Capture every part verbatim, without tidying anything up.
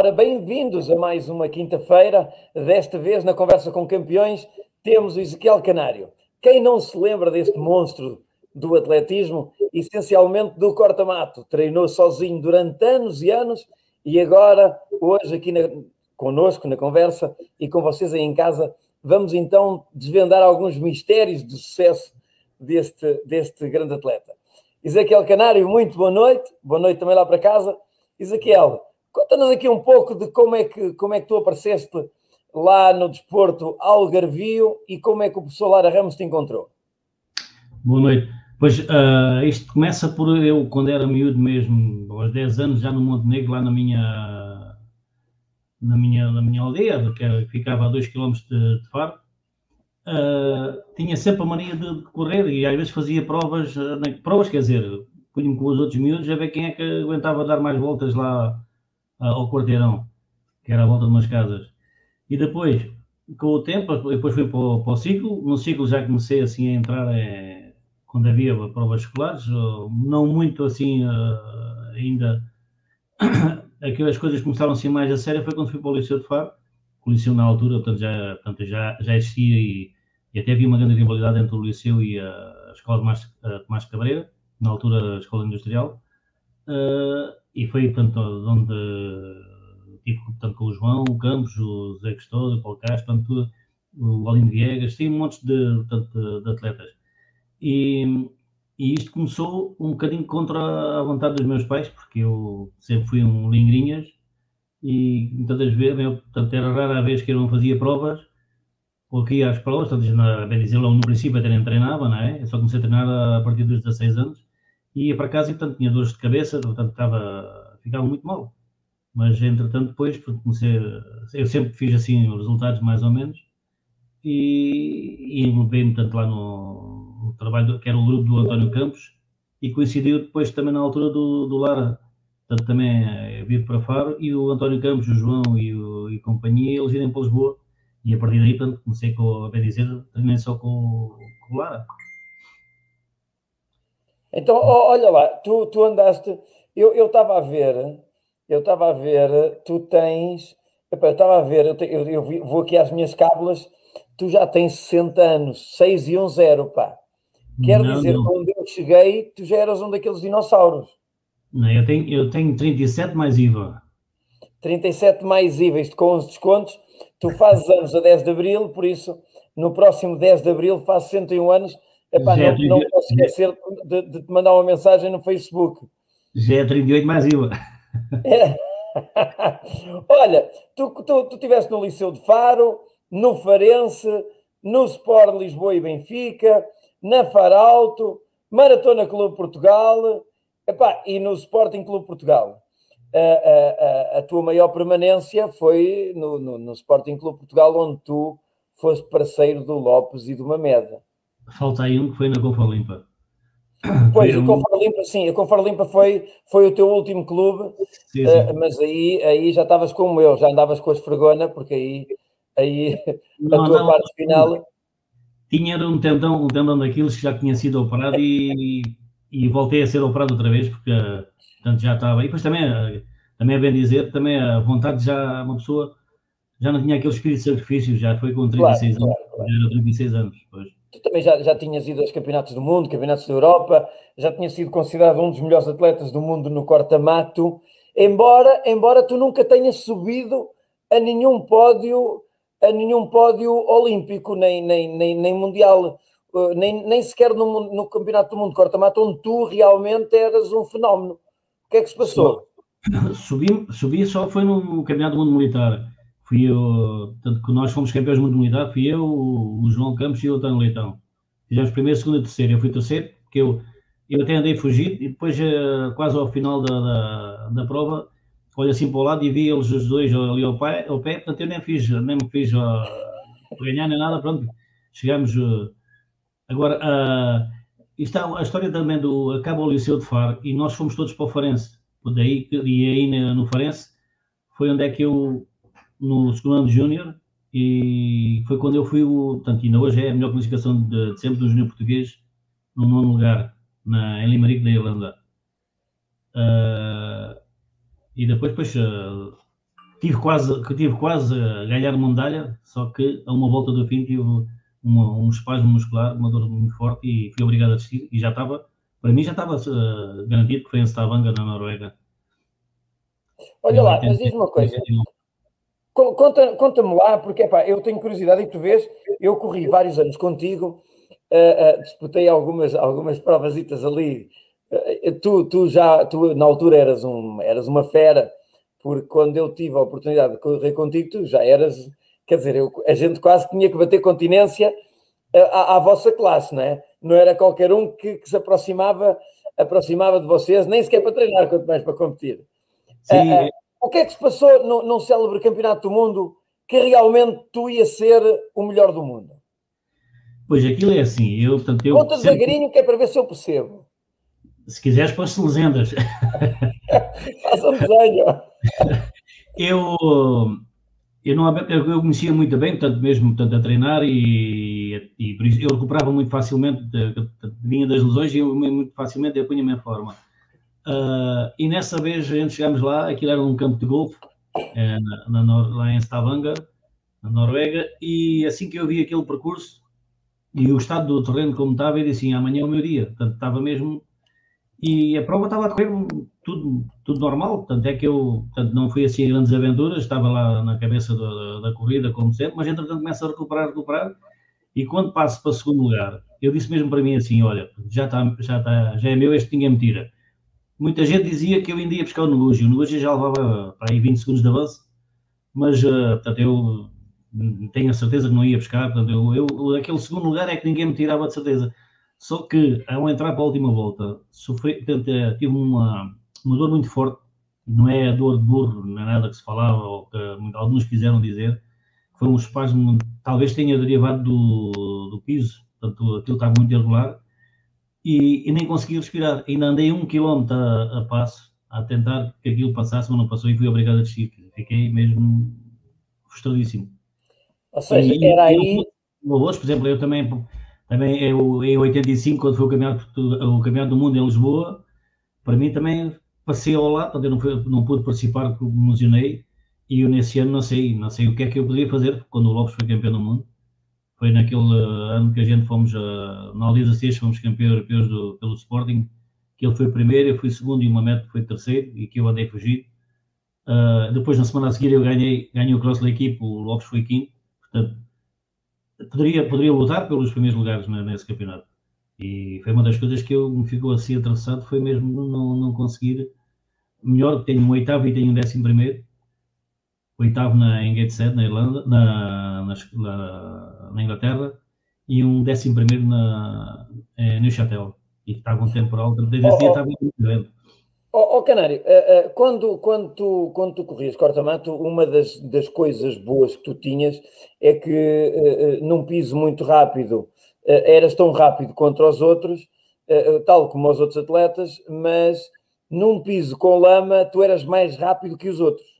Ora, bem-vindos a mais uma quinta-feira. Desta vez, na Conversa com Campeões, temos o Ezequiel Canário. Quem não se lembra deste monstro do atletismo, essencialmente do corta-mato? Treinou sozinho durante anos e anos e agora, hoje, aqui na, connosco na conversa e com vocês aí em casa, vamos então desvendar alguns mistérios do sucesso deste, deste grande atleta. Ezequiel Canário, muito boa noite. Boa noite também lá para casa. Ezequiel, conta-nos aqui um pouco de como é que, como é que tu apareceste lá no desporto algarvio e como é que o professor Lara Ramos te encontrou. Boa noite. Pois, uh, isto começa por eu, quando era miúdo mesmo, aos dez anos, já no Montenegro, lá na minha, na minha, na minha aldeia, que era, ficava a dois quilómetros de, de Faro, uh, tinha sempre a mania de, de correr e às vezes fazia provas, uh, provas quer dizer, punha-me com os outros miúdos a ver quem é que aguentava dar mais voltas lá uh, ao quarteirão, que era a volta de umas casas. E depois, com o tempo, depois fui para o, para o ciclo. No ciclo já comecei assim a entrar é, quando havia provas escolares, não muito assim uh, ainda. Aquelas coisas começaram assim mais a sério foi quando fui para o Liceu de Faro. O Liceu na altura, portanto, já, portanto, já, já existia e, e até havia uma grande rivalidade entre o Liceu e a, a Escola de Tomás, Tomás Cabreira, na altura a Escola Industrial. Uh, e foi, portanto, onde tipo, portanto, com o João, o Campos, o Zé Custódio, o Paulo Castro, portanto, o Aline Viegas, tem um monte de, portanto, de atletas. E, e isto começou um bocadinho contra a vontade dos meus pais, porque eu sempre fui um lingrinhas e muitas das vezes, eu, portanto, era rara a vez que eu não fazia provas, ou que ia às provas, portanto, na, bem dizer, logo no princípio até nem treinava, não é? Eu só comecei a treinar a partir dos dezasseis anos, e ia para casa e, portanto, tinha dores de cabeça, portanto, estava, ficava muito mal. Mas, entretanto, depois comecei, eu sempre fiz assim os resultados mais ou menos, e, e envolvi-me tanto lá no, no trabalho, que era o grupo do António Campos, e coincidiu depois também na altura do, do Lara, portanto também é, vir para Faro, e o António Campos, o João e, o, e companhia, eles irem para Lisboa, e a partir daí, portanto, comecei com, a bem dizer, também só com, com o Lara. Então, olha lá, tu, tu andaste, eu estava a ver, eu estava a ver, tu tens, epá, eu estava a ver, eu, te, eu, eu vou aqui às minhas cábulas, tu já tens sessenta anos, seis e um zero, pá. Quer Não, dizer que não. onde eu cheguei, tu já eras um daqueles dinossauros. Não, eu tenho, eu tenho trinta e sete mais I V A. trinta e sete mais I V A, isto com os descontos. Tu fazes anos a dez de Abril, por isso, no próximo dez de Abril, faz sessenta e um anos. Epá, Já é, não, não trinta, posso esquecer de, de te mandar uma mensagem no Facebook. já é trinta e oito mais I V A. É. Olha, tu, tu, tu estiveste no Liceu de Faro, no Farense, no Sport Lisboa e Benfica, na Faralto, Maratona Clube Portugal, epá, e no Sporting Clube Portugal. A, a, a, a tua maior permanência foi no, no, no Sporting Clube Portugal, onde tu foste parceiro do Lopes e do Mameda. Falta aí um que foi na Copa Limpa. Pois, e com Farlimpa, sim, com Farlimpa foi, foi o teu último clube, Sim, sim. uh, mas aí, aí já estavas como eu, já andavas com a esfregona, porque aí, aí a Não tua andava. parte final... Tinha um tendão, um tendão daqueles que já tinha sido operado e, e voltei a ser operado outra vez, porque portanto, já estava. E depois também, também é bem dizer, também a vontade já, uma pessoa já não tinha aquele espírito de sacrifício, já foi com trinta e seis Claro, anos, claro, claro. já era trinta e seis anos. Pois. Tu também já, já tinhas ido aos campeonatos do mundo, campeonatos da Europa, já tinhas sido considerado um dos melhores atletas do mundo no corta-mato, embora, embora tu nunca tenhas subido a nenhum pódio, a nenhum pódio olímpico, nem, nem, nem, nem mundial, nem, nem sequer no, no campeonato do mundo de corta-mato, onde tu realmente eras um fenómeno. O que é que se passou? Só, subi, subi só foi no campeonato do mundo militar. Fui eu, tanto que nós fomos campeões do mundo militar, fui eu, o João Campos e o António Leitão. Fizemos primeiro, segundo e terceiro. Eu fui terceiro, porque eu, eu até andei a fugir e depois, quase ao final da, da, da prova, olho assim para o lado e vi eles os dois ali ao pé, ao pé portanto eu nem fiz, nem me fiz uh, ganhar nem nada, pronto. Chegamos. Uh, agora, uh, isto é a história também do. Acaba o Liceu de Faro e nós fomos todos para o Farense. Daí, e aí no Farense foi onde é que eu, no segundo ano de Júnior, e foi quando eu fui o. Portanto, ainda hoje é a melhor classificação de, de sempre do Júnior português, no nono lugar, na, em Limerick, da Irlanda. Uh, e depois, depois uh, tive quase, que tive quase a ganhar uma medalha, só que a uma volta do fim tive uma, um espasmo muscular, uma dor muito forte e fui obrigado a desistir e já estava, para mim já estava uh, garantido que foi em Stavanger, na Noruega. Olha lá, mas diz-me uma coisa, conta, conta-me lá, porque epá, eu tenho curiosidade e tu vês, eu corri vários anos contigo, uh, uh, disputei algumas, algumas provasitas ali, uh, tu, tu já, tu na altura eras, um, eras uma fera, porque quando eu tive a oportunidade de correr contigo, tu já eras, quer dizer, eu, a gente quase tinha que bater continência à, à vossa classe, não é? Não era qualquer um que, que se aproximava, aproximava de vocês, nem sequer para treinar, quanto mais para competir. Sim. Uh, uh, o que é que se passou no, num célebre campeonato do mundo que realmente tu ia ser o melhor do mundo? Pois, aquilo é assim, eu, portanto, eu Conta sempre, devagarinho que é para ver se eu percebo. se quiseres, posso legendas. Faça um desenho. eu, eu, não, eu, eu conhecia muito bem, portanto, mesmo portanto, a treinar e, e por isso eu recuperava muito facilmente, de, de, vinha das lesões e eu muito facilmente eu punha-me em forma. Uh, e nessa vez a gente chegámos lá, aquilo era um campo de golfe, é, na, na, lá em Stavanger, na Noruega, e assim que eu vi aquele percurso e o estado do terreno como estava, eu disse assim, amanhã é o meu dia, portanto estava mesmo, e a prova estava a correr tudo, tudo normal, portanto é que eu portanto, não fui assim grandes aventuras, estava lá na cabeça da, da corrida, como sempre, mas entretanto começa a recuperar, recuperar, e quando passo para o segundo lugar, eu disse mesmo para mim assim, olha, já está, já está, já é meu, este ninguém me tira. Muita gente dizia que eu ainda ia buscar o Negócio. O Negócio já levava para aí vinte segundos de avanço, mas uh, portanto, eu tenho a certeza que não ia buscar. Portanto, eu, eu, aquele segundo lugar é que ninguém me tirava de certeza. Só que, ao entrar para a última volta, sofri, portanto, tive uma, uma dor muito forte. Não é a dor de burro, não é nada que se falava, ou que alguns quiseram dizer. Foi um espasmo, talvez tenha derivado do, do piso. Portanto, aquilo estava muito irregular. E, e, nem consegui respirar. Ainda andei um quilómetro a, a passo, a tentar que aquilo passasse, mas não passou e fui obrigado a desistir. Fiquei mesmo frustradíssimo. Ou seja, E, era e, aí... valores, por exemplo, eu também, também eu, em oitenta e cinco, quando foi o campeonato, o campeonato do mundo em Lisboa, para mim também passei ao lado, portanto eu não, fui, não pude participar porque me emocionei, e eu nesse ano não sei, não sei o que é que eu poderia fazer, quando o Lopes foi campeão do mundo. Foi naquele uh, ano que a gente fomos, uh, na Aldiza Seis, fomos campeões europeus do, pelo Sporting, que ele foi primeiro, eu fui segundo e o Mamet foi terceiro, e que eu andei fugido. Uh, depois, na semana a seguir, eu ganhei, ganhei o cross da equipe, o Lopes foi quinto. Portanto, poderia, poderia lutar pelos primeiros lugares nesse campeonato. E foi uma das coisas que eu me ficou assim atravessado, foi mesmo não, não conseguir. Melhor, tenho um oitavo e tenho um décimo primeiro. Oitavo na, em Gateshead, na Irlanda, na, na, na Inglaterra, e um décimo primeiro na eh, Neuchâtel. E estava um temporal, desde esse dia estava muito grande. Ó oh, oh, Canário, uh, uh, quando, quando, tu, quando tu corrias corta-mato, uma das, das coisas boas que tu tinhas é que uh, uh, num piso muito rápido, uh, eras tão rápido contra os outros, uh, uh, tal como os outros atletas, mas num piso com lama tu eras mais rápido que os outros.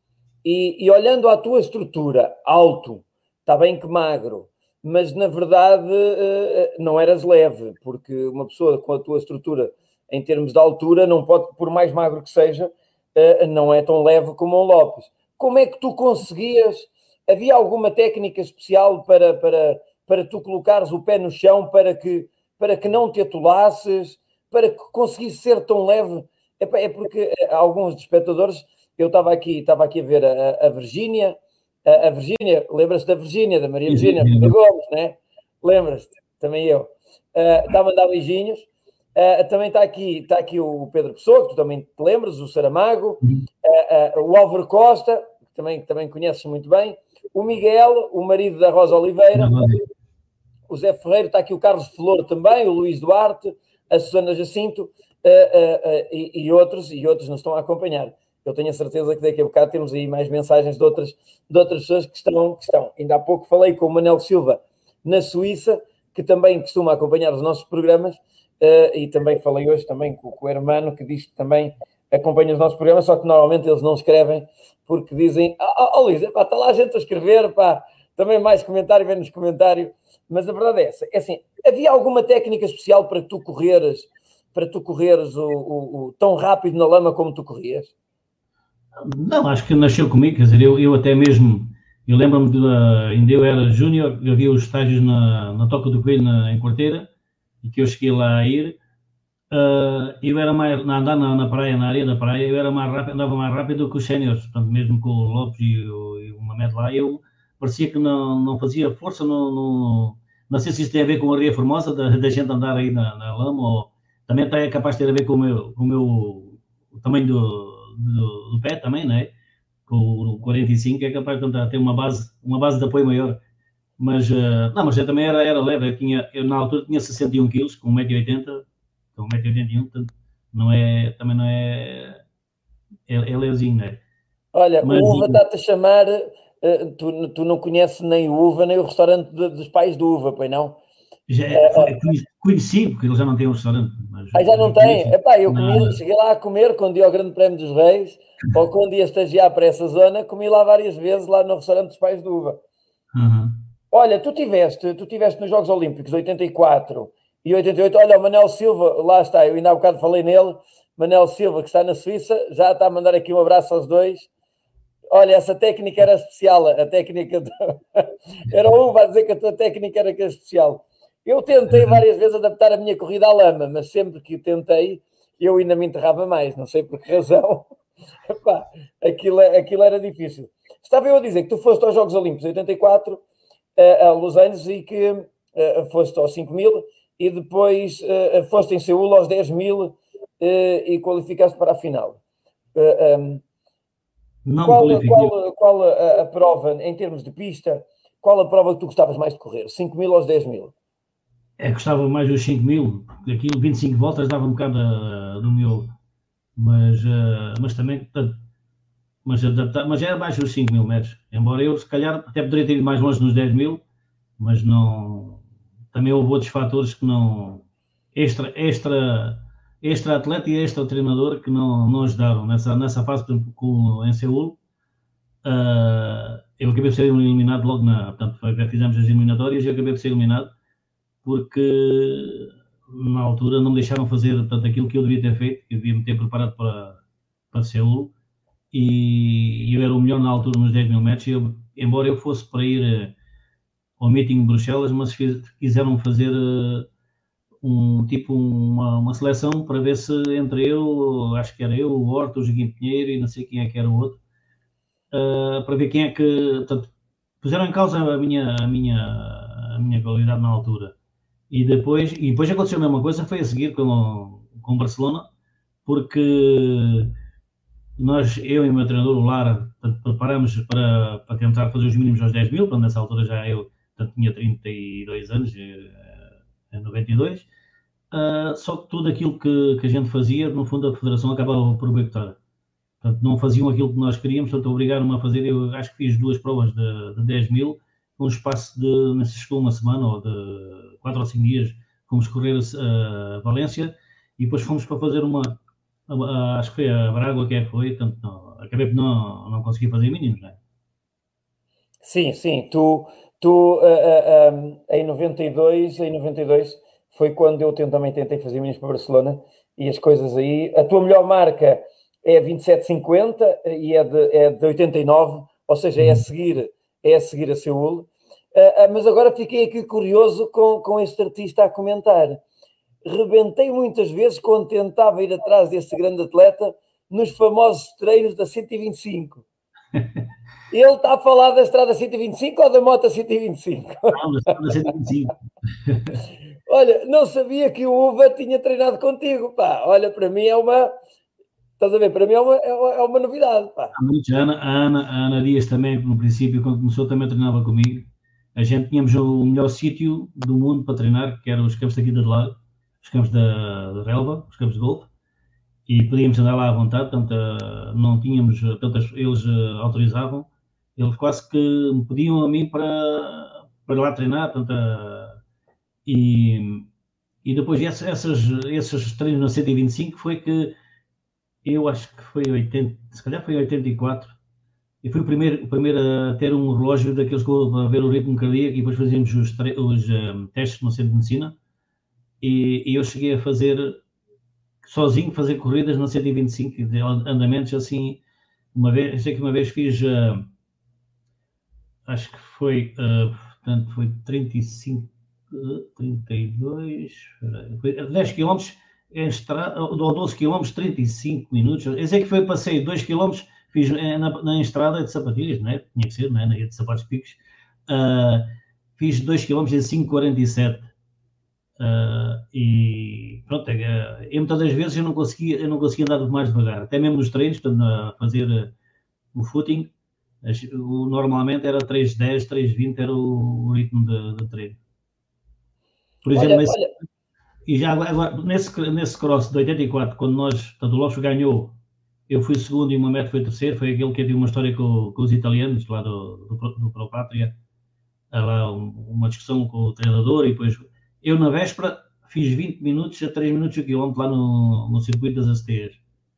E, e olhando à tua estrutura, alto, está bem que magro, mas na verdade não eras leve, porque uma pessoa com a tua estrutura em termos de altura não pode, por mais magro que seja, não é tão leve como um Lopes. Como é que tu conseguias? Havia alguma técnica especial para, para, para tu colocares o pé no chão para que, para que não te atolasses, para que conseguisse ser tão leve? É, é porque alguns dos espectadores... Eu estava aqui, estava aqui a ver a, a Virgínia, a, a Virgínia, lembra-se da Virgínia, da Maria Virgínia Gomes, né? Lembra-se? Também eu. Uh, está a mandar beijinhos. Uh, também está aqui, está aqui o Pedro Pessoa, que tu também te lembras, o Saramago, uh, uh, o Álvaro Costa, que também, que também conheces muito bem, o Miguel, o marido da Rosa Oliveira, o Zé Ferreiro, está aqui o Carlos Flor também, o Luís Duarte, a Susana Jacinto, uh, uh, uh, e, e outros, e outros nos estão a acompanhar. Eu tenho a certeza que daqui a bocado temos aí mais mensagens de outras, de outras pessoas que estão, que estão. Ainda há pouco falei com o Manel Silva na Suíça, que também costuma acompanhar os nossos programas, uh, e também falei hoje também com, com o Hermano, que diz que também acompanha os nossos programas, só que normalmente eles não escrevem, porque dizem, ó oh, oh, Luís, está lá a gente a escrever, pá, também mais comentário, menos comentário, mas a verdade é essa. É assim, havia alguma técnica especial para tu correres, para tu correres o, o, o, tão rápido na lama como tu corrias? Não, acho que nasceu comigo, quer dizer, eu, eu até mesmo, eu lembro-me de, uh, ainda eu era júnior, havia os estágios na, na Toca do Coelho, na, em Quarteira, e que eu cheguei lá a ir, uh, eu era mais, na andar na, na praia, na areia da praia, eu era mais rápido, andava mais rápido que os séniores, portanto, mesmo com o Lopes e o, e o Mamed lá, eu parecia que não, não fazia força, no, no, não sei se isso tem a ver com a areia formosa, da, da gente andar aí na, na lama, ou também está é capaz de ter a ver com o meu, com o meu o tamanho do, do, do pé também, não é? Com o quarenta e cinco é capaz de tentar ter uma base, uma base de apoio maior. Mas, uh, não, mas eu também era, era leve, eu, tinha, eu na altura tinha sessenta e um quilos, com um metro e oitenta, com um metro e oitenta e um, portanto, não é, também não é, é, é levezinho, não é? Olha, Mas o Uva está-te a chamar, eh, tu, tu não conheces nem o Uva, nem o restaurante de- dos pais do Uva, pois não? já é, foi, conheci, porque ele já não tem um restaurante, mas Ah, já não uh, tem? conheço. Epá, eu Na, comi, cheguei lá a comer quando ia ao Grande Prémio dos Reis, ou quando ia estagiar para essa zona, comi lá várias vezes, lá no restaurante dos pais do Uva. uh-huh. Olha, tu tiveste, tu tiveste nos Jogos Olímpicos oitenta e quatro e oitenta e oito. Olha, o Manel Silva, lá está, eu ainda há bocado falei nele. Manel Silva, que está na Suíça, já está a mandar aqui um abraço aos dois. Olha, essa técnica era especial, a técnica do... era um, vai dizer que a tua técnica era que era especial. Eu tentei várias vezes adaptar a minha corrida à lama, mas sempre que tentei, eu ainda me enterrava mais, não sei por que razão. Epá, aquilo, aquilo era difícil. Estava eu a dizer que tu foste aos Jogos Olímpicos oitenta e quatro, a Los Angeles, e que uh, foste aos cinco mil e depois uh, foste em Seul aos dez mil uh, e qualificaste para a final. Uh, um, Não me qual qualifiquei. qual, qual a, a prova, em termos de pista, qual a prova que tu gostavas mais de correr? cinco mil aos dez mil? É, gostava mais dos cinco mil, porque aquilo vinte e cinco voltas dava um bocado uh, do meu, mas, uh, mas também, portanto, mas, adaptar, mas era abaixo dos cinco mil metros. Embora eu, se calhar, até poderia ter ido mais longe nos dez mil, mas não. Também houve outros fatores que não. Extra, extra, extra atleta e extra treinador que não, não ajudaram nessa, nessa fase, por exemplo, com, em Seul. Uh, eu acabei de ser eliminado logo na. Portanto, foi, fizemos as eliminatórias e eu acabei de ser eliminado porque na altura não me deixaram fazer portanto, aquilo que eu devia ter feito, que eu devia me ter preparado para, para Seul e eu era o melhor na altura nos dez mil metros, eu, embora eu fosse para ir uh, ao meeting de Bruxelas, mas fiz, quiseram fazer uh, um tipo uma, uma seleção para ver se entre eu, acho que era eu, o Horto, o Joaquim Pinheiro e não sei quem é que era o outro, uh, para ver quem é que, portanto, puseram em causa a minha, a minha, a minha qualidade na altura. E depois, e depois aconteceu a mesma coisa, foi a seguir com, com Barcelona, porque nós, eu e o meu treinador, o Lara, portanto, preparamos para, para tentar fazer os mínimos aos dez mil, quando nessa altura já eu portanto, tinha trinta e dois anos, em noventa e dois, uh, só que tudo aquilo que, que a gente fazia, no fundo a Federação acabava por boicotar. Portanto, não faziam aquilo que nós queríamos, portanto, obrigaram-me a fazer, eu acho que fiz duas provas de, de dez mil, num espaço de, não sei se chegou uma semana ou de quatro ou cinco dias, fomos correr a, a Valência e depois fomos para fazer uma, a, a, acho que foi a Braga, que é que foi, portanto, não, acabei por não, não conseguir fazer mínimos, não é? Sim, sim, tu, tu uh, uh, um, em noventa e dois, em noventa e dois foi quando eu também tentei fazer mínimos para Barcelona e as coisas aí, a tua melhor marca é vinte e sete cinquenta e é de, é de oitenta e nove, ou seja, é a seguir, é a seguir a Seul. Uh, uh, mas agora fiquei aqui curioso com, com este artista a comentar. Rebentei muitas vezes quando tentava ir atrás desse grande atleta nos famosos treinos da cento e vinte e cinco. Ele está a falar da estrada cento e vinte e cinco ou da moto cento e vinte e cinco? Não, mas estava cento e vinte e cinco. Olha, não sabia que o Uva tinha treinado contigo, pá. Olha, para mim é uma... Estás a ver? Para mim é uma, é uma novidade, pá. Há muitos, a Ana, a, Ana, a Ana Dias também, no princípio, quando começou, também treinava comigo. A gente tínhamos o melhor sítio do mundo para treinar, que eram os campos daqui de lado, os campos da, da Relva, os campos de golfe, e podíamos andar lá à vontade, portanto, não tínhamos, portanto, eles autorizavam, eles quase que me pediam a mim para, para lá treinar, portanto, e, e depois essas, esses treinos na cento e vinte e cinco foi que eu acho que foi oitenta, se calhar foi oitenta e quatro, e fui o primeiro, o primeiro a ter um relógio daqueles para ver o ritmo cardíaco e depois fazíamos os, os um, testes no centro de medicina e, e eu cheguei a fazer sozinho, fazer corridas na cento e vinte e cinco, andamentos assim uma vez, eu sei que uma vez fiz, uh, acho que foi, uh, portanto, foi trinta e cinco, trinta e dois, foi dez quilómetros em estrada, ou doze quilómetros, trinta e cinco minutos. Eu sei que foi, passei dois quilómetros, fiz na, na estrada de sapatilhas, não é? Tinha que ser, não é? Na de sapatos picos. Uh, fiz dois quilómetros em cinco quarenta e sete. Uh, e pronto, é, eu muitas das vezes eu não conseguia, eu não conseguia andar mais devagar, até mesmo nos treinos, portanto, a fazer uh, o footing, o, normalmente era três dez, três vinte era o, o ritmo de, de treino. Por exemplo, Olha, nesse, olha. e já agora, nesse, nesse cross de oitenta e quatro, quando nós, portanto, o Lopes ganhou, eu fui segundo e o Mamet foi terceiro, foi aquele que teve uma história com, com os italianos, lá do, do, do Pro Pátria, lá uma discussão com o treinador, e depois eu na véspera fiz vinte minutos a três minutos o quilómetro lá no, no circuito das Asteias,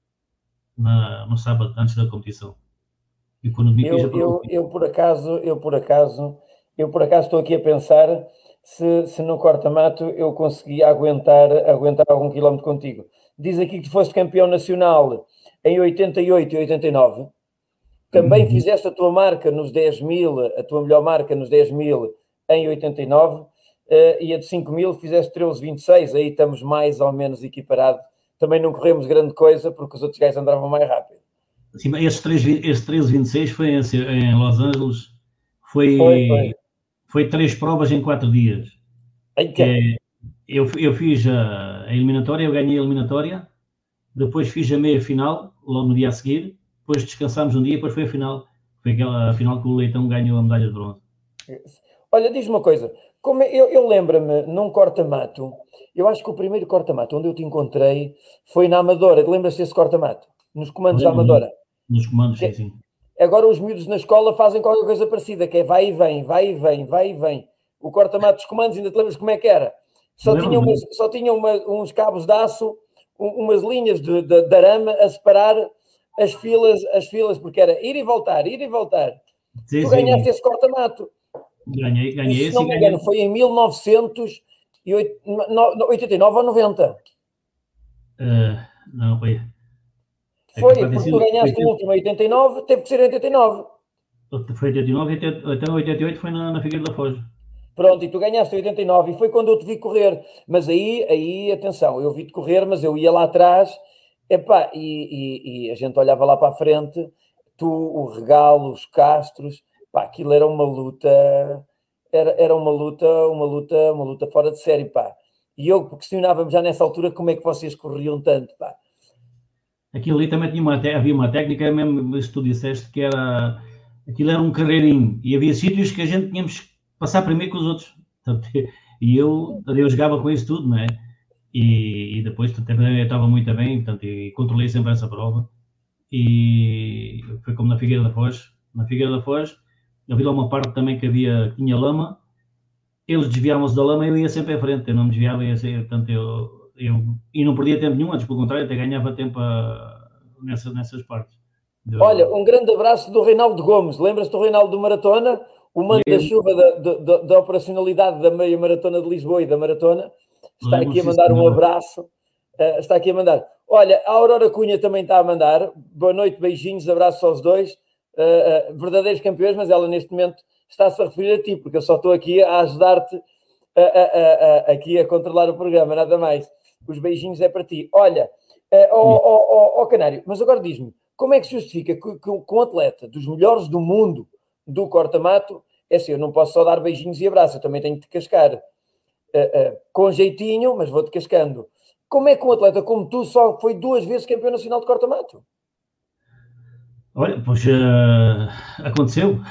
na, no sábado, antes da competição. E quando me fiz a Eu, eu, eu por acaso, eu por acaso, eu por acaso estou aqui a pensar se, se no corta-mato eu conseguia aguentar, aguentar algum quilómetro contigo. Diz aqui que tu foste campeão nacional em oitenta e oito e oitenta e nove. Também uhum. fizeste a tua marca nos dez mil, a tua melhor marca nos dez mil em oitenta e nove, e a de cinco mil fizeste treze vinte e seis, aí estamos mais ou menos equiparados. Também não corremos grande coisa porque os outros gajos andavam mais rápido. Sim, este, este treze vinte e seis foi em, em Los Angeles, foi, Foi, foi. foi três provas em quatro dias. Que é, eu, eu fiz a, a eliminatória, eu ganhei a eliminatória, depois fiz a meia final, logo no dia a seguir, depois descansámos um dia, depois foi a final. Foi aquela final que o Leitão ganhou a medalha de bronze. Olha, diz-me uma coisa, como eu, eu lembro-me num corta-mato, eu acho que o primeiro corta-mato onde eu te encontrei foi na Amadora. Lembras-te desse corta-mato? Nos comandos da Amadora? Nos comandos, que, sim, sim. Agora os miúdos na escola fazem qualquer coisa parecida, que é vai e vem, vai e vem, vai e vem. O corta-mato dos comandos, ainda te lembras como é que era? Só tinha, umas, só tinha uma, uns cabos de aço, umas linhas de, de, de arame a separar as filas, as filas, porque era ir e voltar, ir e voltar. Sim, tu ganhaste sim. Esse corta-mato. Ganhei, ganhei e, esse. Se não me engano, ganhei... foi em mil novecentos e oitenta e nove ou noventa. Uh, não, foi. É foi, porque tu ganhaste oitenta... o último em oitenta e nove, teve que ser em oitenta e nove. Foi oitenta e nove, até oitenta e oito foi na, na Figueira da Foz. Pronto, e tu ganhaste oitenta e nove, e foi quando eu te vi correr. Mas aí, aí atenção, eu vi-te correr, mas eu ia lá atrás, epá, e, e, e a gente olhava lá para a frente, tu, o Regalo, os Castros, pá, aquilo era uma luta, era, era uma luta, uma luta, uma luta fora de série, pá. E eu questionava-me já nessa altura como é que vocês corriam tanto, pá. Aquilo ali também tinha uma, havia uma técnica, mesmo se tu disseste, que era, aquilo era um carreirinho, e havia sítios que a gente tínhamos que passar primeiro que os outros. E eu, eu jogava com isso tudo, não é? E, e depois também estava muito bem, portanto, e controlei sempre essa prova. E foi como na Figueira da Foz. Na Figueira da Foz, havia lá uma parte também que havia, que tinha lama, eles desviavam-se da lama e eu ia sempre à frente, eu não me desviava, ia ser, portanto, eu, eu, e não perdia tempo nenhum, antes pelo contrário, até ganhava tempo a, nessa, nessas partes. Do... Olha, um grande abraço do Reinaldo Gomes, lembras-te do Reinaldo do Maratona? O manda-chuva da, da, da operacionalidade da meia maratona de Lisboa e da maratona, está aqui a mandar um abraço, uh, está aqui a mandar. Olha, a Aurora Cunha também está a mandar, boa noite, beijinhos, abraços aos dois, uh, uh, verdadeiros campeões, mas ela neste momento está-se a referir a ti, porque eu só estou aqui a ajudar-te a, a, a, a, aqui a controlar o programa, nada mais. Os beijinhos é para ti. Olha, uh, ó, ó, ó, Canário, mas agora diz-me, como é que se justifica que, que, que um atleta dos melhores do mundo do corta-mato, é assim, eu não posso só dar beijinhos e abraços, eu também tenho que te cascar. Uh, uh, com jeitinho, mas vou-te cascando. Como é que um atleta como tu só foi duas vezes campeão nacional de corta-mato? Olha, pois uh, aconteceu.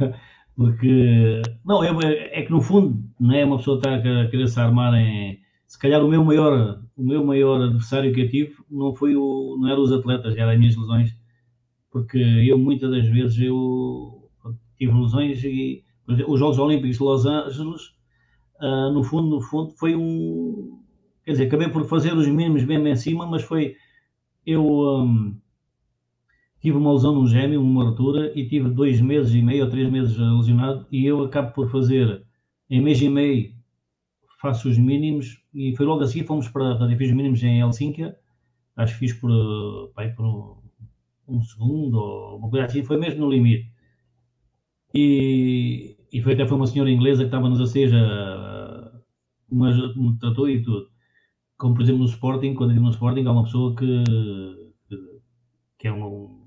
Porque, não, é, é que no fundo, não é uma pessoa estar a querer se armar em... Se calhar o meu maior, o meu maior adversário que eu tive não foi o, não eram os atletas, eram as minhas lesões. Porque eu, muitas das vezes, eu tive lesões e os Jogos Olímpicos de Los Angeles, uh, no fundo, no fundo, foi um... Quer dizer, acabei por fazer os mínimos mesmo em cima, mas foi... Eu... Um, tive uma lesão num gêmeo, uma ruptura, e tive dois meses e meio ou três meses lesionado, e eu acabo por fazer, em mês e meio, faço os mínimos, e foi logo assim, fomos para, eu fiz os mínimos em Helsínquia, acho que fiz por, pai, por um segundo, ou uma coisa assim, foi mesmo no limite. E, e foi, até foi uma senhora inglesa que estava nos aceiros, mas me tratou e tudo. Como, por exemplo, no Sporting, quando eu digo no Sporting, há uma pessoa que, que, que é um,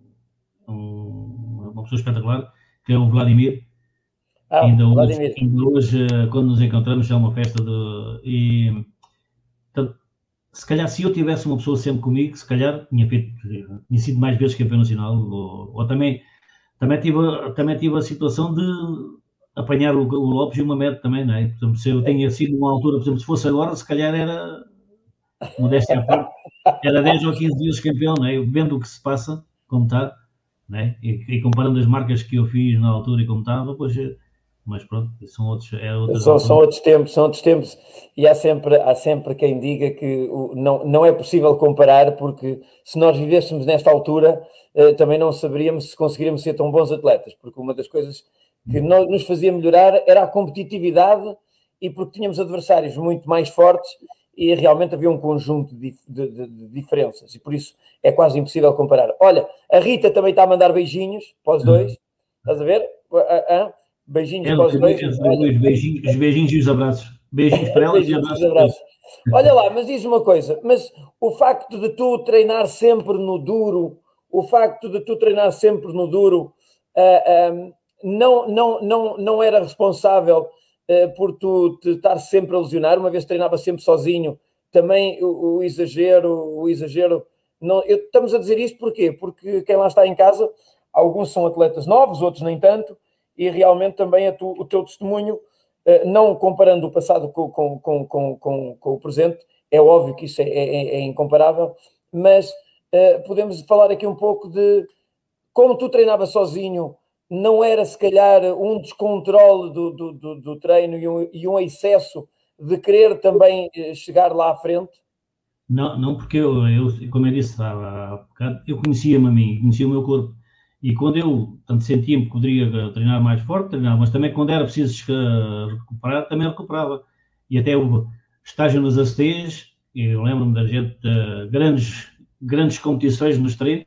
um, uma pessoa espetacular, que é o Vladimir. Ah, Ainda hoje, Vladimir. ainda hoje, quando nos encontramos, é uma festa de. E, portanto, se calhar, se eu tivesse uma pessoa sempre comigo, se calhar tinha, feito, tinha sido mais vezes campeão nacional, ou, ou também, também, tive, também tive a situação de apanhar o, o Lopes e o Mamed também, não é? Portanto, se eu tinha sido numa altura, por exemplo, se fosse agora, se calhar era, modéstia à parte, era dez ou quinze dias campeão, não é? Vendo o que se passa, como está, não é? E, e comparando as marcas que eu fiz na altura e como estava, pois, mas pronto, são outros, é outras São, são alturas. outros tempos, são outros tempos, e há sempre, há sempre quem diga que o, não, não é possível comparar, porque se nós vivêssemos nesta altura, eh, também não saberíamos se conseguiríamos ser tão bons atletas, porque uma das coisas que nós, nos fazia melhorar era a competitividade, e porque tínhamos adversários muito mais fortes, e realmente havia um conjunto de, de, de, de diferenças, e por isso é quase impossível comparar. Olha, a Rita também está a mandar beijinhos para os dois, estás a ver? Ah, ah, beijinhos É, para os dois. os beijinhos, os beijinhos e os abraços. Beijinhos para elas e Beijinhos e abraços para abraços. eles. Olha lá, mas diz uma coisa, mas o facto de tu treinar sempre no duro, o facto de tu treinar sempre no duro, uh, um, não, não, não, não era responsável uh, por tu te estar sempre a lesionar, uma vez treinava sempre sozinho, também o, o exagero, o exagero, não, eu, estamos a dizer isto porquê? Porque quem lá está em casa, alguns são atletas novos, outros nem tanto, e realmente também a tu, o teu testemunho, não comparando o passado com, com, com, com, com, com o presente, é óbvio que isso é, é, é incomparável, mas uh, podemos falar aqui um pouco de como tu treinavas sozinho, não era se calhar um descontrole do, do, do, do treino e um, e um excesso de querer também chegar lá à frente? Não, não porque eu, eu como eu disse há, há bocado, eu conhecia-me a mim, conhecia o meu corpo. E quando eu tanto sentia-me que poderia treinar mais forte, treinava, mas também quando era preciso recuperar, também recuperava. E até o estágio nas A C Ts, eu lembro-me da gente, de grandes, grandes competições nos treinos,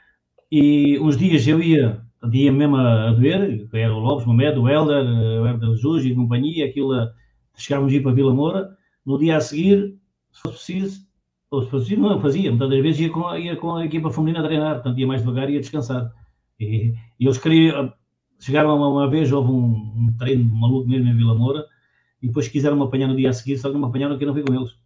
e uns dias eu ia, ia mesmo a, a doer, era o Lopes, o Mamed, o Helder, o Helder Jus e companhia, aquilo, chegávamos a ir para Vila Moura, no dia a seguir, se fosse preciso, ou se fosse preciso, não, eu fazia, muitas das vezes ia com, ia com a equipa feminina a treinar, portanto ia mais devagar e ia descansar. E, e eles queriam, chegaram uma, uma vez, houve um, um treino maluco mesmo em Vila Moura, e depois quiseram-me apanhar no dia a seguir, só que não me apanharam que eu não fui com eles.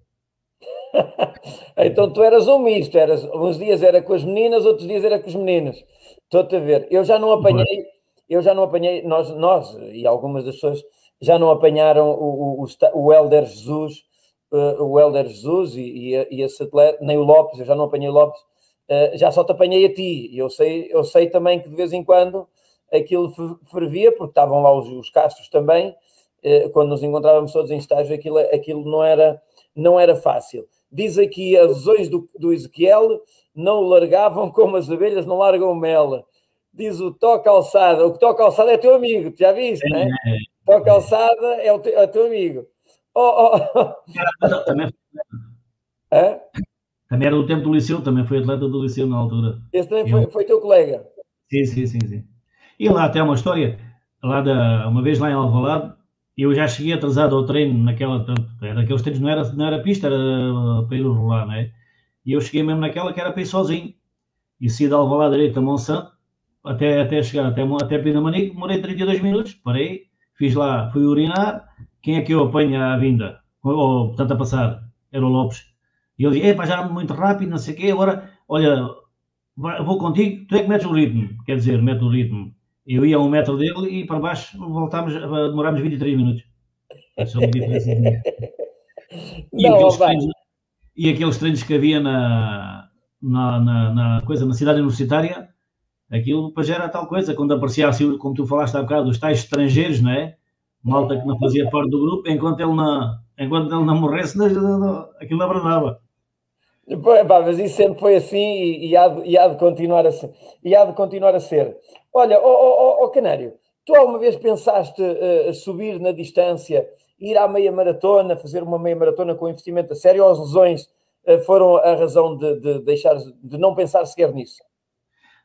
Então tu eras um misto, eras, uns dias era com as meninas, outros dias era com os meninos. Estou-te a ver. Eu já não apanhei, eu já não apanhei, nós, nós e algumas das pessoas já não apanharam o, o, o Helder Jesus, uh, o Helder Jesus e, e, e esse atleta, nem o Lopes, eu já não apanhei o Lopes, uh, já só te apanhei a ti. Eu sei, eu sei também que de vez em quando aquilo fervia, porque estavam lá os, os castros também, uh, quando nos encontrávamos todos em estágio, aquilo, aquilo não era, não era fácil. Diz aqui, as lesões do, do Ezequiel não o largavam como as abelhas não largam o mel. Diz o Tó Calçada. O Tó Calçada é teu amigo, já viste, é, não é? é? Tó Calçada é o teu, é teu amigo. Oh, oh. Também, também era do tempo do Liceu, também foi atleta do Liceu na altura. Esse também foi, foi teu colega? Sim, sim, sim, sim. E lá até uma história, lá da, uma vez lá em Alvalade, eu já cheguei atrasado ao treino naquela, era aqueles treinos, não era, não era pista, era para ir rolar, não é? E eu cheguei mesmo naquela que era para ir sozinho. E saí de Alvalade direito a Monsanto, até, até chegar até, até Pinamanique, demorei trinta e dois minutos, parei, fiz lá, fui urinar, quem é que eu apanho à vinda? Ou, ou portanto, a passar? Era o Lopes. E ele disse, epá, já ando muito rápido, não sei o quê, agora, olha, vou contigo, tu é que metes o ritmo, quer dizer, mete o ritmo. Eu ia a um metro dele e para baixo voltámos, demorámos vinte e três minutos. Essa é uma diferença. E, não, aqueles treinos, e aqueles treinos que havia na, na, na, na, coisa, na cidade universitária, aquilo depois era tal coisa, quando aparecia assim, como tu falaste há bocado, os tais estrangeiros, não é? Malta que não fazia parte do grupo, enquanto ele não, enquanto ele não morresse, não, não, não, aquilo não abranava. Pá, mas isso sempre foi assim e, e, há de, e há de continuar a ser. E há de continuar a ser. Olha, ó oh, oh, oh, Canário, tu alguma vez pensaste uh, subir na distância, ir à meia maratona, fazer uma meia maratona com investimento a sério, ou as lesões uh, foram a razão de, de deixar, de não pensar sequer nisso?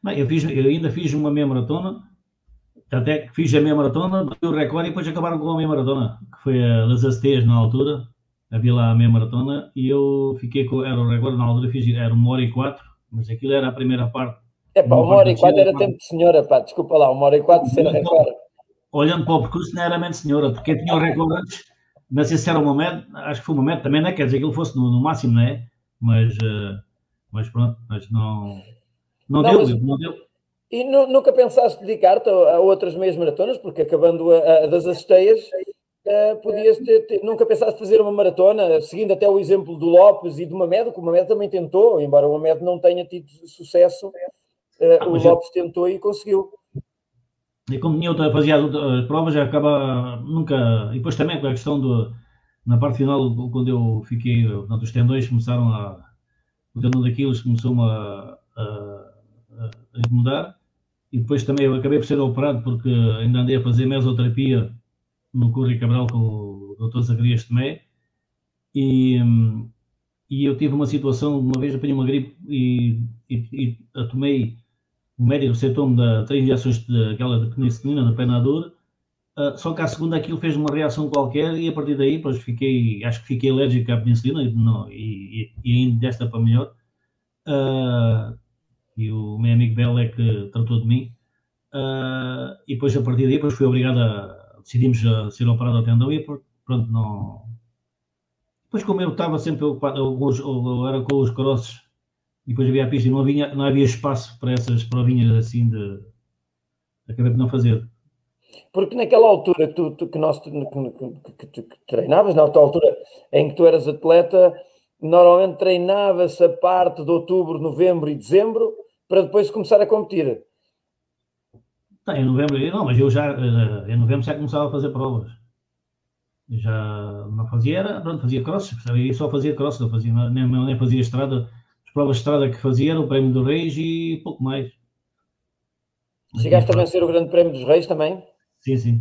Bem, eu, fiz, eu ainda fiz uma meia maratona, até que fiz a meia maratona, bati o recorde e depois acabaram com a meia maratona, que foi a das Asteias na altura, havia lá a meia maratona, e eu fiquei com, era o recorde na altura, fiz, era uma hora e quatro, mas aquilo era a primeira parte. É pá, uma hora e quatro era tempo de senhora, pá, desculpa lá, uma hora e quatro ser recorde. Olhando para o percurso, não era mente senhora, porque tinha o recorde antes, não sei se era uma média, acho que foi uma média, também não é, quer dizer que ele fosse no, no máximo, não é? Mas, uh, mas pronto, mas não, não, não deu, mas, não deu. E nunca pensaste dedicar-te a, a outras meias maratonas, porque acabando a, a das Asteias, uh, podias ter, ter, nunca pensaste fazer uma maratona, seguindo até o exemplo do Lopes e do Mamed, que o Mamed também tentou, embora o Mamed não tenha tido sucesso, uh, ah, o Lopes eu... tentou e conseguiu. E como tinha outra, fazia as provas, já acaba nunca. E depois também com a questão do. Na parte final, quando eu fiquei. Portanto, os tendões começaram a. O tendão daqueles começou a, a, a mudar. E depois também eu acabei por ser operado porque ainda andei a fazer mesoterapia no Curri Cabral com o doutor Zacarias Tomé. E, e eu tive uma situação, uma vez apanhei uma gripe e, e, e tomei. O médico receitou-me da três injeções daquela de penicilina, da Penador, uh, só que à segunda aquilo fez uma reação qualquer e a partir daí, pois fiquei, acho que fiquei alérgico à penicilina e, não, e, e, e ainda desta para melhor. Uh, e o meu amigo Bel é que tratou de mim. Uh, e depois a partir daí, depois fui obrigado a, decidimos a ser operado ao tendão e pronto, não... Depois como eu estava sempre ocupado, eu, eu, eu era com os crosses, e depois havia a pista e não havia, não havia espaço para essas provinhas assim de... Acabei por não fazer. Porque naquela altura que, tu, tu, que, nós, que, que, que, que treinavas, na altura em que tu eras atleta, normalmente treinava-se a parte de outubro, novembro e dezembro para depois começar a competir. Tá, em novembro, não, mas eu já, em novembro já começava a fazer provas. Eu já não fazia, era, pronto, fazia cross, e só fazia cross, não fazia, nem, nem fazia estrada. As provas de estrada que fazia era o Prémio do Reis e pouco mais. Chegaste a vencer o Grande Prémio dos Reis também? Sim, sim.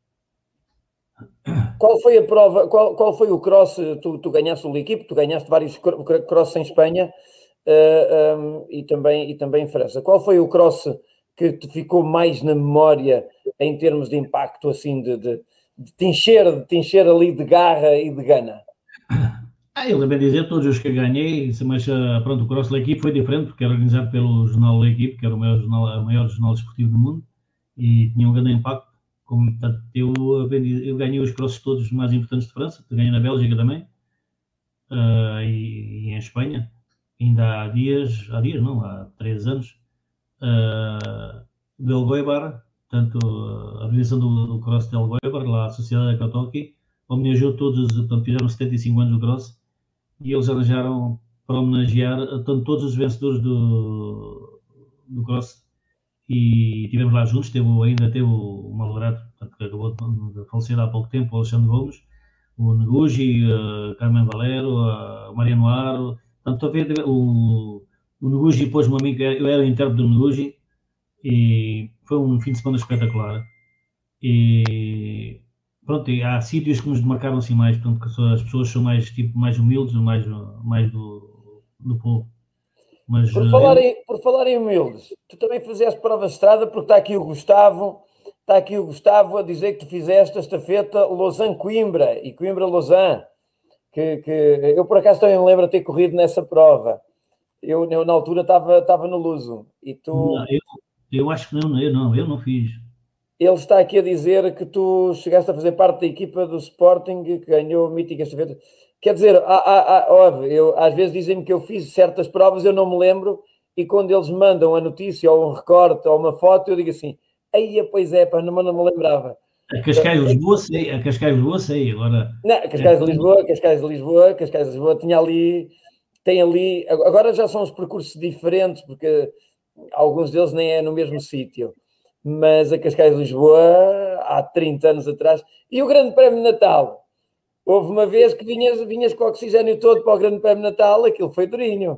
Qual foi a prova, qual, qual foi o cross, tu, tu ganhaste o equipe, tu ganhaste vários crosses em Espanha uh, um, e, também, e também em França. Qual foi o cross que te ficou mais na memória em termos de impacto, assim, de, de, de, te, encher, de te encher ali de garra e de gana? Ah, eu lembro de dizer todos os que ganhei, mas pronto, o cross da equipe foi diferente, porque era organizado pelo jornal da equipe, que era o maior jornal, o maior jornal desportivo do mundo, e tinha um grande impacto. Como, portanto, eu, eu ganhei os crosses todos mais importantes de França, ganhei na Bélgica também, uh, e, e em Espanha, ainda há dias, há dias não, há três anos, uh, del Goibar, portanto, a organização do, do cross del Goibar, lá a Sociedade Cotoqui, homenageou todos, portanto, fizeram setenta e cinco anos do cross, e eles arranjaram para homenagear portanto, todos os vencedores do, do cross. E estivemos lá juntos, teve, ainda teve o Malgrado, que acabou de falecer há pouco tempo, o Alexandre Gomes, o Negugi, a Carmen Valero, a Mariano Aro, portanto, a ver, o, o Negugi pôs-me a mim, eu era o intérprete do Negugi, e foi um fim de semana espetacular. E pronto, e há sítios que nos demarcaram assim mais, portanto, que as pessoas são mais, tipo, mais humildes, mais, mais do, do povo. Mas, por, falar eu... em, por falar em humildes, tu também fizeste provas de estrada, porque está aqui o Gustavo, está aqui o Gustavo a dizer que tu fizeste esta feta Lausanne-Coimbra e Coimbra-Lausanne, que, que eu por acaso também me lembro de ter corrido nessa prova. Eu, eu na altura estava, estava no Luso e tu... Não, eu, eu acho que não, eu não, eu não fiz. Ele está aqui a dizer que tu chegaste a fazer parte da equipa do Sporting que ganhou a mítica estafeta. Quer dizer, há, há, há, óbvio, eu, às vezes dizem-me que eu fiz certas provas, eu não me lembro, e quando eles mandam a notícia ou um recorte ou uma foto, eu digo assim, aí, pois é, pá, não, não me lembrava. A Cascais de Lisboa sei, a Cascais de Lisboa sei, agora... Não, Cascais de Lisboa, Cascais de Lisboa, Cascais de Lisboa, tinha ali, tem ali, agora já são os percursos diferentes, porque alguns deles nem é no mesmo sítio. Mas a Cascais de Lisboa, há trinta anos atrás, e o Grande Prémio de Natal, houve uma vez que vinhas, vinhas com o oxigênio todo para o Grande Prémio de Natal, aquilo foi durinho.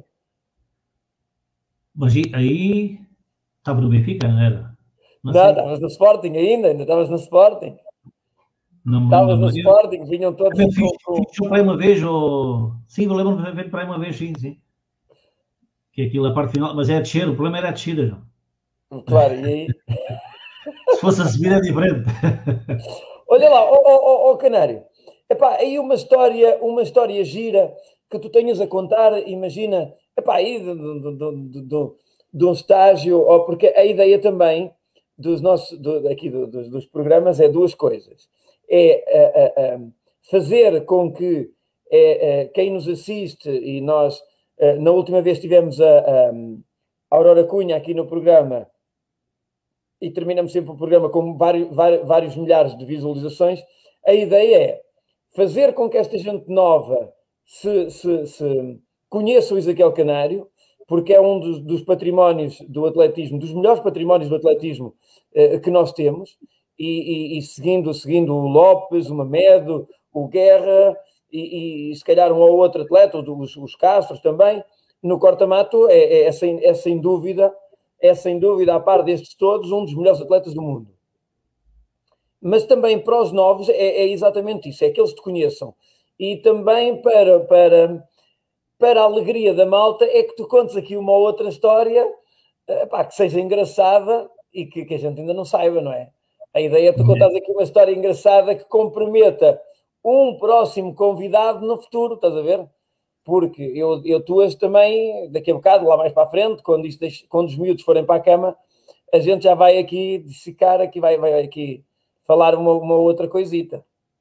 Mas aí estava no Benfica, não era? Não, não estavas no Sporting ainda, ainda estavas no Sporting. Não, estavas no não, Sporting, eu, vinham todos... Eu fiz, com... fiz para aí uma vez, ou... sim, eu lembro-me de ver para aí uma vez, sim, sim. Que aquilo, a parte final, mas é a descer, o problema era a descida, João. Claro, e aí... Se fosse a subir é diferente. Olha lá, ó oh, oh, oh, Canário, epá, aí uma história, uma história gira que tu tenhas a contar, imagina, epá, aí de, de, de, de, de um estágio, ou porque a ideia também dos nossos, do, aqui do, dos, dos programas é duas coisas. É uh, uh, uh, fazer com que uh, uh, quem nos assiste, e nós, uh, na última vez tivemos a, a Aurora Cunha aqui no programa, e terminamos sempre o programa com vários, vários, vários milhares de visualizações. A ideia é fazer com que esta gente nova se, se, se conheça o Ezequiel Canário, porque é um dos, dos patrimónios do atletismo, dos melhores patrimónios do atletismo eh, que nós temos, e, e, e seguindo, seguindo o Lopes, o Mamedo, o Guerra, e, e se calhar um ou outro atleta, os, os Castros também, no corta-mato é, é, sem, é sem dúvida... é sem dúvida, a par destes todos, um dos melhores atletas do mundo. Mas também para os novos é, é exatamente isso, é que eles te conheçam. E também para, para, para a alegria da malta é que tu contes aqui uma ou outra história pá, que seja engraçada e que, que a gente ainda não saiba, não é? A ideia é tu contares aqui uma história engraçada que comprometa um próximo convidado no futuro, estás a ver? Porque eu, eu tuas também, daqui a bocado, lá mais para a frente, quando, isto, quando os miúdos forem para a cama, a gente já vai aqui dissecar, aqui vai, vai aqui falar uma, uma outra coisita.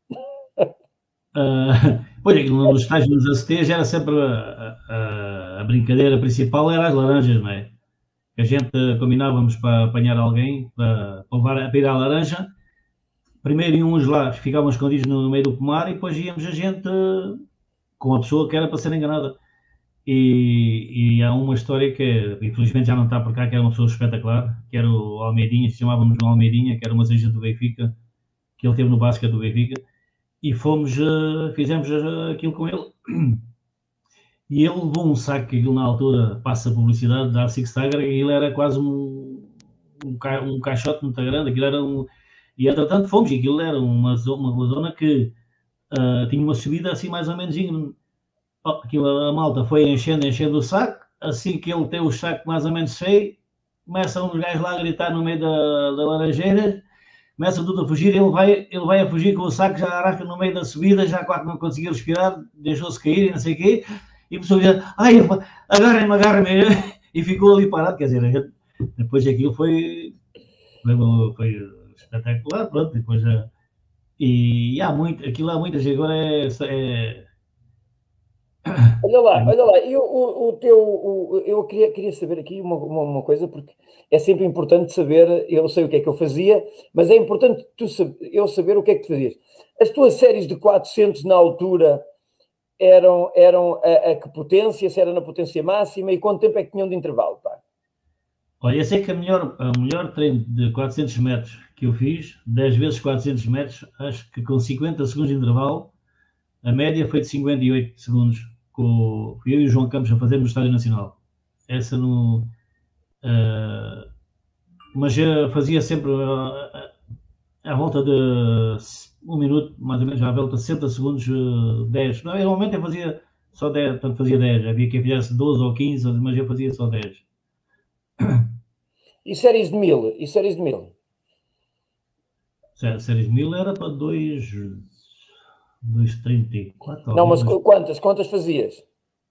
Uh, olha, nos estágios dos A C Ts era sempre a, a, a brincadeira principal, era as laranjas, não é? A gente combinávamos para apanhar alguém, para, para levar a pedir a laranja. Primeiro iam uns lá, ficavam escondidos no, no meio do pomar e depois íamos a gente... com a pessoa que era para ser enganada. E, e há uma história que, infelizmente, já não está por cá, que era uma pessoa espetacular, que era o Almeidinha, chamávamos o Almeidinha, que era uma seja do Benfica, que ele teve no basquete do Benfica, e fomos, uh, fizemos uh, aquilo com ele. E ele levou um saco, que aquilo na altura passa a publicidade da Six Tiger, e ele era quase um, um, ca, um caixote muito grande, aquilo era um... E, entretanto, fomos, e aquilo era uma, uma zona que Uh, tinha uma subida assim mais ou menos íngreme. Oh, aquilo, a malta foi enchendo, enchendo o saco. Assim que ele tem o saco mais ou menos cheio, começam uns gajos lá a gritar no meio da, da laranjeira, começa tudo a fugir, ele vai, ele vai a fugir com o saco, já arranca no meio da subida, já quase não conseguiu respirar, deixou-se cair e não sei o quê, e começou a dizer, ai, agarrem-me, agarrem-me, e ficou ali parado, quer dizer, depois aquilo foi, foi, foi espetacular, pronto, depois... E, e há muito, aquilo há muitas, agora é, é... Olha lá, olha lá, eu, o, o teu, o, eu queria, queria saber aqui uma, uma, uma coisa, porque é sempre importante saber, eu sei o que é que eu fazia, mas é importante tu, eu saber o que é que tu fazias. As tuas séries de quatrocentos na altura eram, eram a, a que potência, se era na potência máxima, e quanto tempo é que tinham de intervalo, pá? Olha, eu sei que a melhor, a melhor treino de quatrocentos metros que eu fiz, dez vezes quatrocentos metros, acho que com cinquenta segundos de intervalo, a média foi de cinquenta e oito segundos, com eu e o João Campos a fazer no Estádio Nacional. Essa no... Uh, mas eu fazia sempre uh, à volta de um minuto, mais ou menos, à volta de sessenta segundos, uh, dez. Não, normalmente eu fazia só dez, portanto fazia dez. Havia quem fizesse doze ou quinze, mas eu fazia só dez. E séries de mil? E séries de mil? Séries de mil era para dois vírgula trinta e quatro. Não, mas dois... quantas? Quantas fazias?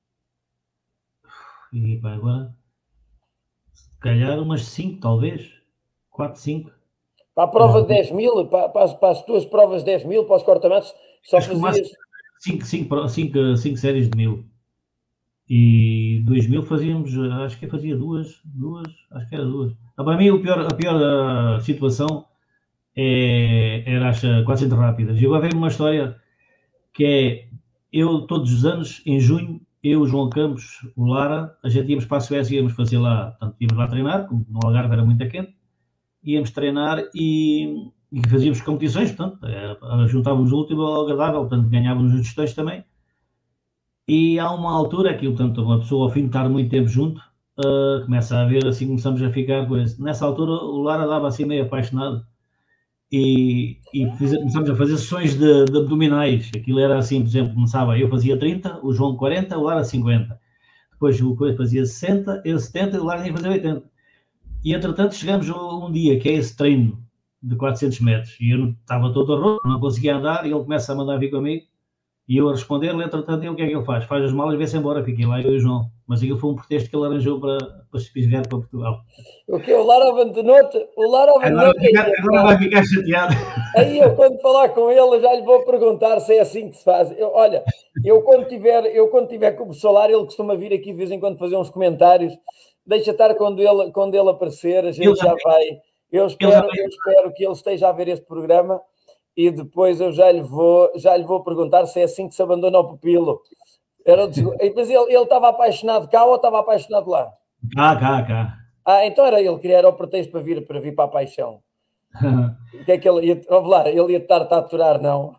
E para agora, se calhar umas cinco, talvez. quatro, cinco. Para a prova de dez mil, para, para, para as tuas provas de dez mil, para os cortamatos, só fazias... cinco séries de mil. E dois mil fazíamos, acho que fazia duas, duas, acho que era duas. Ah, para mim, o pior, a pior a situação é, era as quatrocentas rápidas. E agora vem uma história que é, eu todos os anos, em junho, eu, o João Campos, o Lara, a gente íamos para a Suécia, íamos fazer lá, portanto, íamos lá treinar, como no Algarve era muito quente, íamos treinar e, e fazíamos competições, portanto, é, juntávamos o último ao agradável, portanto, ganhávamos os tostões também. E há uma altura que, portanto, uma pessoa, ao fim de estar muito tempo junto, uh, começa a ver, assim, começamos a ficar com isso. Nessa altura, o Lara dava assim meio apaixonado e, e fiz, começamos a fazer sessões de, de abdominais. Aquilo era assim, por exemplo, começava, eu fazia trinta, o João quarenta, o Lara cinquenta. Depois o Coelho fazia sessenta, eu setenta e o Lara ia fazer oitenta. E, entretanto, chegamos um, um dia, que é esse treino de quatrocentos metros, e eu estava todo roto, não conseguia andar, e ele começa a mandar vir comigo, e eu a responder-lhe, entretanto, ele, o que é que ele faz? Faz as malas e vê-se embora, fiquei lá eu e o João. Mas aquilo foi um pretexto que ele arranjou para, para se pisar para Portugal. O que? O Lara Ventenote? O Lara Agora, Ventenote. agora vai ficar chateado. Aí eu, quando falar com ele, já lhe vou perguntar se é assim que se faz. Eu, olha, eu quando tiver, eu quando tiver com o Solar, ele costuma vir aqui de vez em quando fazer uns comentários. Deixa estar quando ele, quando ele aparecer, a gente ele já, já vai. Eu espero, eu espero que ele esteja a ver este programa e depois eu já lhe vou, já lhe vou perguntar se é assim que se abandona o pupilo. Era, mas ele, ele estava apaixonado cá ou estava apaixonado lá? Cá, cá, cá. Ah, então era ele que era o pretexto para vir, para vir para a paixão. O que é que ele ia... Lá, ele ia estar a aturar, não?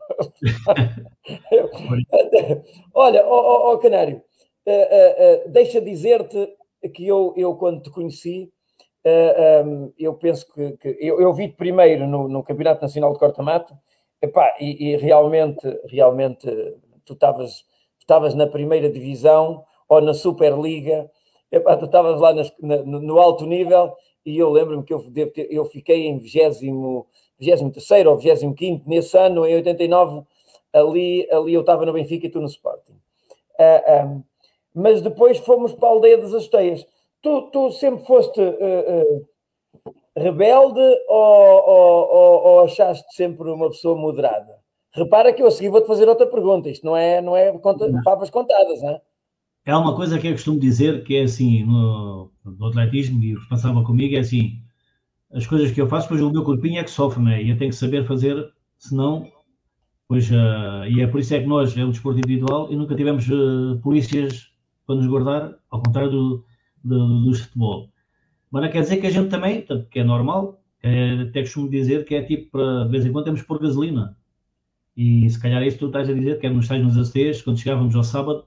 Olha, ó oh, oh, oh, Canário, uh, uh, uh, deixa dizer-te que eu, eu, quando te conheci, uh, um, eu penso que... que eu, eu vi-te primeiro no, no Campeonato Nacional de Corta-Mato, epá, e, e realmente, realmente, tu estavas estavas na primeira divisão ou na Superliga, epá, tu estavas lá nas, na, no alto nível, e eu lembro-me que eu, devo ter, eu fiquei em vigésimo terceiro ou vigésimo quinto nesse ano, em oitenta e nove, ali, ali eu estava no Benfica e tu no Sporting. Uh, um, mas depois fomos para a Aldeia das Asteias. Tu, tu sempre foste uh, uh, rebelde ou, ou, ou, ou achaste sempre uma pessoa moderada? Repara que eu a seguir vou-te fazer outra pergunta. Isto não é, não é conta, papas contadas, não é? É uma coisa que eu costumo dizer, que é assim, no, no atletismo, e o que passava comigo é assim, as coisas que eu faço, pois o meu corpinho é que sofre, né? E eu tenho que saber fazer, senão, pois, uh, e é por isso é que nós, é um desporto individual, e nunca tivemos uh, polícias para nos guardar, ao contrário do, do, do futebol. Mas não quer dizer que a gente também, que é normal, é, até costumo dizer que é tipo, para, de vez em quando temos que pôr gasolina. E se calhar é isso que tu estás a dizer, que é nos estágios nos aceiros, quando chegávamos ao sábado,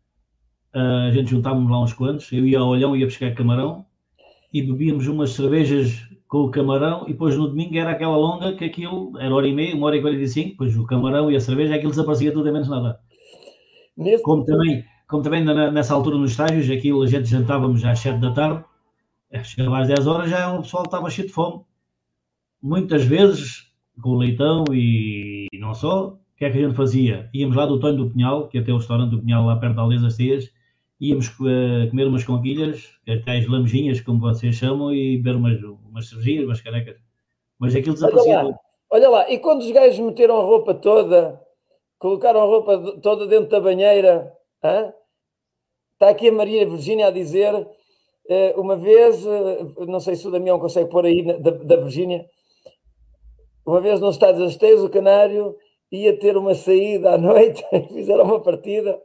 a gente juntávamos lá uns quantos, eu ia ao Olhão, ia buscar camarão, e bebíamos umas cervejas com o camarão, e depois no domingo era aquela longa, que aquilo era hora e meia, uma hora e quarenta e cinco, depois o camarão e a cerveja, aquilo desaparecia tudo, e menos nada. Nesse... Como também, como também nessa altura nos estágios, aquilo a gente jantávamos às sete da tarde, chegava às dez horas, já o pessoal estava cheio de fome. Muitas vezes, com o leitão e não só, o que é que a gente fazia? Íamos lá do Tonho do Pinhal, que até o restaurante do Pinhal lá perto da Aldeia das Teias, íamos uh, comer umas conquilhas, aquelas lamejinhas, como vocês chamam, e beber umas, umas cervejinhas, umas canecas. Mas aquilo desaparecia. Olha lá, olha lá, e quando os gajos meteram a roupa toda, colocaram a roupa toda dentro da banheira, hein? Está aqui a Maria Virgínia a dizer, uh, uma vez, uh, não sei se o Damião consegue pôr aí, na, da, da Virgínia, uma vez nos Estados Unidos, o Canário ia ter uma saída à noite, fizeram uma partida.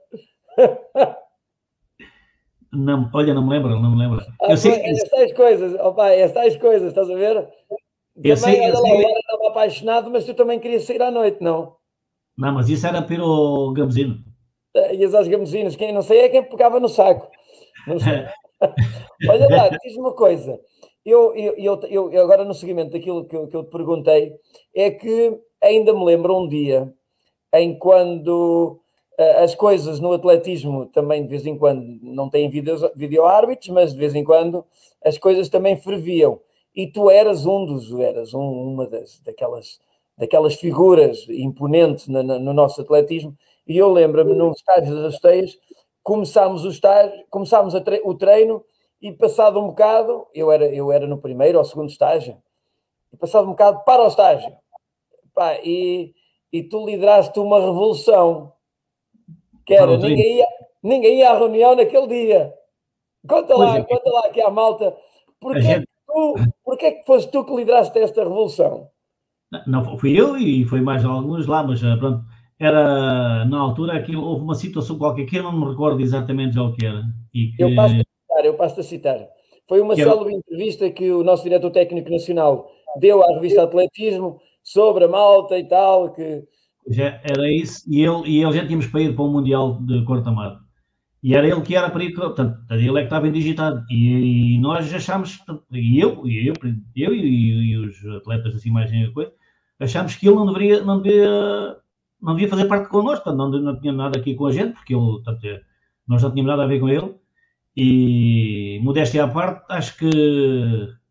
Não, olha, não me lembro, não me lembro. Ah, eu sei que... Estas coisas, opa, estas coisas, estás a ver? Eu também, sei, eu olha sei... lá, o estava apaixonado, mas tu também querias sair à noite, não? Não, mas isso era para o Gamuzino. Ias aos Gamuzinos, quem não sei é quem pegava no saco. Não sei. Olha lá, diz-me uma coisa. Eu, eu, eu, eu agora no seguimento daquilo que eu, que eu te perguntei, é que ainda me lembro um dia em quando uh, as coisas no atletismo também de vez em quando não têm vídeo-árbitros, mas de vez em quando as coisas também ferviam. E tu eras um dos, eras um, uma das, daquelas, daquelas figuras imponentes no, no nosso atletismo. E eu lembro-me, num estágio das Asteias, começámos o estágio, começámos a tre- o treino. E passado um bocado, eu era, eu era no primeiro ou segundo estágio, e passado um bocado, para o estágio. Pá, e, e tu lideraste uma revolução. Que era, ninguém ia, ninguém ia à reunião naquele dia. Conta lá, é. conta lá aqui à malta. Porquê, gente... que tu, porquê que foste tu que lideraste esta revolução? Não, não, fui eu e foi mais alguns lá, mas pronto. Era, na altura, aquilo, houve uma situação qualquer que eu não me recordo exatamente já o que era. E que... Eu passo eu passo a citar. Foi uma célebre entrevista que o nosso diretor técnico nacional deu à revista Atletismo sobre a malta e tal. Que... Já era isso, e ele, e ele já tínhamos para ir para o Mundial de Corta-Mato. E era ele que era para ir, portanto, ele é que estava indigitado. E, e nós achámos, e eu, e eu, eu e, e os atletas assim mais em coisa, achámos que ele não deveria, não devia, não devia fazer parte connosco, portanto, não, não tinha nada aqui com a gente, porque ele, portanto, nós não tínhamos nada a ver com ele. E, modéstia à parte, acho que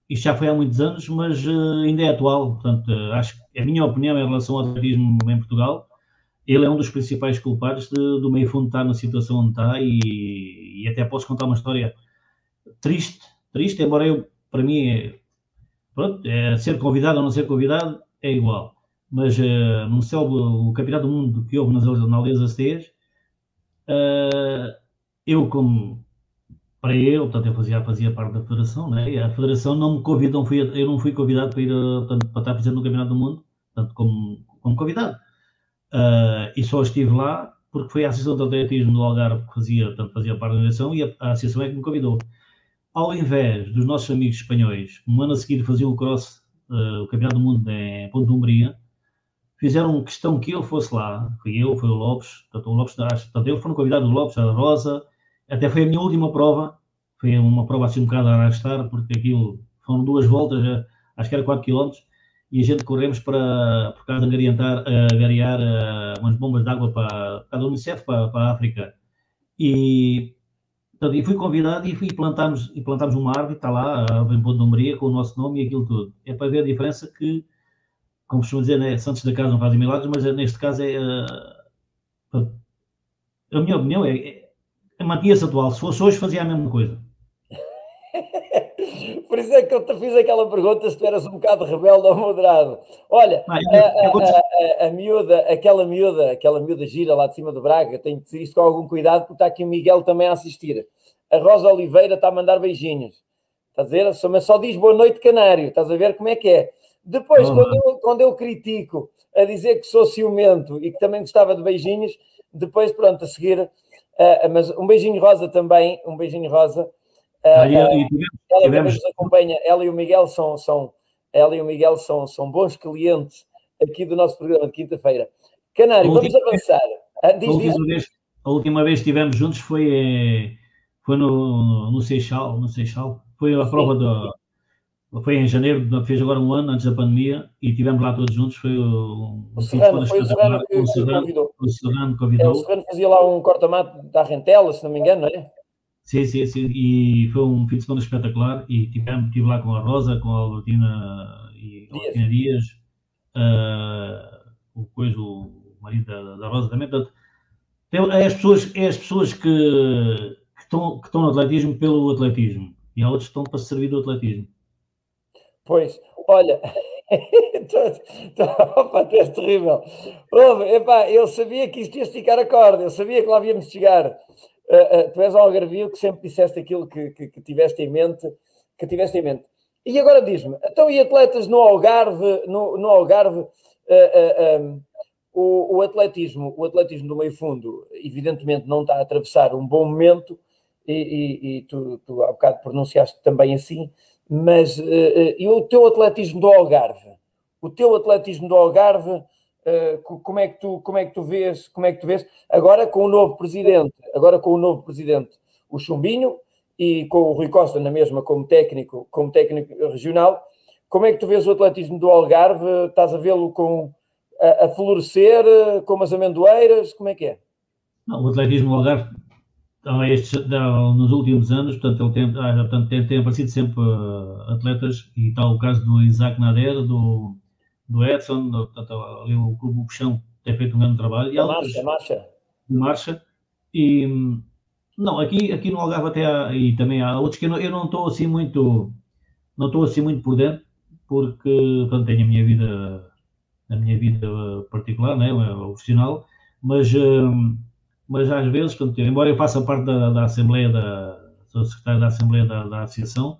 isto já foi há muitos anos, mas uh, ainda é atual. Portanto, uh, acho que a minha opinião em relação ao atletismo em Portugal, ele é um dos principais culpados de, do meio fundo estar na situação onde está e, e até posso contar uma história triste, triste, embora eu, para mim, é, pronto, é ser convidado ou não ser convidado, é igual. Mas uh, no céu, o Campeonato do Mundo que houve nas, nas Aldeias Aceias, uh, eu como para eu, portanto, eu fazia, fazia parte da federação, né? E a federação não me convidou, não fui, eu não fui convidado para ir, portanto, para estar presente no Campeonato do Mundo, portanto, como, como convidado. Uh, e só estive lá porque foi a Associação de Atletismo do Algarve que fazia, portanto, fazia parte da direção e a, a Associação é que me convidou. Ao invés dos nossos amigos espanhóis, um ano a seguir faziam o cross, uh, o Campeonato do Mundo em Ponte de Umbria, fizeram questão que eu fosse lá, fui eu, foi o Lopes, portanto, o Lopes, portanto, eles foram convidados, o Lopes, a Rosa, até foi a minha última prova, foi uma prova assim um bocado a arrastar, porque aquilo foram duas voltas, acho que era quatro quilómetros, e a gente corremos para, por causa de agariar, agariar uh, umas bombas de água para, para a Unicef, para, para a África. E, portanto, e fui convidado e, fui, e, plantámos, e plantámos uma árvore, está lá, a Árvore em Ponte de Umbria, com o nosso nome e aquilo tudo. É para ver a diferença que, como costumam dizer, né, santos da casa não fazem milagres, mas neste caso é... Uh, a minha opinião é, é, é mantinha-se atual. Se fosse hoje, fazia a mesma coisa. Por isso é que eu te fiz aquela pergunta se tu eras um bocado rebelde ou moderado. Olha, Ah, a, eu, eu vou... a, a, a miúda, aquela miúda, aquela miúda gira lá de cima do Braga, tem que dizer isto com algum cuidado, porque está aqui o Miguel também a assistir. A Rosa Oliveira está a mandar beijinhos. Estás a ver? Mas só diz boa noite, Canário. Estás a ver como é que é? Depois, oh, quando, eu, quando eu critico a dizer que sou ciumento e que também gostava de beijinhos, depois, pronto, a seguir... Uh, mas um beijinho Rosa também, um beijinho Rosa. Uh, e, e tivemos, ela tivemos... também nos acompanha, ela e o Miguel são, são, ela e o Miguel são, são bons clientes aqui do nosso programa de quinta-feira. Canário, vamos avançar. Ah, diz, a, última vez, a última vez que estivemos juntos foi, foi no, no Seixal, no Seixal. Foi a Sim. prova do... Foi em janeiro, fez agora um ano antes da pandemia e estivemos lá todos juntos. Foi um, o Serrano, foi o Serrano que, o Serrano, convidou. O Serrano convidou. É, o Serrano fazia lá um corta-mato da Rentela, se não me engano, não é? Sim, sim, sim. E foi um fim de semana espetacular. E tivemos, estive lá com a Rosa, com a Albertina e a Albertina Dias, uh, o, coisa, o marido da, da Rosa também. Portanto, é as pessoas, é as pessoas que, que, estão, que estão no atletismo pelo atletismo. E há outros que estão para servir do atletismo. Pois, olha, opa, tu és terrível. Ouve, epá, eu sabia que isto ia esticar a corda, eu sabia que lá íamos chegar. Uh, uh, tu és algarvio que sempre disseste aquilo que, que, que tiveste em mente, que tiveste em mente. E agora diz-me, então e atletas no Algarve, no, no Algarve, uh, uh, um, o, o atletismo, o atletismo do meio fundo, evidentemente não está a atravessar um bom momento, e, e, e tu, tu há bocado pronunciaste também assim, mas uh, uh, e o teu atletismo do Algarve, o teu atletismo do Algarve, uh, como é que tu, como é que tu vês, como é que tu vês, agora com o novo presidente, agora com o novo presidente, o Chumbinho, e com o Rui Costa na mesma como técnico, como técnico regional, como é que tu vês o atletismo do Algarve? Estás a vê-lo com a, a florescer, como as amendoeiras, como é que é? Não, o atletismo do Algarve Estes, nos últimos anos, portanto, ele tem, portanto, tem, tem aparecido sempre uh, atletas, e está o caso do Isaac Nader, do, do Edson, do, portanto, ali o Clube Puxão tem feito um grande trabalho. E a outros, marcha, marcha. marcha. E, não, aqui, aqui no Algarve até há, e também há outros que eu não, eu não estou assim muito, não estou assim muito por dentro, porque, portanto, tenho a minha vida, a minha vida particular, né, profissional, mas... Um, mas às vezes, portanto, embora eu faça parte da, da Assembleia, da, sou secretário da Assembleia da, da Associação,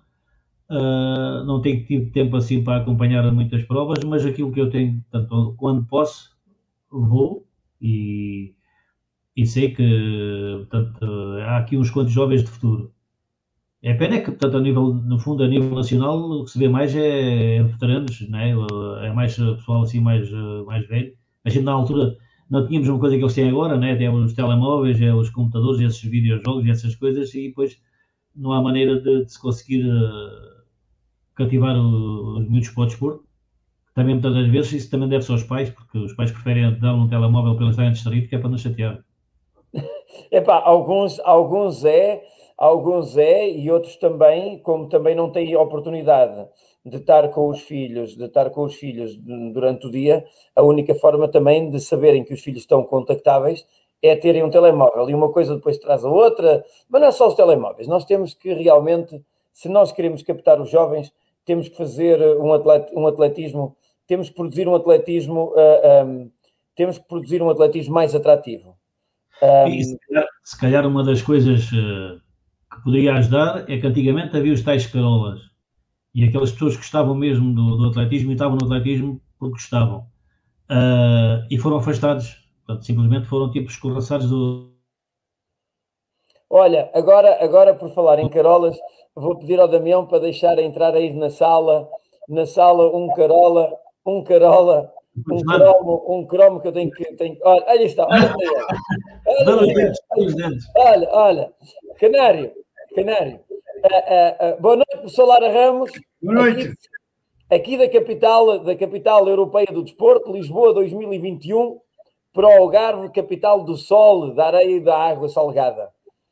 uh, não tenho tido tempo assim para acompanhar muitas provas, mas aquilo que eu tenho, portanto, quando posso, vou e, e sei que, portanto, há aqui uns quantos jovens de futuro. É pena que, portanto, a nível, no fundo, a nível nacional, o que se vê mais é, é veteranos, né? É mais pessoal assim mais, mais velho. A gente na altura não tínhamos uma coisa que eles têm agora, né? Tem os telemóveis, é, os computadores, esses videojogos e essas coisas, e depois não há maneira de, de se conseguir uh, cativar o, os miúdos para o desporto. Também muitas das vezes isso também deve-se aos pais, porque os pais preferem dar um telemóvel para eles estarem distraídos, que é para não chatear. Epá, alguns, alguns é, alguns é, e outros também, como também não têm oportunidade de estar com os filhos, de estar com os filhos durante o dia, a única forma também de saberem que os filhos estão contactáveis é terem um telemóvel, e uma coisa depois traz a outra, mas não é só os telemóveis, nós temos que realmente, se nós queremos captar os jovens, temos que fazer um, atlet, um atletismo, temos que produzir um atletismo, uh, um, temos que produzir um atletismo mais atrativo. Um, e se calhar, se calhar uma das coisas uh, que poderia ajudar é que antigamente havia os tais carolas e aquelas pessoas que gostavam mesmo do, do atletismo e estavam no atletismo porque gostavam uh, e foram afastados, portanto, simplesmente foram tipo escorraçados do... Olha, agora, agora por falar em carolas, vou pedir ao Damião para deixar entrar aí na sala, na sala um carola, um carola, um cromo, um cromo que eu tenho que... Tenho, olha, olha está, olha para ele. Olha, olha, olha, Canário, Canário. Uh, uh, uh, boa noite, professor Lara Ramos. Boa noite. Aqui, aqui da capital, da capital europeia do desporto, Lisboa dois mil e vinte e um, para o Algarve, capital do sol, da areia e da água salgada.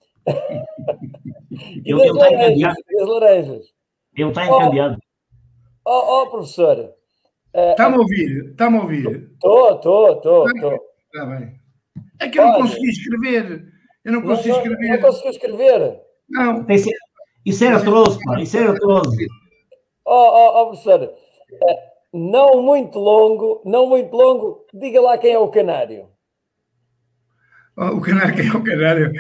E ele, das, ele laranjas, das laranjas. Ele está encandeado. Ó, oh, oh, professor. Está-me a ouvir? Está-me a ouvir? Estou, estou, estou. Está bem. É que eu não Olha, consegui escrever. Eu não consegui não, escrever. Não consegui escrever. Não. Isso era troço, pá. Isso era troço. Ó, ó, professor. Não muito longo, não muito longo. Diga lá quem é o canário. Oh, o canário, quem é o canário?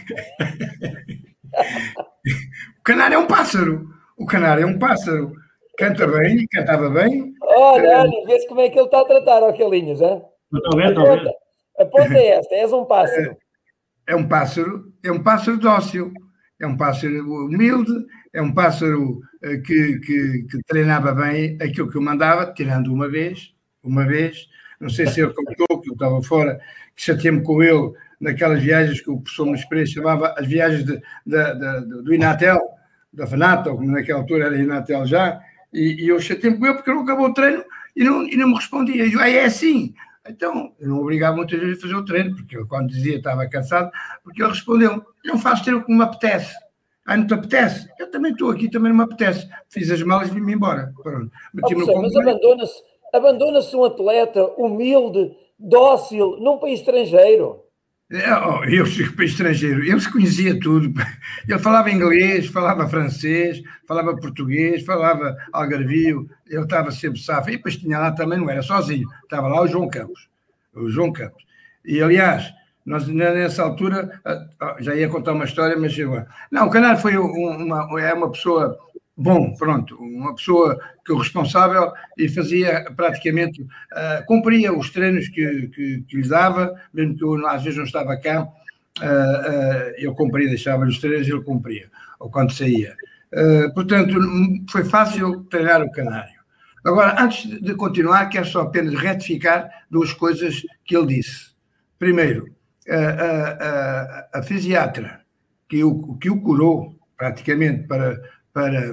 O canário é um pássaro. O canário é um pássaro. Canta bem, cantava bem. Olha, olha, vê-se como é que ele está a tratar, ó, Calinhos, hein? Estou vendo, estou vendo. A ponta é esta, és um pássaro. É, é um pássaro, é um pássaro dócil, é um pássaro humilde, é um pássaro que, que, que treinava bem aquilo que eu mandava, tirando uma vez, uma vez, não sei se ele contou, que eu estava fora, que chateei-me com ele naquelas viagens que o professor Luís Pereira chamava as viagens de, de, de, do Inatel, da FNAT, ou naquela altura era Inatel já, e, e eu chateei-me com ele porque ele acabou o treino e não, e não me respondia. E eu, ah, é assim. Então, eu não obrigava muitas vezes a fazer o treino, porque eu, quando dizia estava cansado, porque ele respondeu, não faço treino como me apetece. Ah, não te apetece? Eu também estou aqui, também não me apetece. Fiz as malas e vim-me embora. Pronto. Oh, professor, mas abandona-se abandona-se um atleta humilde, dócil, num país estrangeiro. Oh, eu chego para estrangeiro, ele se conhecia tudo. Ele falava inglês, falava francês, falava português, falava algarvio, ele estava sempre safo. E depois tinha lá também, não era sozinho, estava lá o João Campos. O João Campos. E, aliás, nós nessa altura, já ia contar uma história, mas chegou. Não, o Canário foi uma, é uma pessoa... Bom, pronto, uma pessoa que o responsável e fazia praticamente, uh, cumpria os treinos que, que, que lhe dava, mesmo que eu às vezes não estava cá, uh, uh, eu cumpria, deixava-lhe os treinos e ele cumpria, ou quando saía. Uh, portanto, foi fácil treinar o Canário. Agora, antes de continuar, quero só apenas retificar duas coisas que ele disse. Primeiro, a, a, a, a fisiatra que o, que o curou praticamente para... Para,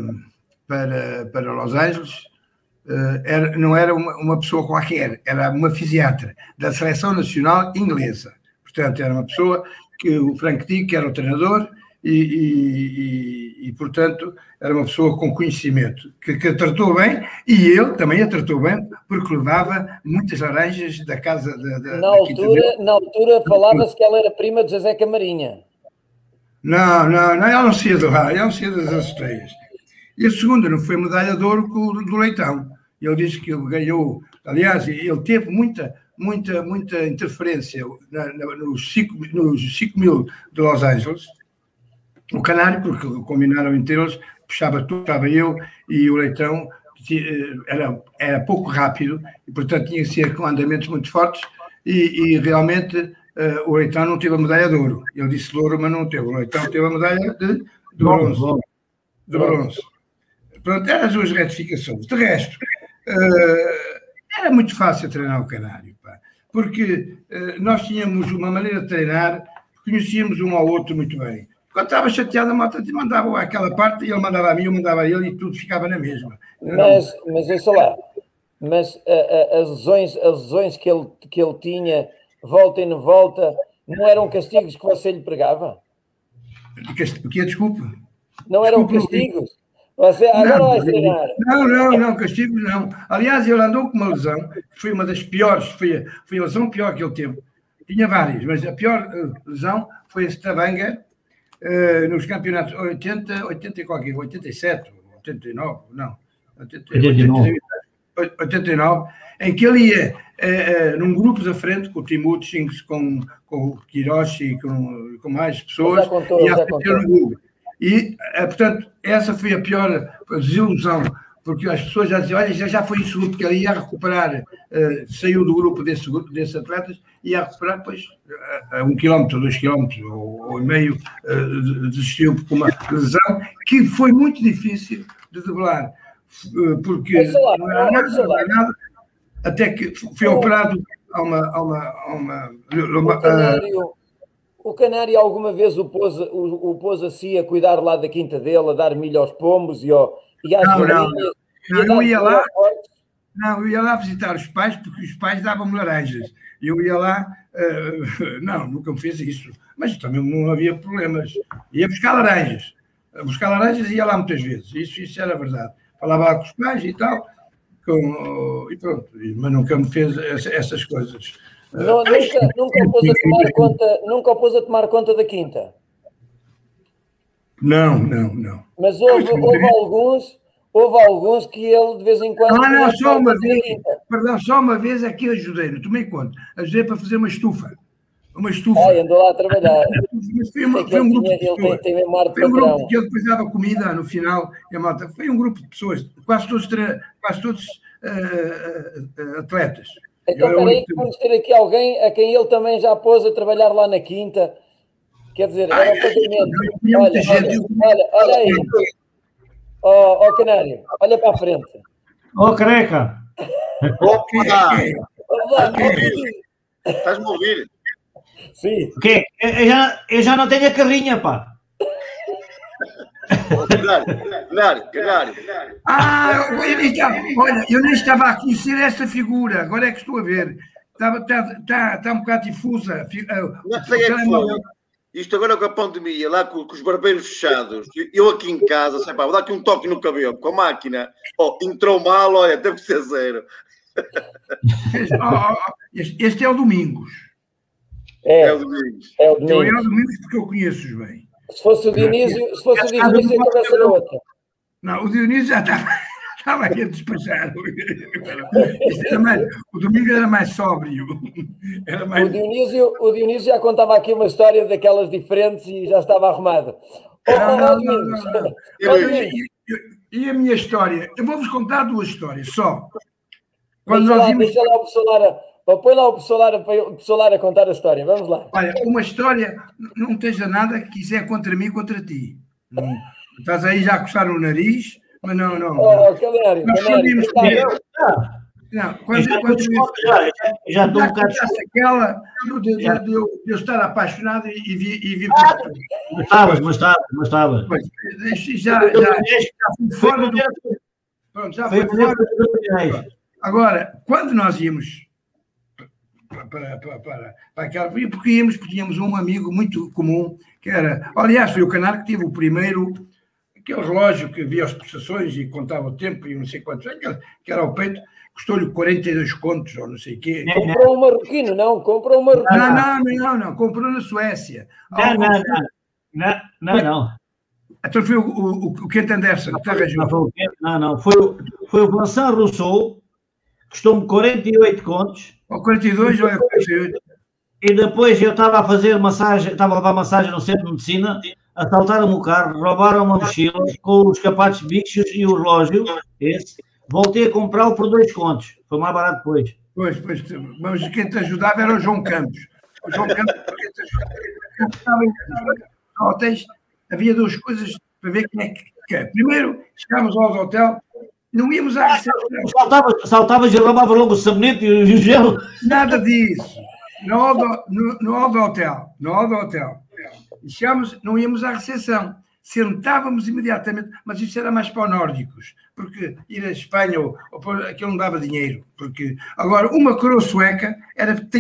para, para Los Angeles, uh, era, não era uma, uma pessoa qualquer, era uma fisiatra da Seleção Nacional Inglesa. Portanto, era uma pessoa que o Frank Dick era o treinador e, e, e, e portanto, era uma pessoa com conhecimento, que, que a tratou bem e ele também a tratou bem, porque levava muitas laranjas da casa da, da, na, altura, na altura falava-se que ela era prima de José Camarinha. Não, não, não, ela não saía de lá, ela não saía das Asteias. E a segunda não foi medalha de ouro do Leitão. Ele disse que ele ganhou, aliás, ele teve muita, muita, muita interferência na, na, nos, cinco, nos cinco mil de Los Angeles, o Canário, porque combinaram entre eles, puxava tudo, puxava eu, e o Leitão era, era pouco rápido, e portanto tinha que ser com andamentos muito fortes, e, e realmente... Uh, o Leitão não teve a medalha de ouro. Ele disse de ouro, mas não teve. O Leitão teve a medalha de, de bronze. De bronze. Pronto, eram as duas retificações. De resto, uh, era muito fácil treinar o Canário, pá, porque uh, nós tínhamos uma maneira de treinar, conhecíamos um ao outro muito bem. Quando estava chateado, a malta mandava aquela parte, e ele mandava a mim, eu mandava a ele, e tudo ficava na mesma. Mas, mas eu sei lá, mas uh, uh, as lesões, as lesões que, ele, que ele tinha... volta e não volta, Não eram castigos que você lhe pregava? O que é, desculpa? Não eram desculpa, castigos? Você agora não, vai treinar. Não, não, não, castigos não. Aliás, ele andou com uma lesão, que foi uma das piores, foi, foi a lesão pior que ele teve. Tinha várias, mas a pior lesão foi a Stavanger, uh, nos campeonatos oitenta, oitenta e qualquer, oitenta e sete, oitenta e nove, não, oitenta, oitenta e nove, oitenta e nove, em que ele ia uh, uh, num grupo da frente com o Timutsins, com, com o Kiroshi, com, com mais pessoas, contou, e a no grupo. E, uh, portanto, essa foi a pior desilusão, porque as pessoas já diziam, olha, já, já foi isso, porque ele ia recuperar, uh, saiu do grupo desse grupo, desses atletas, ia recuperar, depois, a, a um quilómetro, dois quilómetros, ou, ou meio, uh, desistiu por uma lesão, que foi muito difícil de debelar, uh, porque lá, não era nada, não era nada, até que foi oh. operado a uma... A uma, a uma, uma o, canário, uh, o Canário alguma vez o pôs, o, o pôs assim a cuidar lá da quinta dele, a dar milho aos pombos e ao... E não, não, não. não eu ia lá, não, eu ia lá visitar os pais, porque os pais davam-me laranjas. Eu ia lá, uh, não, nunca me fez isso, mas também não havia problemas. Ia buscar laranjas, buscar laranjas e ia lá muitas vezes, isso, isso era verdade. Falava lá com os pais e tal, com, e pronto, mas nunca me fez essas coisas. Não, nunca, nunca, o pôs a tomar conta, nunca o pôs a tomar conta da quinta? Não, não, não. Mas houve, houve alguns, houve alguns que ele de vez em quando... Ah, não, só uma vez, perdão, só uma vez é que ajudei, tomei conta, ajudei para fazer uma estufa. Uma estufa. Ah, andou lá a trabalhar. Mas foi, uma, foi um grupo de pessoas. Ele tem, tem foi um grupo que ele depois dava comida no final, e a malta, foi um grupo de pessoas, quase todos, quase todos uh, uh, atletas. Então, peraí, que vamos ter aqui alguém a quem ele também já pôs a trabalhar lá na quinta. Quer dizer, era um pagamento. Olha, olha, olha, olha aí. Ó oh, oh, Canário, olha para a frente. Ó oh, careca. Opa! Estás-me a ouvir? Sim. O quê? Eu já, eu já não tenho a carrinha, pá. Canário, Canário. Ah, olha, eu nem estava a conhecer esta figura, agora é que estou a ver. Está, está, está, está um bocado difusa. Não sei é que foi. Isto agora com a pandemia, lá com, com os barbeiros fechados, eu aqui em casa, sei pá, vou dar aqui um toque no cabelo, com a máquina, oh, entrou mal, olha, teve que ser zero. Oh, oh, este, este é o Domingos. É, é o Domingos. É o Domingos. Eu é o Domingos porque eu conheço-os bem. Se fosse o Dionísio, se fosse o Dionísio, a cabeça era outra. Não, o Dionísio já estava, estava aí a despachar. Era mais, o Domingos era mais sóbrio. Era mais... O, Dionísio, o Dionísio já contava aqui uma história daquelas diferentes e já estava arrumado. Oh, não, não, não, não, não. Eu, eu, eu, eu, e a minha história? Eu vou-vos contar duas histórias só. Quando deixa, lá, vimos... deixa lá o professor Lara, põe lá o professor Lara para o professor Lara contar a história. Vamos lá. Olha, uma história, não esteja nada que isso é contra mim, contra ti. Não, estás aí já a coçar o nariz, mas não, não. Oh, Canário, Canário. Não, quando, já, quando eu, já, já estou um bocado... aquela de, de, de, eu, de eu estar apaixonado e, e vir e vi para tu. Mas estavas, mas estavas, mas estavas. Já, já, já, já fui fora do... Pronto, já fui fora. Agora, quando nós íamos para, para, para, para, para aquela... Porque íamos, porque tínhamos um amigo muito comum, que era... Aliás, foi o Canário que tive o primeiro... Aquele relógio que via as pulsações e contava o tempo e não sei quantos... Aquele, que era ao peito... Custou-lhe quarenta e dois contos, ou não sei o quê. Comprou um marroquino, não? Comprou um marroquino. Não, não, não, não. Comprou na Suécia. Não, não, não. Não, não, não. Então foi o, o, o Kent Anderson que te arranjou. Não, não. Foi, foi o Vincent Rousseau, custou-me quarenta e oito contos. Ou quarenta e dois ou é quarenta e oito. E depois eu estava a fazer massagem, estava a levar massagem no centro de medicina, assaltaram-me o carro, roubaram uma mochila com os sapatos bichos e o relógio, esse. Voltei a comprá-lo por dois contos. Foi mais barato depois. Pois, pois. Mas quem te ajudava era o João Campos. O João Campos, quem te ajudava. Estava em hotéis, havia duas coisas para ver quem é que quer. Primeiro, chegámos ao hotel, não íamos à recepção. Saltavas, saltavas e roubava logo o sabonete e o gelo. Nada disso. No hall do, no, no hall do hotel. No hall do hotel. E chegámos, não íamos à recepção. Sentávamos imediatamente, mas isso era mais para os nórdicos, porque ir à Espanha ou, ou por, aquilo não dava dinheiro, porque agora uma coroa sueca era trinta,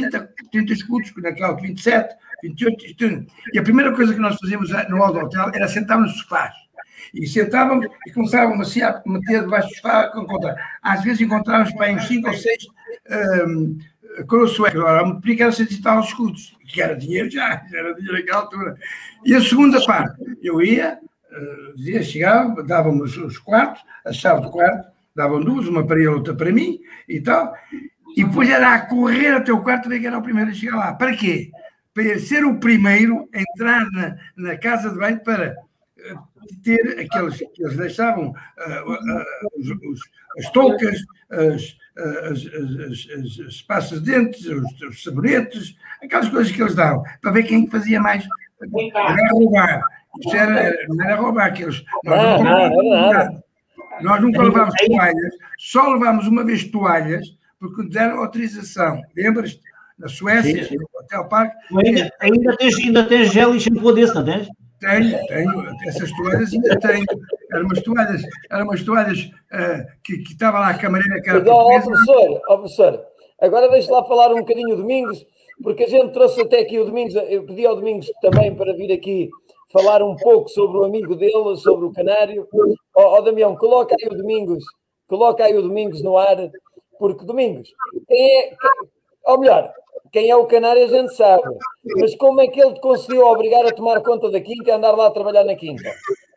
trinta escudos, naquela vinte e sete, vinte e oito, e a primeira coisa que nós fazíamos no hall do hotel era sentarmos nos sofás. E sentávamos e começávamos assim a meter debaixo do sofá. Às vezes encontrávamos para uns cinco ou seis um, coroas suecas. Agora, multiplica era cento e tal escudos, que era dinheiro já, já era dinheiro naquela altura. E a segunda parte, eu ia, uh, dizia, chegava, dávamos os quartos, a chave do quarto, davam duas, uma para ele, outra para mim e tal, e depois era a correr até o quarto, ver que era o primeiro a chegar lá. Para quê? Para ele ser o primeiro a entrar na, na casa de banho para ter aqueles que eles deixavam, uh, uh, os, os, as toucas, as, as, as, as, as pastas de dentes, os, os sabonetes, aquelas coisas que eles davam, para ver quem fazia mais. Era roubar. Isso era, não era roubar, que eles, nós, não, nunca não, levámos, não. nós nunca levámos toalhas, só levámos uma vez toalhas, porque nos deram autorização. Lembras-te? Na Suécia, sim, sim. No Hotel Parque. Ainda, ainda, tens, ainda tens gel e shampoo desse, não tens? Tenho, tenho. Essas toalhas ainda tenho. Eram umas toalhas, eram umas toalhas uh, que, que estava lá a camareira que era Mas, ó, professor, ó, professor, agora deixe lá falar um bocadinho o Domingos, porque a gente trouxe até aqui o Domingos, eu pedi ao Domingos também para vir aqui falar um pouco sobre o amigo dele, sobre o Canário. Ó, ó Damião, coloca aí o Domingos, coloca aí o Domingos no ar, porque Domingos, quem é, quem, ou melhor, quem é o Canário a gente sabe, mas como é que ele te conseguiu obrigar a tomar conta da quinta e a andar lá a trabalhar na quinta?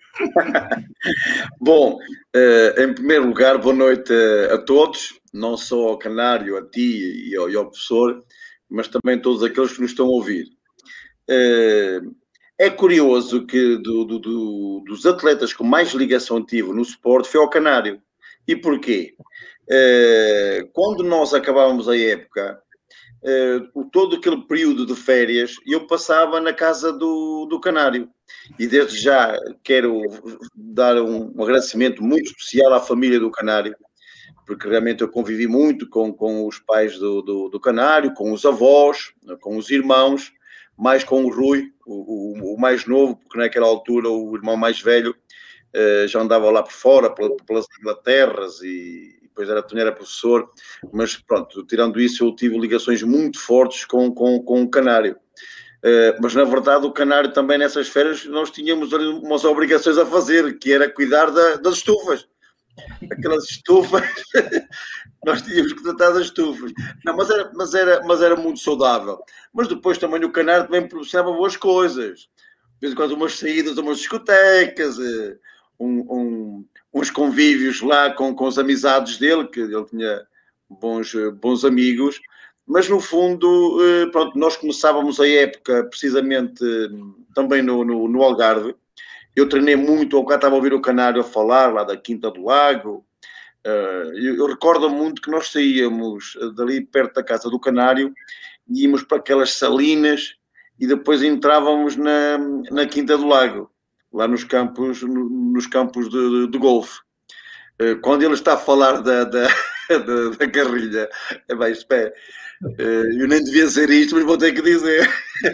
Bom, uh, em primeiro lugar, boa noite a, a todos, não só ao Canário, a ti e ao, e ao professor, mas também a todos aqueles que nos estão a ouvir. Uh, é curioso que do, do, do, dos atletas com mais ligação tive no esporte foi ao Canário. E porquê? Uh, quando nós acabávamos a época, uh, todo aquele período de férias, eu passava na casa do, do Canário. E desde já quero dar um, um agradecimento muito especial à família do Canário, porque realmente eu convivi muito com, com os pais do, do, do Canário, com os avós, com os irmãos, mais com o Rui, o, o, o mais novo, porque naquela altura o irmão mais velho uh, já andava lá por fora, pelas Inglaterras, e depois era, era professor, mas pronto, tirando isso eu tive ligações muito fortes com, com, com o Canário. Uh, mas na verdade o Canário também nessas férias nós tínhamos umas obrigações a fazer, que era cuidar da, das estufas, aquelas estufas nós tínhamos que tratar das estufas. Não, mas era, mas, era, mas era muito saudável. Mas depois também o Canário também proporcionava boas coisas, de vez em quando umas saídas a umas discotecas, um, um, uns convívios lá com, com as amizades dele, que ele tinha bons, bons amigos. Mas, no fundo, pronto, nós começávamos a época, precisamente, também no, no, no Algarve. Eu treinei muito, ou cá estava a ouvir o Canário a falar, lá da Quinta do Lago. Eu, eu recordo muito que nós saíamos dali perto da casa do Canário e íamos para aquelas salinas e depois entrávamos na, na Quinta do Lago, lá nos campos, no, nos campos de, de, de golfe. Quando ele está a falar da, da, da, da carrilha, é bem, espera. Eu nem devia dizer isto, mas vou ter que dizer.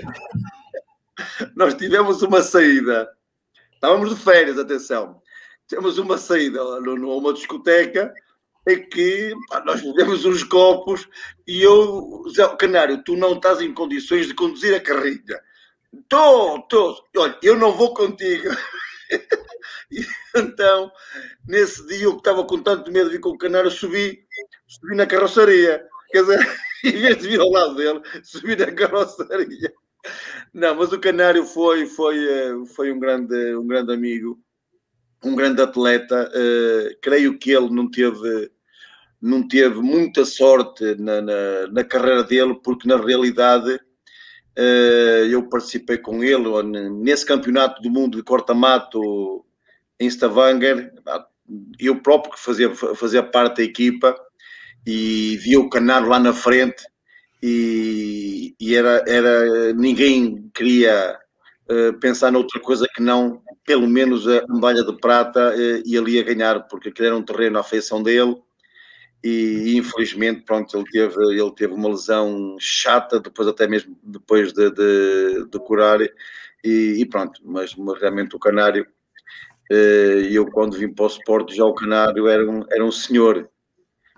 Nós tivemos uma saída, estávamos de férias, atenção, tivemos uma saída lá numa discoteca em que pá, nós bebemos uns copos e eu, Zé Canário, tu não estás em condições de conduzir a carrinha. Estou, estou. Olha, eu não vou contigo. E, então, nesse dia eu que estava com tanto medo de vir com o Canário, subi, subi na carroçaria. Quer dizer, em vez de vir ao lado dele, subi na carroçaria. Não, mas o Canário foi, foi, foi um, grande, um grande amigo, um grande atleta. Uh, creio que ele não teve, não teve muita sorte na, na, na carreira dele, porque na realidade uh, eu participei com ele nesse campeonato do mundo de corta-mato em Stavanger. Eu próprio que fazia, fazia parte da equipa, e via o Canário lá na frente e, e era, era, ninguém queria uh, pensar noutra coisa que não, pelo menos a medalha de prata, uh, e ele ia ganhar, porque aquele era um terreno à feição dele e, e infelizmente, pronto, ele teve, ele teve uma lesão chata, depois até mesmo depois de, de, de curar e, e pronto, mas, mas realmente o Canário, uh, eu quando vim para o Sport, já o Canário era um, era um senhor.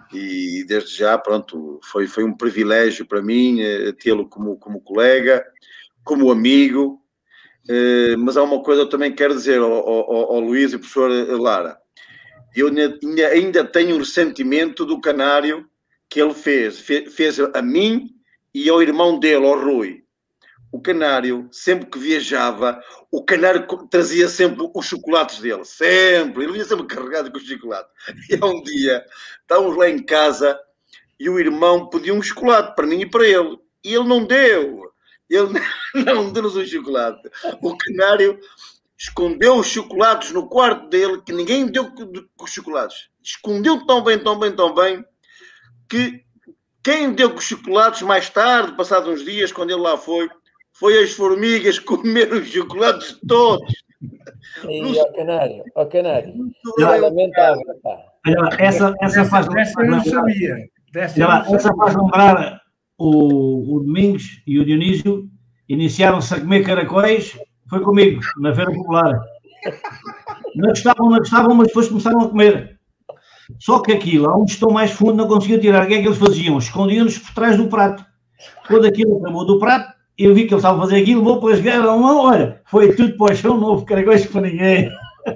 E desde já, pronto, foi, foi um privilégio para mim uh, tê-lo como, como colega, como amigo. Uh, mas há uma coisa que eu também quero dizer ao, ao, ao Luís e ao professor Lara. Eu ainda, ainda tenho um ressentimento do Canário que ele fez. Fe, fez a mim e ao irmão dele, ao Rui. O Canário, sempre que viajava, o Canário trazia sempre os chocolates dele. Sempre. Ele ia sempre carregado com os chocolates. E há um dia, estávamos lá em casa e o irmão pediu um chocolate para mim e para ele. E ele não deu. Ele não deu-nos um chocolate. O Canário escondeu os chocolates no quarto dele, que ninguém deu com os chocolates. Escondeu tão bem, tão bem, tão bem, que quem deu com os chocolates mais tarde, passados uns dias, quando ele lá foi, foi as formigas comer os chocolates todos. E ao Canário, ao Canário. É lamentável, pá. Essa, essa faz Dessa eu não sabia. Dessa eu não essa sabia. faz lembrar o, o Domingos e o Dionísio iniciaram-se a comer caracóis, foi comigo, na Feira Popular. Não gostavam, não gostavam, mas depois começaram a comer. Só que aquilo, onde estão mais fundo, não conseguiam tirar. O que é que eles faziam? Escondiam-nos por trás do prato. Quando aquilo acabou do prato, eu vi que eles estavam a fazer aquilo, vou pelas garras, olha, foi tudo para o chão, não houve caracóis para ninguém.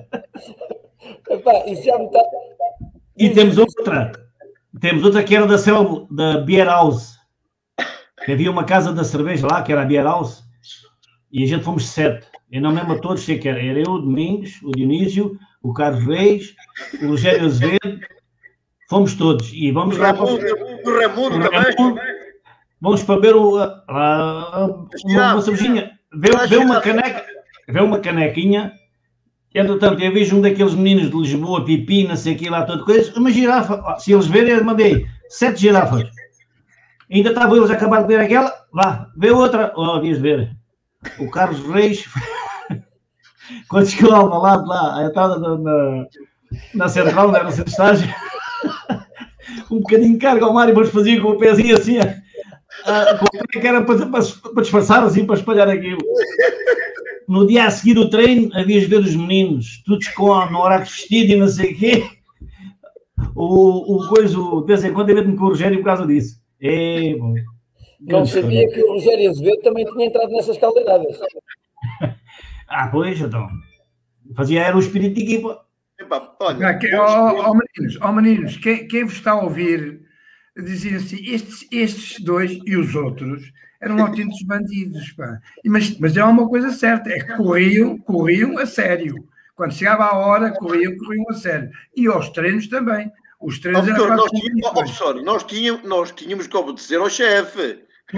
Epá, isso já me está... E temos outra, temos outra que era da Selva, da Beer House, que havia uma casa da cerveja lá, que era a Beer House, e a gente fomos sete. Eu não me lembro a todos, sei que era, era eu, o Domingos, o Dionísio, o Carlos Reis, o Rogério Azevedo, fomos todos. E vamos lá para... O Raimundo também. Vamos para ver o, a, a, uma, uma cervejinha, ver, ver uma caneca, ver uma canequinha. Entretanto, eu vejo um daqueles meninos de Lisboa, pipi, não sei o que lá, toda coisa, uma girafa. Se eles verem, eu mandei sete girafas. Ainda estavam eles a acabar de ver aquela, vá, vê outra. Oh, devias ver. O Carlos Reis, quando chegou ao lado lá, estava na, na, na central, era no centro de estágio, um bocadinho de carga ao mar e depois fazia com o pezinho assim, ah, com o que era para, para, para disfarçar, assim, para espalhar aquilo. No dia a seguir o treino, havias de ver os meninos, todos com no horário vestido e não sei o quê. O, o coisa, de vez em quando, eu meto-me com o Rogério por causa disso. É, bom. Não sabia que o Rogério Azevedo também tinha entrado nessas caldeiradas. Ah, pois, então. Fazia, era o espírito de equipa. Epa, olha, Aqui, ó, ó, meninos, ó, meninos, quem, quem vos está a ouvir dizia assim, estes, estes dois e os outros eram autênticos bandidos, pá. E, mas, mas é uma coisa certa, é que corriam, corriam a sério. Quando chegava a hora, corriam, corriam a sério. E aos treinos também. Os treinos oh, eram nós, tínhamos, oh, professor, nós, tínhamos, nós tínhamos que obedecer ao chefe.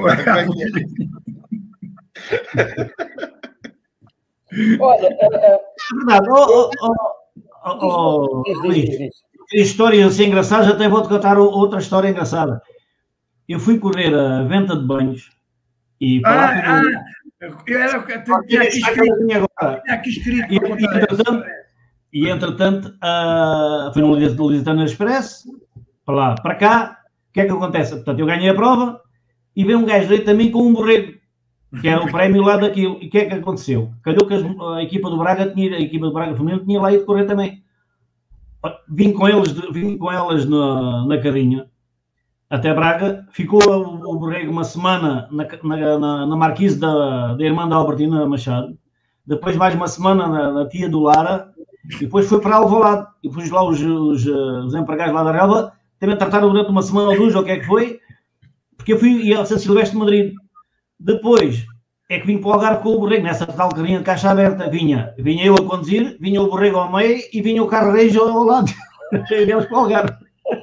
Olha, é verdade. Oh, oh, oh, oh, Luís, histórias assim engraçadas, até vou-te contar outra história engraçada. Eu fui correr a venda de banhos e ah, ah, eu era, tinha aqui escrito, tinha aqui escrito e, e, entretanto, e entretanto uh, fui no Lusitano Express, para lá, para cá, o que é que acontece? Portanto, eu ganhei a prova e veio um gajo direito a mim com um borrego, que era o prémio lá daquilo. E o que é que aconteceu? Calhou que a equipa do Braga tinha, a equipa do Braga feminino tinha lá ido correr também. Vim com eles, vim com elas na, na carrinha até Braga, ficou o, o borrego uma semana na, na, na, na marquise da, da irmã da Albertina Machado, depois mais uma semana na, na tia do Lara, e depois foi para Alvalade, e depois lá os, os, os empregados lá da Relva também trataram durante uma semana ou duas, ou o que é que foi, porque eu fui a São Silvestre de Madrid. Depois é que vim para o Algarve com o borrego, nessa tal carrinha de caixa aberta, vinha, vinha eu a conduzir, vinha o borrego ao meio e vinha o carro Reis ao lado, e viemos para o Algarve.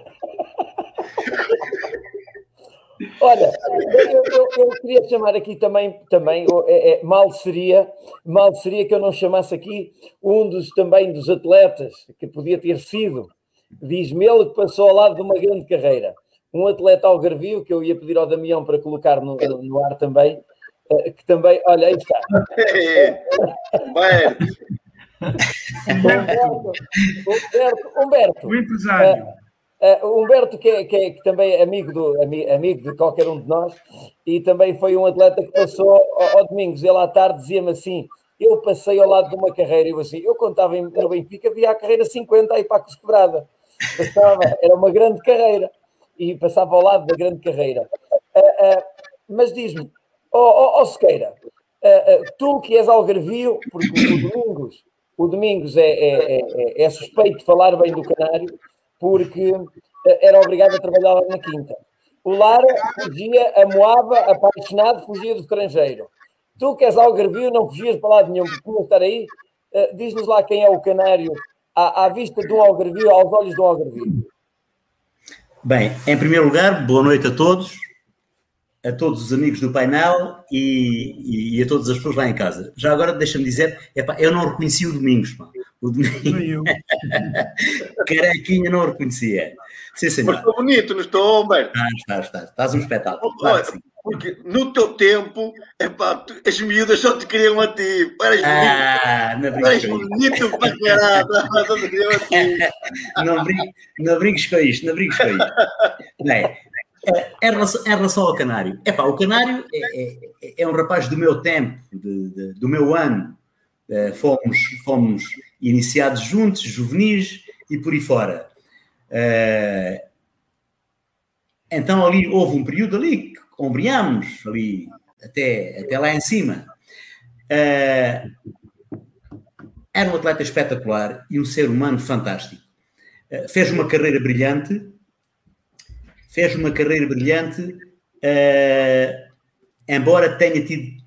Olha, eu, eu, eu queria chamar aqui também, também é, é, mal, seria, mal seria que eu não chamasse aqui um dos, também dos atletas, que podia ter sido, diz-me ele, que passou ao lado de uma grande carreira. Um atleta algarvio, que eu ia pedir ao Damião para colocar no, no, no ar também, que também, olha, aí está. Humberto. Humberto, Humberto, Humberto. O empresário. Uh, Uh, Humberto, que, é, que, é, que também é amigo, do, amigo, amigo de qualquer um de nós, e também foi um atleta que passou ao, ao Domingos. Ele à tarde dizia-me assim: eu passei ao lado de uma carreira, eu assim, eu contava em, no Benfica, havia a carreira cinquenta aí para a Cusquebrada. Passava, era uma grande carreira. e passava ao lado da grande carreira. Uh, uh, mas diz-me, ó oh, oh, Sequeira, uh, uh, tu que és algarvio, porque o Domingos, o Domingos é, é, é, é suspeito de falar bem do Canário, porque uh, era obrigado a trabalhar lá na quinta. O Lara fugia, amoava, apaixonado, fugia do estrangeiro. Tu que és algarvio, não fugias para lado nenhum, porque tinhas estar aí. Uh, diz-nos lá quem é o Canário à, à vista de um algarvio, aos olhos de um algarvio. Bem, em primeiro lugar, boa noite a todos, a todos os amigos do painel e, e a todas as pessoas lá em casa. Já agora deixa-me dizer, epá, eu não reconheci o Domingos, pá. O Domingos. Carequinha não o reconhecia. Sim, senhor. Mas estou bonito, não estou, Humberto? Estás, estás, estás. Estás um espetáculo. Olha, claro, porque no teu tempo, epá, tu, as miúdas só te queriam a ti. Eras ah, bonito, eras bonito para caralho. Só te queriam a ti. Não, brinques, não brinques com isto, não brinques com isto. Bem, em relação, em relação ao Canário, epá, o Canário é, é, é um rapaz do meu tempo, de, de, do meu ano. Uh, fomos, fomos iniciados juntos, juvenis e por aí fora. Uh, então ali houve um período ali que ombreámos ali até, até lá em cima. Uh, era um atleta espetacular e um ser humano fantástico. Uh, fez uma carreira brilhante, fez uma carreira brilhante, uh, embora tenha tido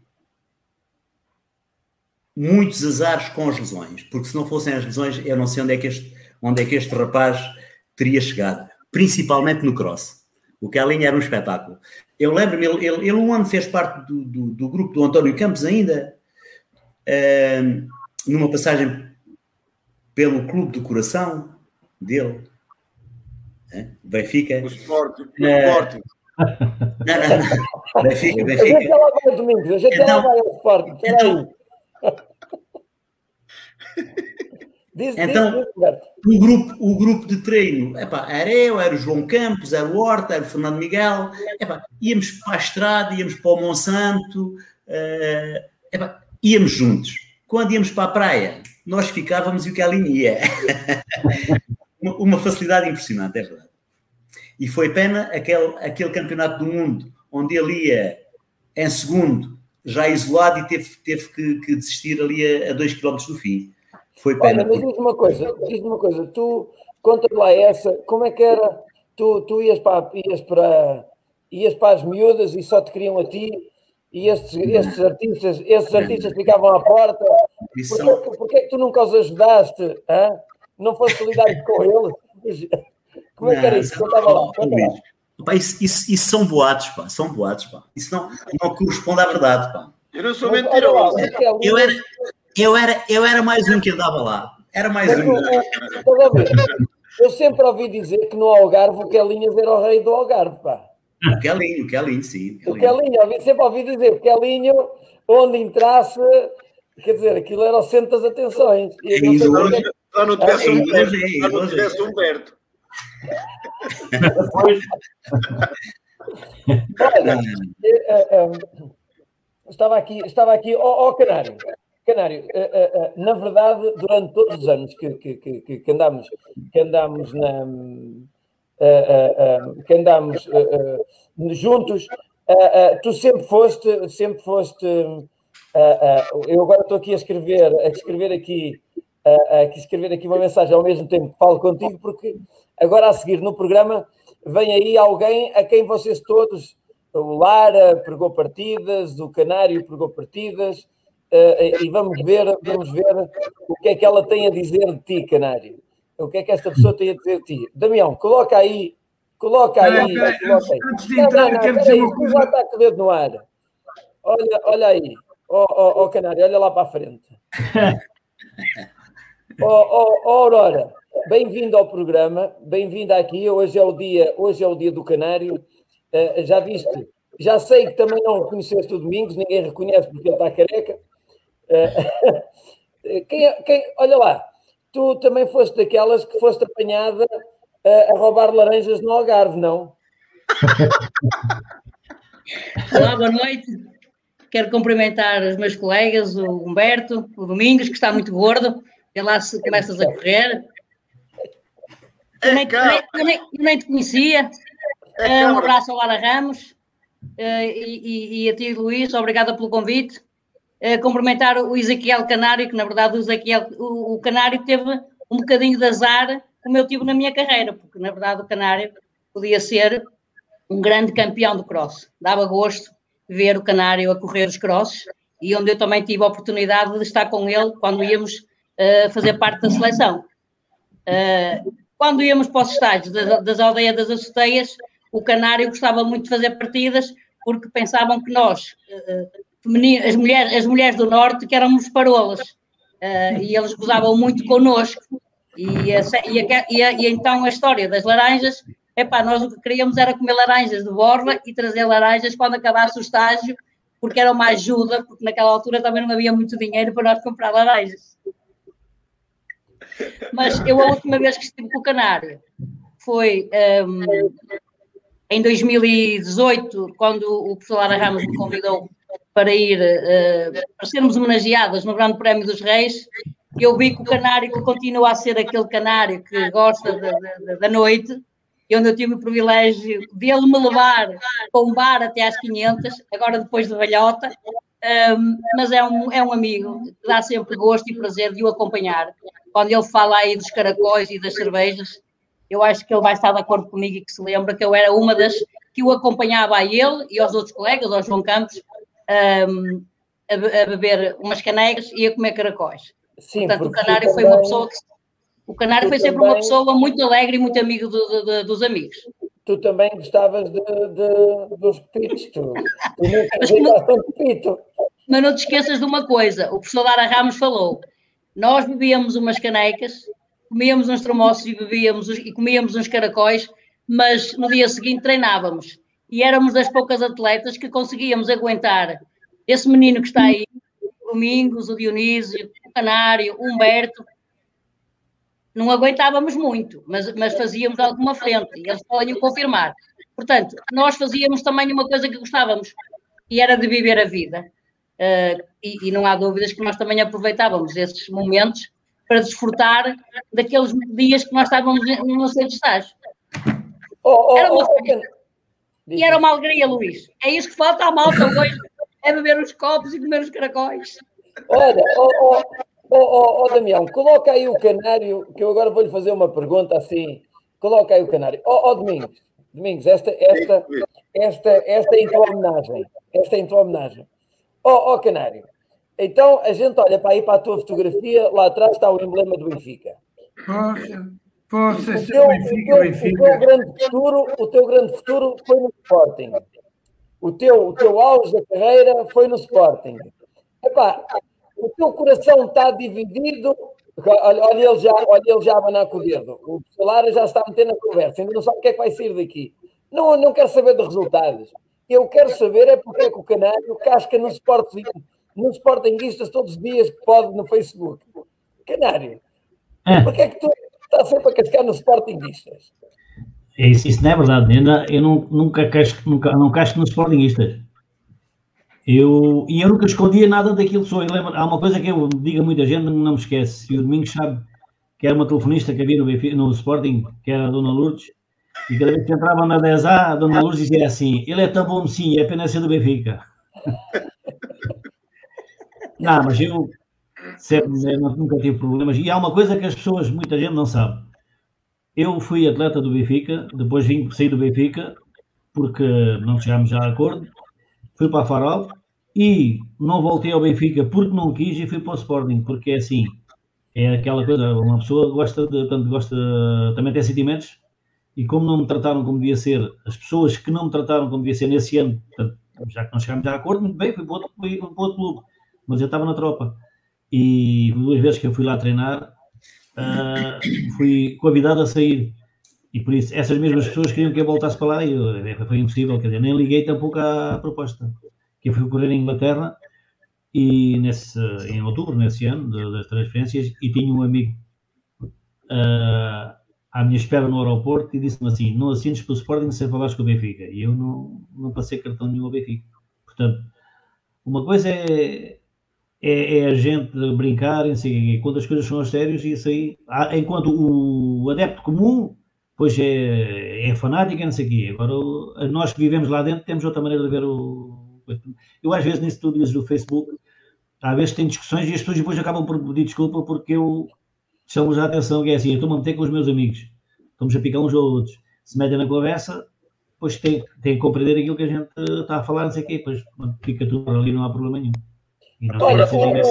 muitos azares com as lesões, porque se não fossem as lesões, eu não sei onde é que este, onde é que este rapaz teria chegado, principalmente no cross. O Kelinho era um espetáculo. Eu lembro-me, ele, ele, ele um ano fez parte do, do, do grupo do António Campos ainda, uh, numa passagem pelo Clube do Coração dele, uh, Benfica. O Sporting. O Uh, Sporting. Não, não, não. Benfica, Benfica. A gente lá vai, Domingos, a gente Então, lá vai ao Sporting. então, Diz, então diz, o, grupo, o grupo de treino, epá, era eu, era o João Campos, era o Horta, era o Fernando Miguel, epá, íamos para a estrada, íamos para o Monsanto, uh, epá, íamos juntos. Quando íamos para a praia, nós ficávamos e o Kelinho ia. uma, uma facilidade impressionante, é verdade. E foi pena aquele, aquele campeonato do mundo onde ele ia em segundo, já isolado, e teve, teve que, que desistir ali a, a dois quilómetros do fim. Foi pena. Olha, mas diz-me uma coisa, diz-me uma coisa, tu, conta lá essa, como é que era, tu, tu ias, para, ias, para, ias para as miúdas e só te queriam a ti, e estes, estes artistas, estes artistas ficavam à porta, porquê, porquê é que tu nunca os ajudaste, hein? Não foste solidário com eles? Como é que era isso? Contava lá, conta lá. Pá, isso, isso, isso são boatos, pá, são boatos, pá. Isso não, não corresponde à verdade, pá. Eu não sou mentiroso. Eu era, eu, era, eu era mais um que andava lá. Era mais mas, um. Eu sempre ouvi dizer que no Algarve o Kelinhas era o rei do Algarve, pá. O Kelinho, o Kelinho, sim. O Kelinho, ouvi, sempre ouvi dizer, o Kelinho, onde entrasse, quer dizer, aquilo era o centro das atenções. E eu não sei lá, porque... lá não tivesse um Humberto. Lá não tivesse um Humberto. Olha, uh, uh, estava aqui, estava aqui, ó oh, oh, Canário, Canário, uh, uh, uh, na verdade, durante todos os anos que, que, que, que andamos, que andamos na, uh, uh, uh, que andamos uh, uh, juntos, uh, uh, tu sempre foste, sempre foste, uh, uh, eu agora estou aqui a escrever, a escrever aqui, uh, a escrever aqui uma mensagem ao mesmo tempo que falo contigo, porque agora a seguir no programa vem aí alguém a quem vocês todos, o Lara pregou partidas, o Canário pregou partidas, uh, e vamos ver, vamos ver o que é que ela tem a dizer de ti, Canário. O que é que esta pessoa tem a dizer de ti. Damião, coloca aí, coloca aí, peraí, peraí, coloca aí. Antes de entrar, não, não, quero não, dizer aí, uma coisa. já está com o dedo no ar. Olha, olha aí, ó oh, oh, oh, Canário, olha lá para a frente. Ó oh, oh, oh, Aurora, bem-vindo ao programa, bem-vinda aqui. Hoje é o dia, hoje é o dia do Canário. Uh, já viste, já sei que também não reconheceste o Domingos, ninguém reconhece porque ele está careca. Uh, quem, quem, olha lá, tu também foste daquelas que foste apanhada uh, a roubar laranjas no Algarve, não? Olá, boa noite. Quero cumprimentar os meus colegas, o Humberto, o Domingos, que está muito gordo. E lá se começas a correr. Eu nem, nem, eu nem, eu nem te conhecia. É um abraço ao Lara Ramos uh, e, e, e a ti, Luís, obrigada pelo convite. Uh, cumprimentar o Ezequiel Canário, que na verdade o, Ezequiel, o, o Canário teve um bocadinho de azar como eu tive na minha carreira, porque na verdade o Canário podia ser um grande campeão de cross. Dava gosto ver o Canário a correr os crosses e onde eu também tive a oportunidade de estar com ele quando íamos uh, fazer parte da seleção. Uh, quando íamos para os estádios das, das aldeias das Açoteias, o Canário gostava muito de fazer partidas porque pensavam que nós, uh, as, mulheres, as mulheres do Norte, que éramos parolas. Uh, e eles gozavam muito connosco. E, a, e, a, e, a, e então a história das laranjas, epá, nós o que queríamos era comer laranjas de borla e trazer laranjas quando acabasse o estágio, porque era uma ajuda, porque naquela altura também não havia muito dinheiro para nós comprar laranjas. Mas eu, a última vez que estive com o Canário foi um, em dois mil e dezoito, quando o professor Lara Ramos me convidou para ir, uh, para sermos homenageadas no Grande Prémio dos Reis. Eu vi que o Canário, que continua a ser aquele Canário que gosta da, da, da noite, e onde eu tive o privilégio de ele me levar para um bar até às quinhentas, agora depois de velhota, um, mas é um, é um amigo que dá sempre gosto e prazer de o acompanhar. Quando ele fala aí dos caracóis e das cervejas, eu acho que ele vai estar de acordo comigo e que se lembra que eu era uma das que o acompanhava a ele e aos outros colegas, ao João Campos, um, a, a beber umas canecas e a comer caracóis. Sim, portanto, o Canário foi também, uma pessoa que... O Canário foi sempre também, uma pessoa muito alegre e muito amigo do, do, do, dos amigos. Tu também gostavas de, de, dos pitos, tu, tu nunca tanto pito. Mas não te esqueças de uma coisa, o professor Lara Ramos falou, nós bebíamos umas canecas, comíamos uns tremoços e bebíamos e comíamos uns caracóis, mas no dia seguinte treinávamos. E éramos das poucas atletas que conseguíamos aguentar esse menino que está aí, o Domingos, o Dionísio, o Canário, o Humberto. Não aguentávamos muito, mas, mas fazíamos alguma frente, e eles podem o confirmar. Portanto, nós fazíamos também uma coisa que gostávamos, e era de viver a vida. Uh, e, e não há dúvidas que nós também aproveitávamos esses momentos para desfrutar daqueles dias que nós estávamos no centro de estágio. Oh, oh, era uma oh, e era uma alegria, Luís. É isso que falta à malta hoje, é beber os copos e comer os caracóis. Olha, oh, oh, oh, oh, oh, Damião, coloca aí o Canário, que eu agora vou-lhe fazer uma pergunta assim. Coloca aí o Canário. Oh, oh Domingos, Domingos, esta, esta, esta, esta é em tua homenagem. Esta é em tua homenagem. Oh, oh, Canário, então a gente olha para aí para a tua fotografia, lá atrás está o emblema do Benfica. Poxa, poxa, o teu, Benfica, o teu, Benfica. O teu grande futuro, o teu grande futuro foi no Sporting. O teu, o teu auge da carreira foi no Sporting. Epá, o teu coração está dividido. Olha, olha ele já, olha ele já a abanar com o dedo. O Solar já está a meter na conversa, ainda não sabe o que é que vai sair daqui. Não, não quero saber dos resultados. Eu quero saber é porque é que o Canário casca nos Sporting, nos Sportinguistas todos os dias que pode no Facebook. Canário, é. Porque é que tu estás sempre a cascar nos Sportinguistas? Isso, isso não é verdade. Eu, não, eu não, nunca, casco, nunca não casco nos Sportinguistas. Eu, e eu nunca escondia nada daquilo que sou. Eu lembro, há uma coisa que eu digo a muita gente, não me esquece. E o Domingos sabe que era uma telefonista que havia no, no Sporting, que era a Dona Lourdes. E cada vez que entrava na dez A, a Dona Lourdes dizia assim, ele é tão bom sim, é apenas ser do Benfica. Não, mas eu sempre, nunca tive problemas. E há uma coisa que as pessoas, muita gente não sabe. Eu fui atleta do Benfica, depois vim sair do Benfica, porque não chegámos já a acordo. Fui para a Farol e não voltei ao Benfica porque não quis e fui para o Sporting, porque é assim, é aquela coisa, uma pessoa gosta de, tanto gosta, também tem sentimentos. E como não me trataram como devia ser, as pessoas que não me trataram como devia ser nesse ano, portanto, já que não chegámos a acordo, muito bem, fui para outro, fui para outro clube, mas eu estava na tropa. E duas vezes que eu fui lá treinar, uh, fui convidado a sair. E por isso, essas mesmas pessoas queriam que eu voltasse para lá e eu, foi impossível, quer dizer, nem liguei tampouco à proposta. Que eu fui correr em Inglaterra e nesse, em outubro, nesse ano, de, das transferências, e tinha um amigo uh, à minha espera no aeroporto e disse-me assim, não assines para o Sporting sem falares com o Benfica. E eu não, não passei cartão nenhum ao Benfica. Portanto, uma coisa é, é, é a gente brincar, em si, quando as coisas são a sérios, e isso aí, enquanto o adepto comum, pois é, é fanática e não sei o quê. Agora, nós que vivemos lá dentro temos outra maneira de ver o... Eu às vezes, nisso tu dizes do Facebook, às vezes tem discussões e as pessoas depois acabam por pedir desculpa porque eu chamo-lhes a atenção, que é assim, eu estou-me a meter com os meus amigos, estamos a picar uns ou outros, se metem na conversa, depois tem, tem que compreender aquilo que a gente está a falar, não sei o quê, depois fica tudo ali, não há problema nenhum. E não Olha,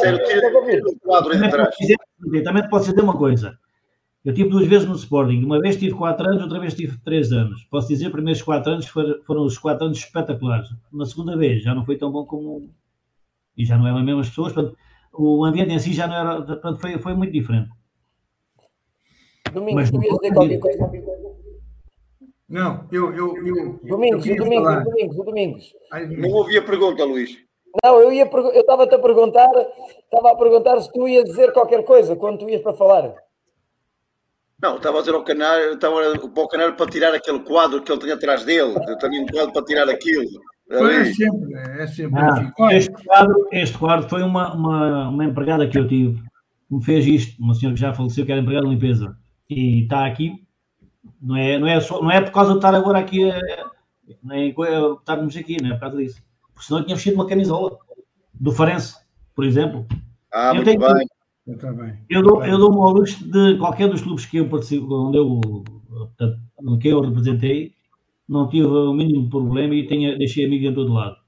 também te posso dizer uma coisa, eu tive duas vezes no Sporting, uma vez tive quatro anos, outra vez tive três anos, posso dizer, os primeiros quatro anos foram, foram os quatro anos espetaculares, na segunda vez já não foi tão bom como, e já não eram as mesmas pessoas, portanto, o ambiente em si já não era, portanto, foi, foi muito diferente. Domingos, tu ias dizer qualquer coisa? Não, eu... eu, eu Domingos, eu o Domingos, o Domingos, o Domingos. Não ouvi a pergunta, Luís. Não, eu ia eu estava-te a perguntar, estava a perguntar se tu ias dizer qualquer coisa quando tu ias para falar. Não, estava a dizer ao Canário, estava para o Canário para tirar aquele quadro que ele tinha atrás dele. Eu tenho um quadro para tirar aquilo. É sempre, é sempre. Ah, este, quadro, este quadro foi uma, uma, uma empregada que eu tive, que me fez isto, uma senhora que já faleceu, que era empregada de limpeza, e está aqui, não é, não é, só, não é por causa de estar agora aqui, nem estarmos aqui, não é por causa disso, porque senão eu tinha vestido uma camisola do Farense, por exemplo. Ah, eu muito tenho, bem. Eu dou, eu dou-me ao luxo de qualquer dos clubes que eu participo, onde eu, portanto, que eu representei, não tive o mínimo problema e tenho, deixei amigos em todo lado.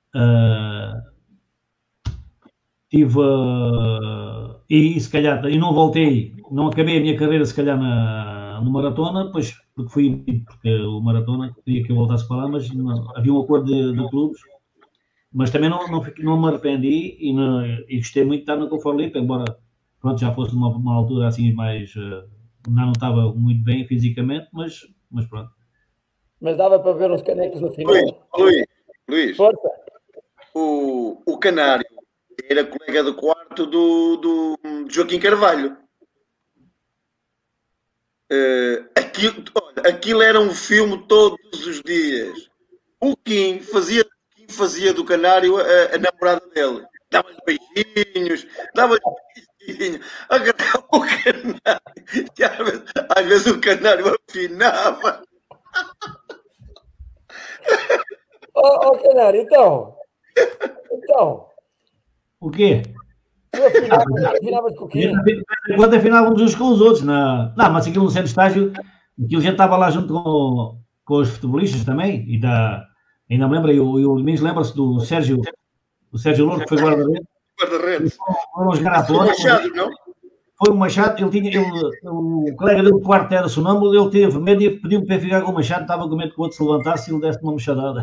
Uh, tive, uh, e se calhar, e não voltei, não acabei a minha carreira se calhar na, no maratona, pois, porque fui, porque o maratona queria que eu voltasse para lá, mas não, havia um acordo de, de clubes, mas também não, não, não me arrependi e, não, e gostei muito de estar no Conforlip, embora pronto, já fosse numa, uma altura assim mais, uh, não estava muito bem fisicamente, mas, mas pronto. Mas dava para ver uns canecos no final. Luís, Luís, Luís. Força. O, o Canário era colega do quarto do, do Joaquim Carvalho. Uh, aquilo, olha, aquilo era um filme todos os dias. O Kim fazia, Kim fazia do Canário a, a namorada dele. Dava-lhe beijinhos, dava-lhe beijinhos. O Canário, às vezes, às vezes o Canário afinava. Ó, oh, Canário, então. Então. O quê? Tu afinavas, afinavas com o quê? Enquanto afinávamos uns com os outros. Na... Não, mas aquilo no centro de estágio, aquilo já estava lá junto com, com os futebolistas também. E da... Ainda me lembro, e o, o Domingos lembra-se do Sérgio, o Sérgio Louro, que foi guarda-redes. Guarda-redes. Foram jogar à Polónia. Foi o Machado, ele tinha, ele, o colega dele do quarto era sonâmbulo, ele teve medo e pediu-me para ficar com o Machado, estava com medo que o outro se levantasse e ele desse uma machadada.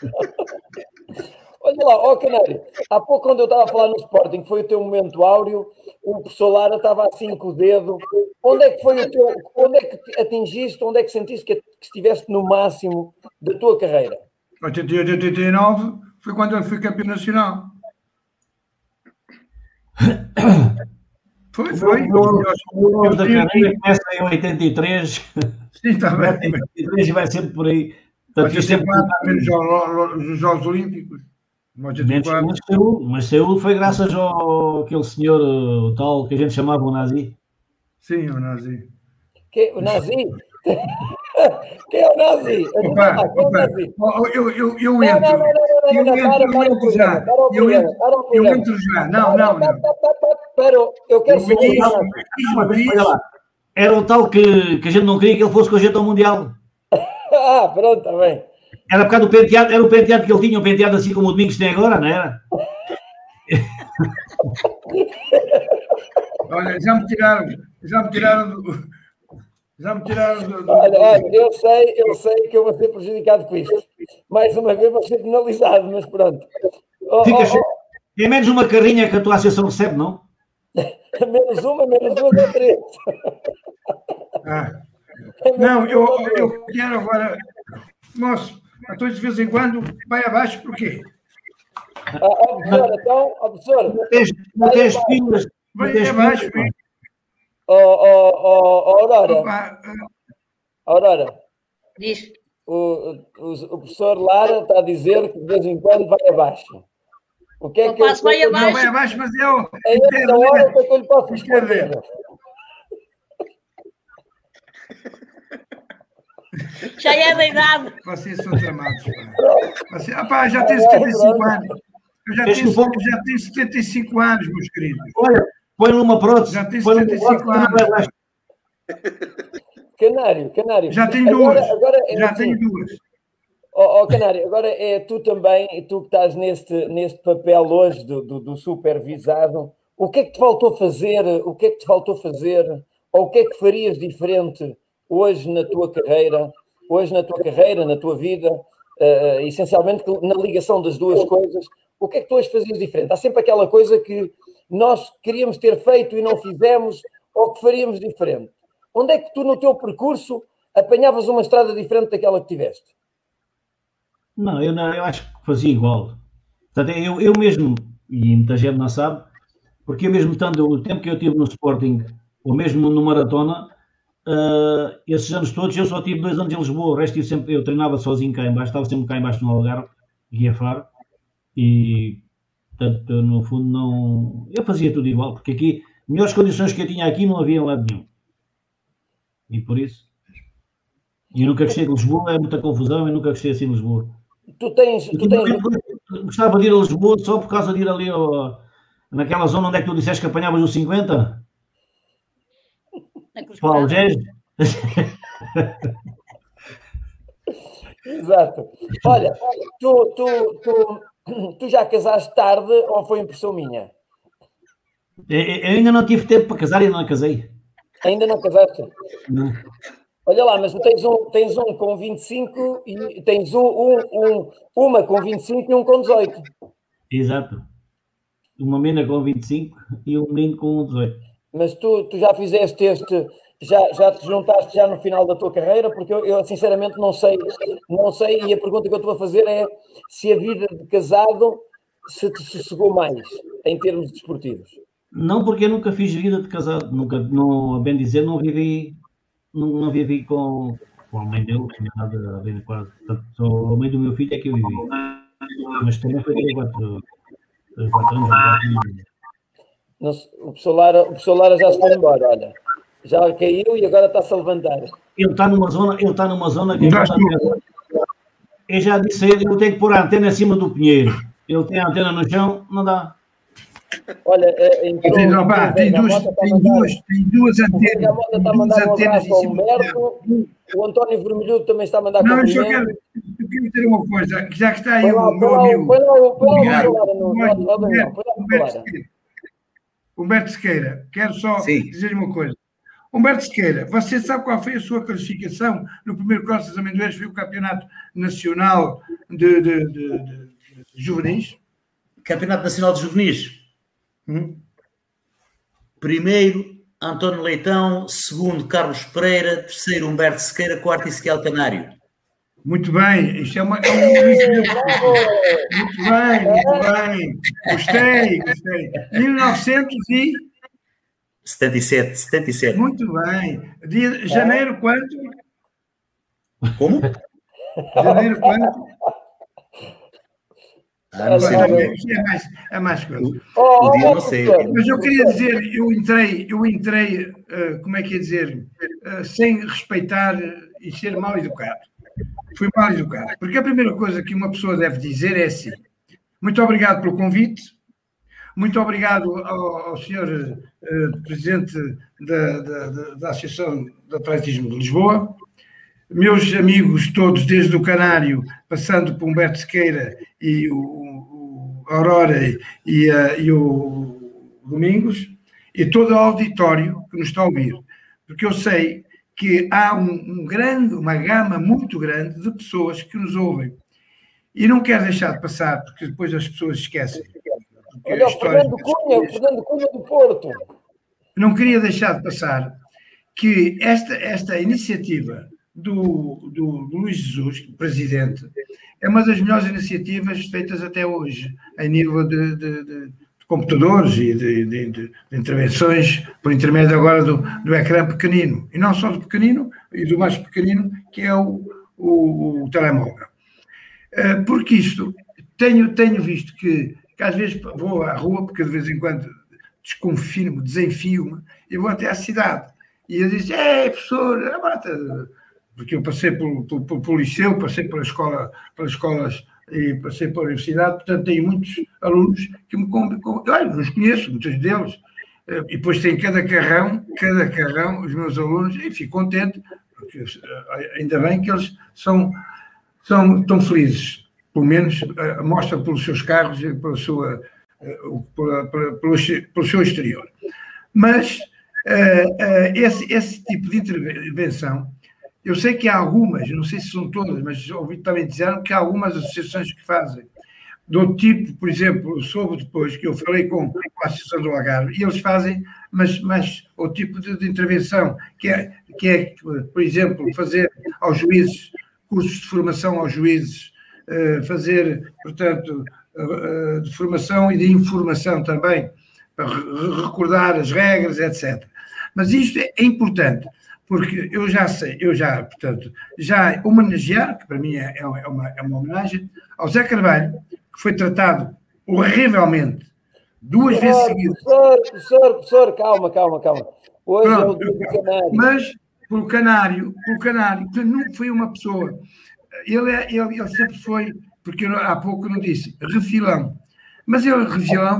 Olha lá, ó Canário, há pouco quando eu estava a falar no Sporting, foi o teu momento áureo, o professor Lara estava assim com o dedo, onde é que foi o teu, onde é que atingiste, onde é que sentiste que, que estiveste no máximo da tua carreira? oitenta e oito, oitenta e nove foi quando eu fui campeão nacional. Foi, foi. O meu da carreira começa em oitenta e três. Sim, está bem. oitenta e três e vai sempre por aí. Portanto, sempre menos os Jogos Olímpicos. Menos, menos Seul, mas Seul foi graças ao aquele senhor, o tal que a gente chamava o Nazi. Sim, o Nazi. Que, o Nazi? Quem é o Nazi? Opa, opa, eu, eu, eu entro. Eu entro já. Eu entro já. Não, não, não. Espera, eu quero saber. Olha lá. Era o tal que, que a gente não queria que ele fosse com a gente ao Mundial. Ah, pronto, está bem. Era por causa do penteado, era o penteado que ele tinha, um penteado assim como o Domingos tem agora, não era? Olha, já me tiraram, já me tiraram do... Já me tiraram do... Olha, olha, eu sei, eu sei que eu vou ser prejudicado com isto. Mais uma vez vou ser penalizado, mas pronto. Oh, Fica oh, oh. É menos uma carrinha que a tua associação recebe, não? Menos uma, menos duas ou três. Ah. Não, eu, eu quero agora... Moço, a todos de vez em quando vai abaixo, por quê? Ah, ó, professor, então, ó, professor. Não tens pilas. Vai abaixo. Ó, ó, ó, Aurora. Aurora. Diz. O, o, o professor Lara está a dizer que de vez em quando vai abaixo. O que é eu que passo, vai abaixo. Não vai abaixo, mas eu... É esta hora que eu lhe posso responder. Já é da idade. Vocês são tramados. Pá. Você, ah, pá, já tenho setenta e cinco anos. Eu já tenho, já tenho setenta e cinco anos, meus queridos. Olha, põe numa prótese. Já tenho setenta e cinco anos. Canário, Canário. Já tenho duas. Agora, agora é já assim. tenho duas. Ó oh, oh, Canário, agora é tu também, tu que estás neste, neste papel hoje do, do, do supervisado, o que é que te faltou fazer, o que é que te faltou fazer, ou o que é que farias diferente hoje na tua carreira, hoje na tua carreira, na tua vida, uh, essencialmente na ligação das duas coisas, o que é que tu hoje fazias diferente? Há sempre aquela coisa que nós queríamos ter feito e não fizemos, ou que faríamos diferente. Onde é que tu no teu percurso apanhavas uma estrada diferente daquela que tiveste? Não, eu, não, eu acho que fazia igual. Portanto, eu, eu mesmo, e muita gente não sabe, porque eu mesmo tanto o tempo que eu tive no Sporting, ou mesmo no Maratona, uh, esses anos todos, eu só tive dois anos em Lisboa, o resto eu, sempre, eu treinava sozinho cá em baixo, estava sempre cá em baixo no Algarve, guia Faro, e portanto, no fundo, não... eu fazia tudo igual, porque aqui, melhores condições que eu tinha aqui não havia em lado nenhum. E por isso, eu nunca gostei de Lisboa, é muita confusão, eu nunca gostei assim de Lisboa. Tu tens... Tu tens... Gostava de ir a Lisboa só por causa de ir ali ao, naquela zona onde é que tu disseste que apanhavas os cinquenta? Para o Algés? Exato. Olha, tu, tu, tu, tu já casaste tarde ou foi impressão minha? Eu, eu ainda não tive tempo para casar e não casei. Ainda não casaste? Não. Olha lá, mas tu tens um, tens um com vinte e cinco e tens um, um, um, uma com vinte e cinco e um com dezoito. Exato. Uma menina com vinte e cinco e um menino com dezoito. Mas tu, tu já fizeste este, já, já te juntaste já no final da tua carreira, porque eu, eu sinceramente não sei, não sei, e a pergunta que eu estou a fazer é se a vida de casado se te sossegou mais, em termos desportivos. Não, porque eu nunca fiz vida de casado, nunca, não, a bem dizer, não vivi, não, não vivi com, com a mãe dele, nem nada a ver quase. Portanto, só a mãe do meu filho é que eu vivi. Mas também foi há quatro, quatro anos. Não, o professor Lara, o professor Lara já se foi embora, olha. Já caiu e agora está-se a levantar. Ele está numa zona, ele está numa zona que eu já disse a ele, eu tenho que pôr a antena acima do pinheiro. Ele tem a antena no chão, não dá. Olha, entrou, tem, não, pá, tem, duas, tem, duas, tem duas antenas. O Mota está a mandar um abraço ao Humberto. O António Vermelhudo também está a mandar não, eu só quero, eu quero dizer uma coisa, já que está aí lá, o meu amigo. Põe lá o Humberto Sequeira, quero só Sim. dizer uma coisa. Humberto Sequeira, você sabe qual foi a sua classificação no primeiro Cross das Amendoeiras? Foi o Campeonato Nacional de, de, de, de, de Juvenis? Campeonato Nacional de Juvenis? Hum? Primeiro, António Leitão. Segundo, Carlos Pereira. Terceiro, Humberto Sequeira. Quarto, Ezequiel Canário. Muito bem, isto é uma. É um... Muito bem, muito bem. Gostei, gostei. mil novecentos e setenta e sete, setenta e sete. Muito bem. Dia, janeiro, quanto? Como? Janeiro, quanto? Ah, não sei. É mais, é mais coisa. O dia não sei. Mas eu queria dizer, eu entrei, eu entrei, uh, como é que ia dizer, uh, sem respeitar e ser mal educado. Fui mal educado. Porque a primeira coisa que uma pessoa deve dizer é assim: muito obrigado pelo convite, muito obrigado ao, ao senhor uh, Presidente da, da, da, da Associação de Atletismo de Lisboa, meus amigos todos, desde o Canário, passando por Humberto Sequeira e o, o Aurora e, a, e o Domingos, e todo o auditório que nos está a ouvir, porque eu sei que há um, um grande, uma gama muito grande de pessoas que nos ouvem. E não quero deixar de passar, porque depois as pessoas esquecem. Olha, o Fernando Cunha, o Fernando Cunha do Porto. Não queria deixar de passar que esta, esta iniciativa do, do, do Luís Jesus, presidente, é uma das melhores iniciativas feitas até hoje, em nível de, de, de, de computadores e de, de, de, de intervenções, por intermédio agora do, do ecrã pequenino. E não só do pequenino, e do mais pequenino, que é o, o, o telemóvel. Porque isto, tenho, tenho visto que, que às vezes vou à rua, porque de vez em quando desconfino-me, desenfio-me, e vou até à cidade. E eu disse, é, professor, porque eu passei pelo, pelo, pelo liceu, passei pela escola, pelas escolas e passei pela universidade, portanto tenho muitos alunos que me com, com, olha, os conheço, muitos deles, e depois tem cada carrão, cada carrão, os meus alunos, e fico contente, porque ainda bem que eles são, são tão felizes, pelo menos mostram pelos seus carros e pela sua, pela, pela, pelo, pelo seu exterior. Mas uh, uh, esse, esse tipo de intervenção, eu sei que há algumas, não sei se são todas, mas ouvi também dizer que há algumas associações que fazem, do tipo, por exemplo, soube depois que eu falei com a Associação do Algarve, e eles fazem, mas, mas o tipo de, de intervenção, que é, que é, por exemplo, fazer aos juízes, cursos de formação aos juízes, uh, fazer, portanto, uh, uh, de formação e de informação também, para recordar as regras, etcétera. Mas isto é, é importante, porque eu já sei, eu já, portanto, já homenagear, que para mim é, é, uma, é uma homenagem, ao Zé Carvalho, que foi tratado horrivelmente duas professor, vezes seguidas. Professor, professor, professor, calma, calma, calma. Hoje Pronto, é o dia do Canário. Mas, pelo Canário, pelo Canário, que nunca foi uma pessoa, ele, é, ele, ele sempre foi, porque eu, há pouco eu não disse, refilão. Mas ele, refilão,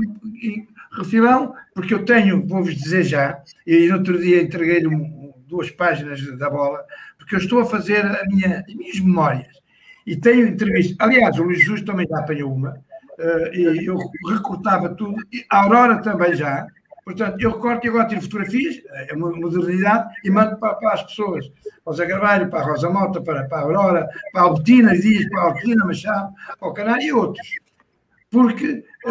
refilão, porque eu tenho, vou-vos dizer já, e no outro dia entreguei-lhe um, duas páginas da bola, porque eu estou a fazer a minha, as minhas memórias. E tenho entrevista. Aliás, o Luís Jesus também já apanhou uma, uh, e eu recortava tudo, e a Aurora também já. Portanto, eu recorto e agora tiro fotografias, é uma modernidade, e mando para, para as pessoas, para o Zé Carvalho, para a Rosa Mota, para, para a Aurora, para a Albertina Dias, para a Albertina Machado, para o Canário e outros. Porque, uh,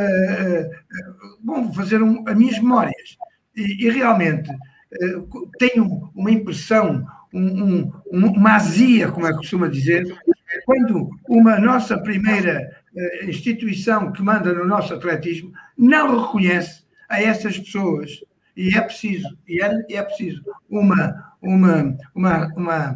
uh, uh, bom, vou fazer um, as minhas memórias. E, e realmente uh, tenho uma impressão, um, um, uma azia, como é que costuma dizer, quando uma nossa primeira uh, instituição que manda no nosso atletismo não reconhece a essas pessoas. E é preciso, e é, é preciso uma, uma, uma, uma,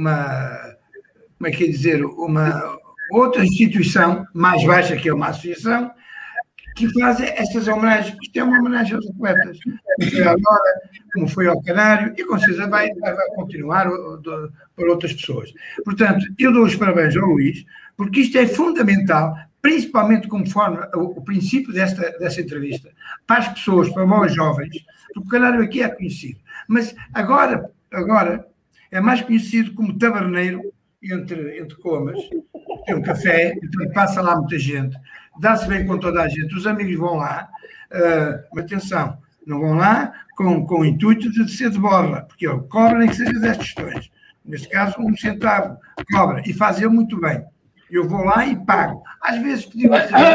uma, como é que é dizer, uma outra instituição mais baixa, que é uma associação, que faz estas homenagens. Isto é uma homenagem aos atletas, como foi agora, como foi ao Canário, e com certeza vai, vai, vai continuar para outras pessoas. Portanto, eu dou os parabéns ao Luís, porque isto é fundamental, principalmente conforme o, o princípio desta, desta entrevista, para as pessoas, para os jovens, porque o Canário aqui é conhecido, mas agora, agora é mais conhecido como taberneiro entre, entre comas, tem um café, então passa lá muita gente, dá-se bem com toda a gente, os amigos vão lá, uh, mas atenção, não vão lá com, com o intuito de ser de borla, porque ele cobra nem que seja dez questões, neste caso um centavo, cobra, e faz ele muito bem. Eu vou lá e pago. Às vezes pedi uma cerveja,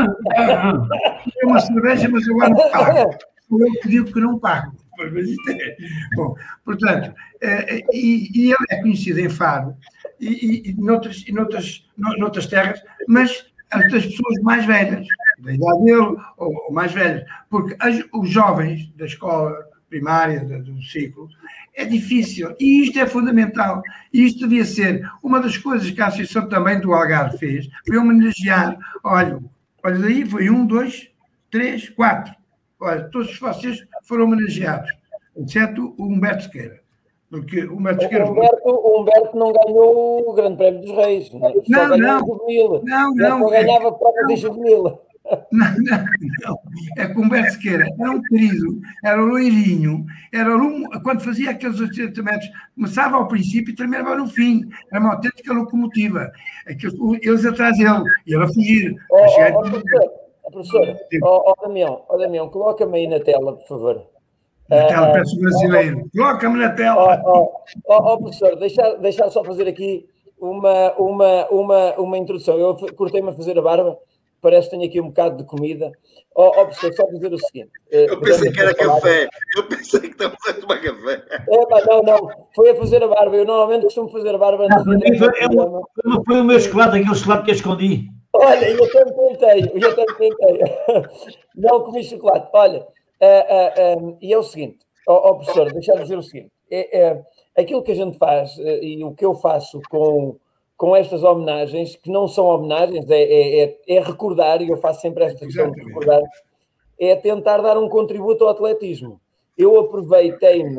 uma cerveja, mas eu não pago. Eu pedi que não pago. Mas isto é. Bom, portanto, uh, e, e ele é conhecido em Faro, e, e, e noutras, e noutras, noutras terras, mas as pessoas mais velhas, da idade dele, ou, ou mais velhas, porque as, os jovens da escola primária, do, do ciclo, é difícil, e isto é fundamental, e isto devia ser uma das coisas que a Associação também do Algarve fez, foi homenagear, olha, olha daí, foi um, dois, três, quatro, olha, todos vocês foram homenageados, exceto o Humberto Sequeira. Porque o Humberto, o, Humberto, o Humberto não ganhou o Grande Prémio dos Reis, não, não, só não, juvenil. não, não, não ganhava provas de juvenil. Não, não, não. É que o Humberto Sequeira era um querido, era um loirinho, era um, quando fazia aqueles oitenta metros, começava ao princípio e terminava no fim. Era uma autêntica locomotiva. Aqueles, eles atrás dele, e ele a fugir. Oh, oh, oh, professor, oh, professor, oh, oh, Damião, oh, Damião, coloca-me aí na tela, por favor. Na tela, peço brasileiro. Coloca-me na tela. Oh, oh, oh, oh, professor, deixa, deixa só fazer aqui uma, uma, uma, uma introdução. Eu cortei-me a fazer a barba, parece que tenho aqui um bocado de comida. Oh, oh professor, só dizer o seguinte. Eu pensei que era café. Eu pensei que estava a tomar café. É, mas não, não. Foi a fazer a barba. Eu normalmente costumo fazer a barba antes de ir. Foi, foi o meu chocolate, aquele chocolate que eu escondi. Olha, eu até me tentei. Eu até me tentei. Não comi chocolate. Olha, uh, uh, um, e é o seguinte. Oh, oh professor, deixa-me dizer o seguinte. É, é, aquilo que a gente faz uh, e o que eu faço com... com estas homenagens, que não são homenagens, é, é, é recordar, e eu faço sempre esta questão de recordar, é tentar dar um contributo ao atletismo. Eu aproveitei-me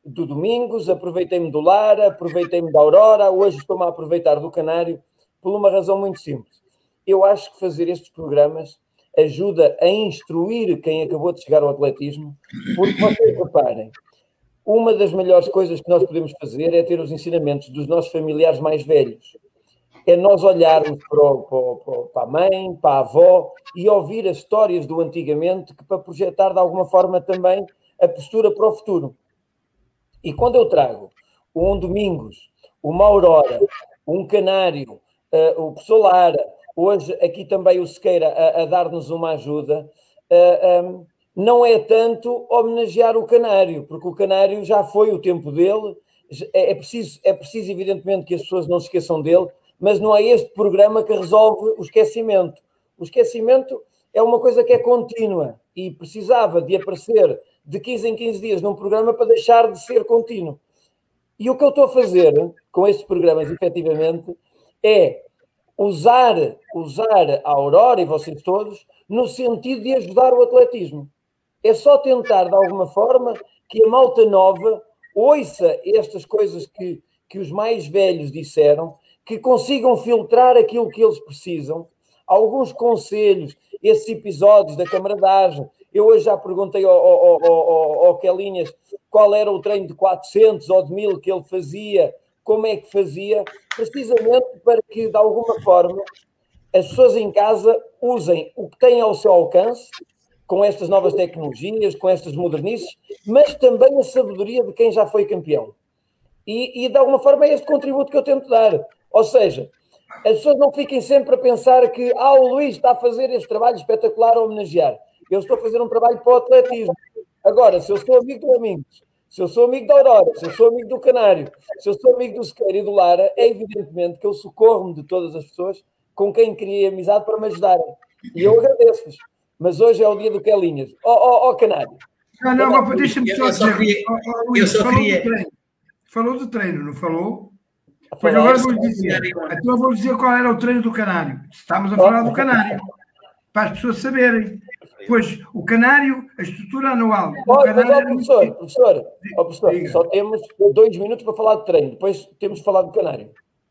do Domingos, aproveitei-me do Lara, aproveitei-me da Aurora, hoje estou-me a aproveitar do Canário, por uma razão muito simples. Eu acho que fazer estes programas ajuda a instruir quem acabou de chegar ao atletismo, porque vocês reparem, uma das melhores coisas que nós podemos fazer é ter os ensinamentos dos nossos familiares mais velhos. É nós olharmos para, o, para a mãe, para a avó e ouvir as histórias do antigamente que para projetar de alguma forma também a postura para o futuro. E quando eu trago um Domingos, uma Aurora, um Canário, uh, o professor Lara, hoje aqui também o Sequeira a, a dar-nos uma ajuda, uh, um, não é tanto homenagear o Canário, porque o Canário já foi o tempo dele, é, é, preciso, é preciso evidentemente que as pessoas não se esqueçam dele, mas não é este programa que resolve o esquecimento. O esquecimento é uma coisa que é contínua e precisava de aparecer de quinze em quinze dias num programa para deixar de ser contínuo. E o que eu estou a fazer com estes programas, efetivamente, é usar, usar a Aurora e vocês todos no sentido de ajudar o atletismo. É só tentar, de alguma forma, que a malta nova ouça estas coisas que, que os mais velhos disseram, que consigam filtrar aquilo que eles precisam. Alguns conselhos, esses episódios da camaradagem. Eu hoje já perguntei ao, ao, ao, ao Quelinhas qual era o treino de quatrocentos ou de mil que ele fazia, como é que fazia, precisamente para que, de alguma forma, as pessoas em casa usem o que têm ao seu alcance, com estas novas tecnologias, com estas modernices, mas também a sabedoria de quem já foi campeão. E, e de alguma forma, é este contributo que eu tento dar. Ou seja, as pessoas não fiquem sempre a pensar que ah, o Luís está a fazer este trabalho espetacular a homenagear. Eu estou a fazer um trabalho para o atletismo. Agora, se eu sou amigo do Domingos, se eu sou amigo da Aurora, se eu sou amigo do Canário, se eu sou amigo do Sequeira e do Lara, é evidentemente que eu socorro-me de todas as pessoas com quem criei amizade para me ajudarem. E eu agradeço-vos. Mas hoje é o dia do Quelinhas. Ó oh, oh, oh, Canário. Não, não, Canário, deixa-me só dizer. Queria, oh, oh, Luís, eu só falou queria... do treino. Falou do treino, não falou? Pois agora vou dizer. Então eu vou dizer qual era o treino do Canário. Estamos a falar do Canário. Para as pessoas saberem. Pois, o Canário, a estrutura anual do oh, Canário... Mas, oh, professor, professor, oh, professor só temos dois minutos para falar de treino. Depois temos de falar do Canário.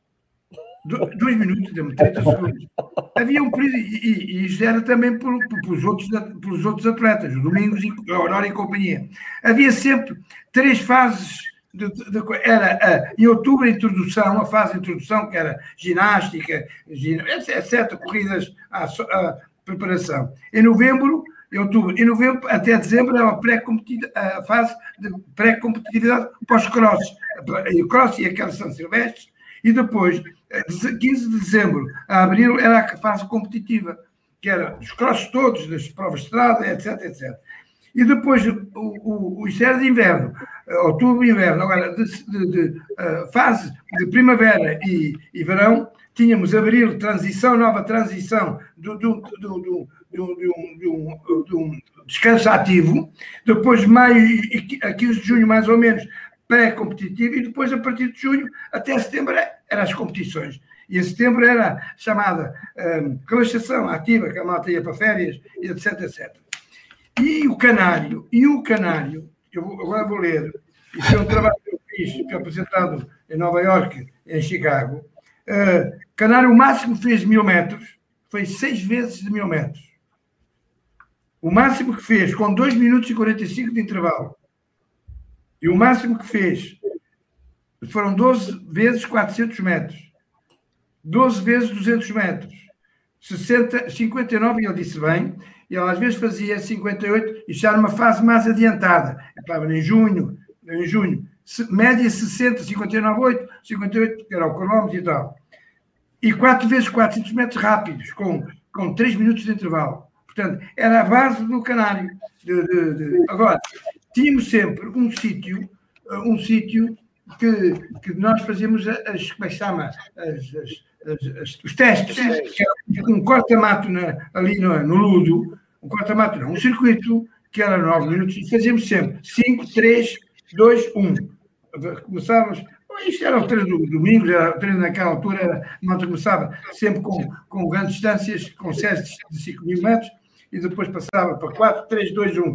Do, dois minutos, temos trinta segundos. Havia um período, e, e isso era também por, por, pelos, outros, pelos outros atletas, o Domingos, a Aurora e companhia. Havia sempre três fases. De, de, de, era a, em outubro a introdução, a fase de introdução, que era ginástica, etcétera, corridas, a, a preparação. Em novembro, em outubro, em novembro até dezembro era a, pré a fase de pré-competitividade pós-cross. O cross e aquela São Silvestre, e depois, quinze de dezembro a abril, era a fase competitiva, que era os crosses todos, das provas de estrada, etcétera, etcétera. E depois, o, o, o isto era de inverno, outubro e inverno. Agora, de, de, de uh, fase de primavera e, e verão, tínhamos abril, transição, nova transição do, do, do, do, do, do, do, do um descanso ativo. Depois, maio a quinze de junho, mais ou menos, pré-competitivo. E depois, a partir de junho até setembro, eram as competições. E em setembro era chamada um, relaxação ativa, que a malta ia para férias, etcétera, etcétera. E o Canário, e o Canário, eu vou, agora vou ler, isso é um trabalho que eu fiz, que é apresentado em Nova Iorque, em Chicago. Uh, Canário, o máximo que fez de mil metros, foi seis vezes de mil metros. O máximo que fez, com dois minutos e quarenta e cinco de intervalo. E o máximo que fez, foram doze vezes quatrocentos metros. doze vezes duzentos metros. sessenta, cinquenta e nove, ele disse bem, e ele às vezes fazia cinquenta e oito, e já numa fase mais adiantada. Estava em junho, em junho, média sessenta, cinquenta e nove, oito, cinquenta e oito, que era o cronómetro e tal. E quatro vezes quatrocentos metros rápidos, com, com três minutos de intervalo. Portanto, era a base do Canário. De, de, de... Agora, tínhamos sempre um sítio, um sítio que, que nós fazíamos as, como é que se chama? As, as, as, as, os testes, que era um corta-mato ali no, no Ludo, um corta-mato não, um circuito que era nove minutos, e fazíamos sempre cinco, três, dois, um. Começávamos, isto era o treino do domingo, era o treino naquela altura, era, a malta começava sempre com, com grandes distâncias, com séries de cinco mil metros, e depois passava para quatro, três, dois, um.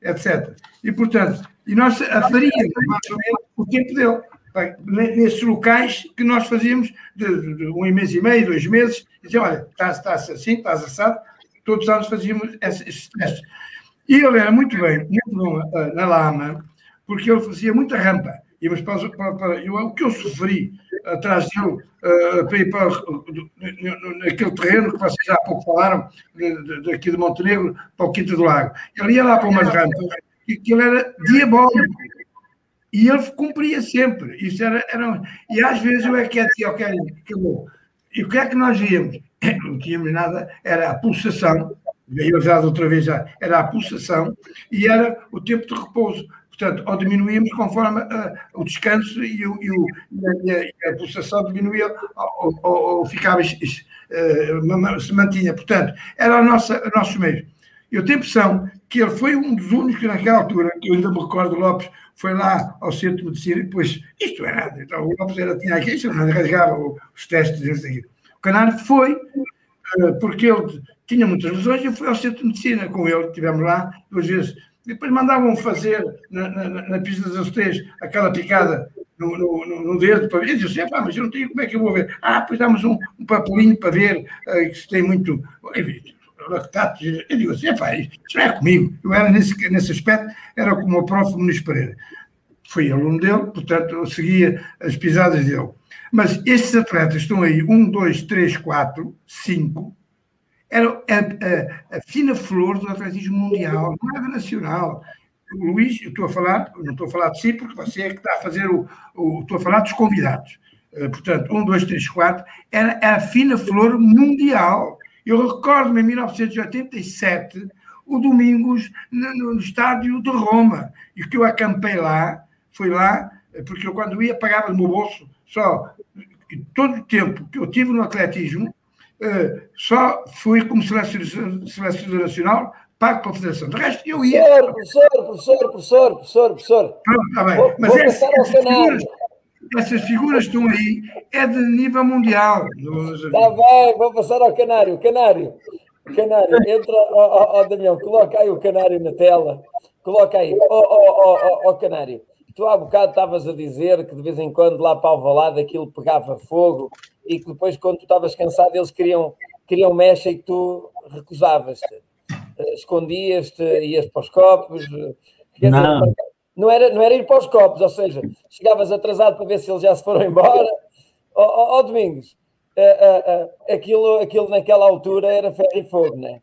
etcétera. E, portanto, e nós faríamos mais ou menos o tempo dele. Nesses locais que nós fazíamos de, de, de um mês e meio, dois meses, e dizia, olha, estás, estás assim, estás assado, todos os anos fazíamos esses testes. E ele era muito bem, muito bom uh, na lama, porque ele fazia muita rampa. E, mas para, para, para, eu, o que eu sofri atrás dele, uh, para ir para, uh, naquele terreno que vocês há pouco falaram, daqui de, de Montenegro, para o Quinta do Lago. Ele ia lá para umas rampas, e aquilo era diabólico. E ele cumpria sempre. Isso era, era, e às vezes eu é que dizia, ok, acabou. E o que é que nós víamos? Não tínhamos nada, era a pulsação, eu já outra vez já, era a pulsação e era o tempo de repouso. Portanto, ou diminuímos conforme uh, o descanso e, o, e, o, e, a, e a pulsação diminuía ou, ou, ou ficava, uh, se mantinha. Portanto, era a nossa, a nossos meios. Eu tenho a impressão que ele foi um dos únicos que naquela altura, que eu ainda me recordo, Lopes foi lá ao centro de medicina e depois, isto é nada, então o Lopes era, tinha aqui, isto não rasgava os testes, isso aqui. O Canário foi, uh, porque ele tinha muitas lesões, e eu fui ao centro de medicina com ele, estivemos lá duas vezes. Depois mandavam fazer na, na, na pista das azulejos aquela picada no, no, no dedo para ver. Eu disse, pá, mas eu não tenho, como é que eu vou ver? Ah, depois damos um, um papelinho para ver uh, que se tem muito. Eu digo assim, pá, isto não é comigo. Eu era nesse, nesse aspecto, era como o prof Muniz Pereira. Fui aluno dele, portanto, eu seguia as pisadas dele. Mas estes atletas estão aí, um, dois, três, quatro, cinco. Era a, a, a fina flor do atletismo mundial, nada nacional. O Luís, eu estou a falar, não estou a falar de si, porque você é que está a fazer o. o estou a falar dos convidados. Uh, portanto, um, dois, três, quatro, era a fina flor mundial. Eu recordo-me em mil novecentos e oitenta e sete, o Domingos, no, no estádio de Roma, e o que eu acampei lá, foi lá, porque eu quando ia pagava no meu bolso, só todo o tempo que eu tive no atletismo. Uh, só fui como selecionador, selecionador nacional, pago para a Federação. De resto, eu ia. Professor, professor, professor, professor, professor. Pronto, está bem. Vou, Mas vou essas, essas, figuras, essas figuras estão aí, é de nível mundial. Está bem, vou passar ao Canário. Canário, Canário, entra, ó, ó, ó, Damião, coloca aí o Canário na tela. Coloca aí, ó, ó, ó, ó, Canário. Tu há bocado estavas a dizer que de vez em quando lá para Alvalade aquilo pegava fogo e que depois, quando tu estavas cansado, eles queriam, queriam mecha e que tu recusavas-te. Escondias-te, ias para os copos. Quer não. Dizer, não, era, não era ir para os copos, ou seja, chegavas atrasado para ver se eles já se foram embora. Ó oh, oh, oh, Domingos, uh, uh, uh, aquilo, aquilo naquela altura era ferro e fogo, não é?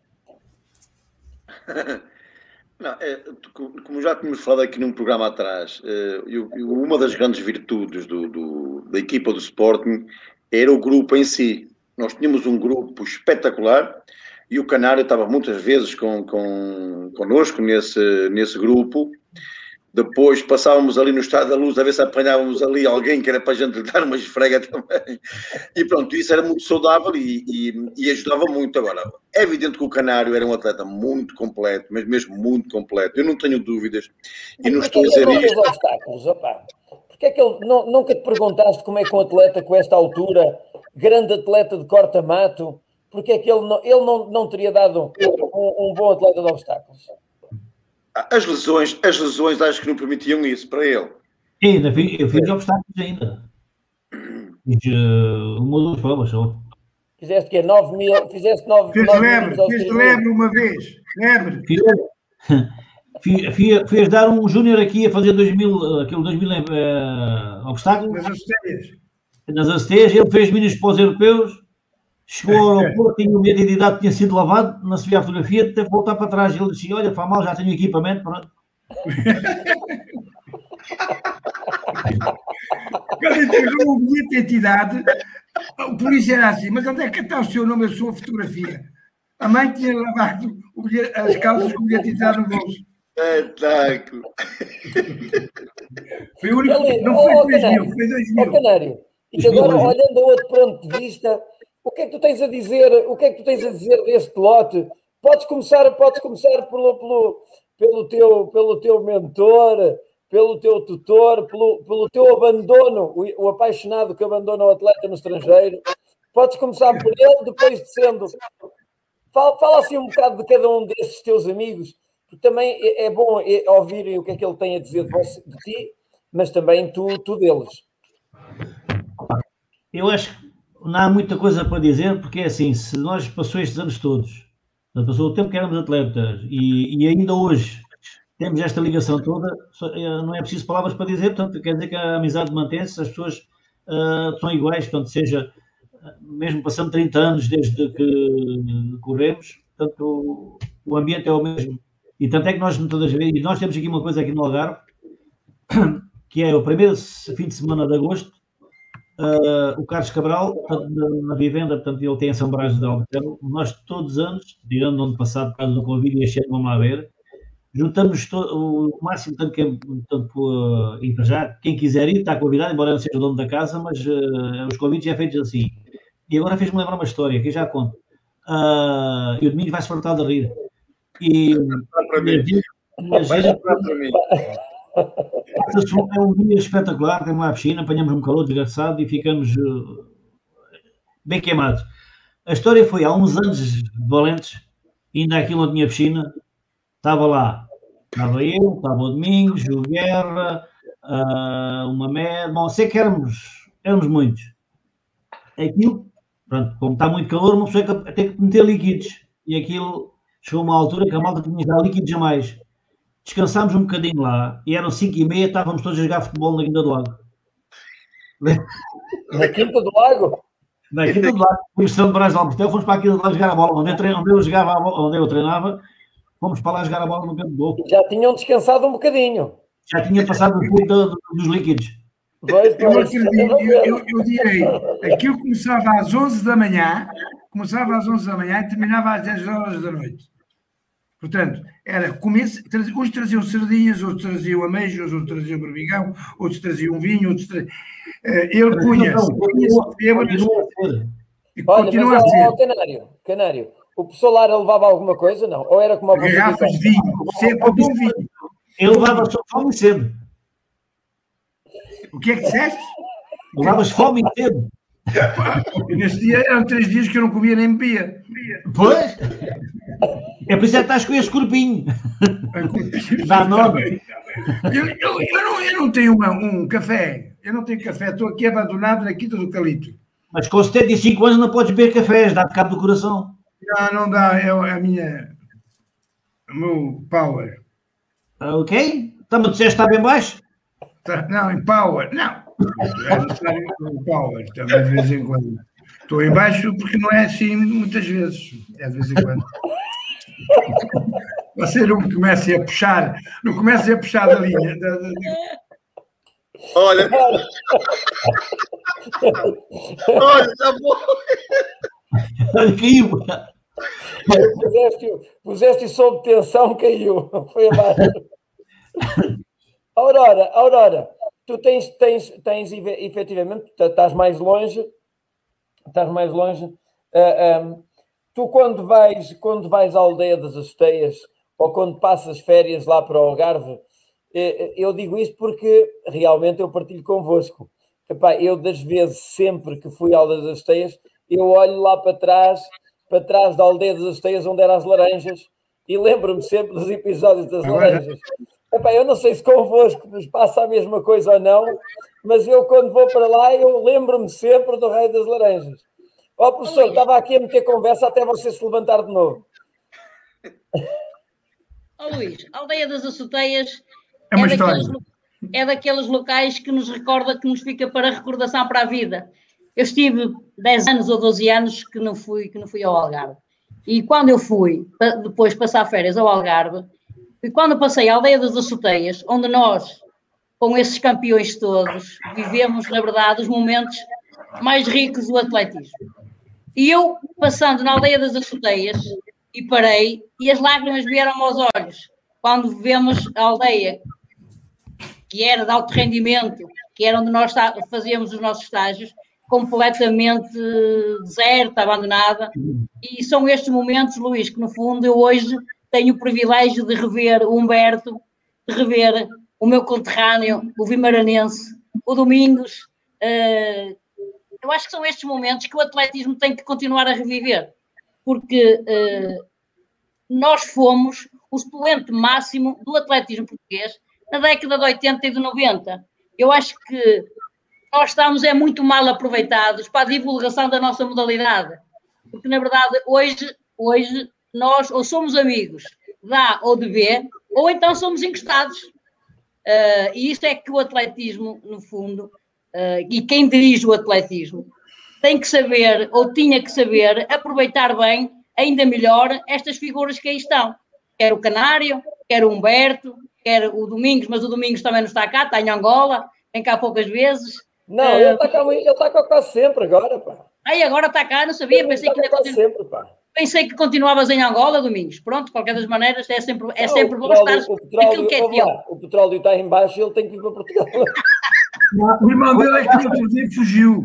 Não, é, como já tínhamos falado aqui num programa atrás, eu, eu, uma das grandes virtudes do, do, da equipa do Sporting era o grupo em si. Nós tínhamos um grupo espetacular e o Canário estava muitas vezes com, com, connosco nesse, nesse grupo. Depois passávamos ali no Estádio da Luz a ver se apanhávamos ali alguém que era para a gente lhe dar uma esfrega também. E pronto, isso era muito saudável e, e, e ajudava muito. Agora, é evidente que o Canário era um atleta muito completo, mas mesmo muito completo. Eu não tenho dúvidas. E não estou a dizer isto. Obstáculos, opa. Porque é que ele, não, nunca te perguntaste como é que um atleta com esta altura, grande atleta de corta-mato, porque é que ele não, ele não, não teria dado um, um bom atleta de obstáculos? As lesões, as lesões acho que não permitiam isso para ele. Ainda, eu fiz obstáculos ainda. Fiz uh, uma ou duas provas só. Fizeste o quê? nove mil? Fizeste nove mil? Fiz lebre, fiz lebre uma vez. Lebre. Fiz, fiz, fiz, fiz dar um júnior aqui a fazer dois mil, aquele dois mil uh, obstáculos. Nas Asteias. Nas Asteias, ele fez mínimos para os europeus. Chegou ao aeroporto, tinha o medo de idade, tinha sido lavado, não se via a fotografia, teve que voltar para trás. Ele disse, olha, faz mal, já tenho equipamento, pronto. Quando entregou o bilhete de identidade, o polícia era assim, mas onde é que está o seu nome e a sua fotografia? A mãe tinha lavado o bilhete, as calças com o bilhete de identidade no bolso. Espetáculo! Foi o único, Ali, não foi três mil, foi dois mil. Canário, e agora, olhando a outro ponto de vista, o que é que tu tens a dizer? O que é que tu tens a dizer deste lote? Podes começar, podes começar pelo, pelo, pelo, teu, pelo teu mentor, pelo teu tutor, pelo, pelo teu abandono, o, o apaixonado que abandona o atleta no estrangeiro. Podes começar por ele, depois descendo. Fala, fala assim um bocado de cada um desses teus amigos porque também é, é bom ouvirem o que é que ele tem a dizer de, você, de ti, mas também tu, tu deles. Eu acho que não há muita coisa para dizer, porque é assim, se nós passou estes anos todos, passou o tempo que éramos atletas e, e ainda hoje temos esta ligação toda, não é preciso palavras para dizer, portanto, quer dizer que a amizade mantém-se, as pessoas uh, são iguais, portanto, seja, mesmo passando trinta anos desde que corremos, portanto, o, o ambiente é o mesmo. E tanto é que nós, todas as vezes, e nós temos aqui uma coisa aqui no Algarve, que é o primeiro fim de semana de agosto, uh, o Carlos Cabral, portanto, na, na vivenda, portanto, ele tem a São Brás de Albertano, nós todos os anos, tirando o ano passado, por causa do Covid, e este ano vamos lá ver, juntamos o máximo, tanto que tanto, uh, e para já, quem quiser ir está convidado, embora eu não seja o dono da casa, mas uh, os convites já feitos assim. E agora fez-me lembrar uma história, que eu já conto. Uh, e o Domingos vai-se fartar de rir. E, é um dia espetacular, tem uma piscina, apanhamos um calor desgraçado e ficamos uh, bem queimados. A história foi há uns anos de Valentes, ainda aquilo não tinha piscina. Estava lá, estava eu, estava o Domingos, o Guerra, uh, uma média, bom, sei que éramos, éramos muitos. Aquilo, pronto, como está muito calor, uma pessoa tem que meter líquidos. E aquilo chegou a uma altura que a malta tinha que dar líquidos a mais. Descansámos um bocadinho lá e eram cinco e meia, estávamos todos a jogar futebol na Quinta do Lago. Na Quinta do Lago? Na Quinta do Lago. Fomos de São Brás de Albertel, fomos para a Quinta do Lago jogar a bola. Onde eu, treino, onde eu jogava, onde eu treinava, fomos para lá jogar a bola no campo do Oco. Já tinham descansado um bocadinho. Já tinha passado o tempo do, dos líquidos. Pois, eu, acredito, eu, eu, eu direi, aquilo começava às onze da manhã, começava às onze da manhã e terminava às dez horas da noite. Portanto, era começo, uns traziam sardinhas, outros traziam ameijos, outros traziam berbigão, outros traziam vinho, outros traziam... Ele punha e continua a ser. Canário, Canário, o pessoal lá levava alguma coisa, não? Ou era como a você? Garrafas de vinho, sempre bom vinho. Ele levava só fome e sede. O que é que disseste? Levavas fome e sede. Nesse dia eram três dias que eu não comia nem bebia. Pois? É por isso que estás com esse corpinho. Dá nome. Eu, eu, eu, não, eu não tenho uma, um café. Eu não tenho café. Estou aqui abandonado na Quinta do Calito. Mas com setenta e cinco anos não podes beber cafés. Dá-te cabo do coração. Não, não dá. É a minha... O meu power. Ok? Então, mas disseste que está bem baixo? Tá, não, em power. Não. É necessário um power também de vez em quando. Estou em baixo porque não é assim muitas vezes. É de vez em quando. Você não comece a puxar, não comece a puxar da linha. Da, da... Olha, olha, já vou. Olha, caiu. Puseste, puseste sob tensão, caiu. Foi abaixo. Aurora, Aurora, tu tens, tens, tens efetivamente, estás mais longe, estás mais longe. Uh, um, tu quando vais, quando vais à aldeia das Asteias ou quando passas férias lá para o Algarve, eu digo isso porque realmente eu partilho convosco. Epá, eu das vezes, sempre que fui à aldeia das Asteias, eu olho lá para trás, para trás da aldeia das Asteias onde eram as laranjas e lembro-me sempre dos episódios das laranjas. Epá, eu não sei se convosco vos passa a mesma coisa ou não, mas eu quando vou para lá eu lembro-me sempre do Rei das Laranjas. Ó oh, professor, estava aqui a meter conversa até você se levantar de novo. Ó oh, Luís, a aldeia das Açoteias é, uma é, daqueles, história. é daqueles locais que nos recorda, que nos fica para recordação para a vida. Eu estive dez anos ou doze anos que não fui, que não fui ao Algarve. E quando eu fui, depois passar férias ao Algarve, e quando passei à aldeia das Açoteias, onde nós, com esses campeões todos, vivemos, na verdade, os momentos mais ricos do atletismo. E eu, passando na aldeia das Açoteias, e parei, e as lágrimas vieram aos olhos, quando vemos a aldeia, que era de alto rendimento, que era onde nós fazíamos os nossos estágios, completamente deserta, abandonada. E são estes momentos, Luís, que no fundo eu hoje tenho o privilégio de rever o Humberto, de rever o meu conterrâneo, o Vimaranense, o Domingos. Uh, eu acho que são estes momentos que o atletismo tem que continuar a reviver, porque uh, nós fomos o expoente máximo do atletismo português na década de oitenta e de noventa. Eu acho que nós estamos é muito mal aproveitados para a divulgação da nossa modalidade. Porque, na verdade, hoje, hoje nós ou somos amigos de A ou de B, ou então somos encostados. Uh, e isso é que o atletismo, no fundo, uh, e quem dirige o atletismo, tem que saber, ou tinha que saber, aproveitar bem, ainda melhor, estas figuras que aí estão. Quer o Canário, quer o Humberto, quer o Domingos, mas o Domingos também não está cá, está em Angola, vem cá poucas vezes. Não, uh, ele está cá, ele está cá quase sempre agora, pá. Aí agora está cá, não sabia, pensei que, continu... sempre, pá. pensei que continuavas em Angola, Domingos. Pronto, de qualquer das maneiras, é sempre, é não, sempre bom estar aquilo que é teu. O petróleo está em baixo e ele tem que ir para Portugal. O irmão dele é que no outro dia fugiu.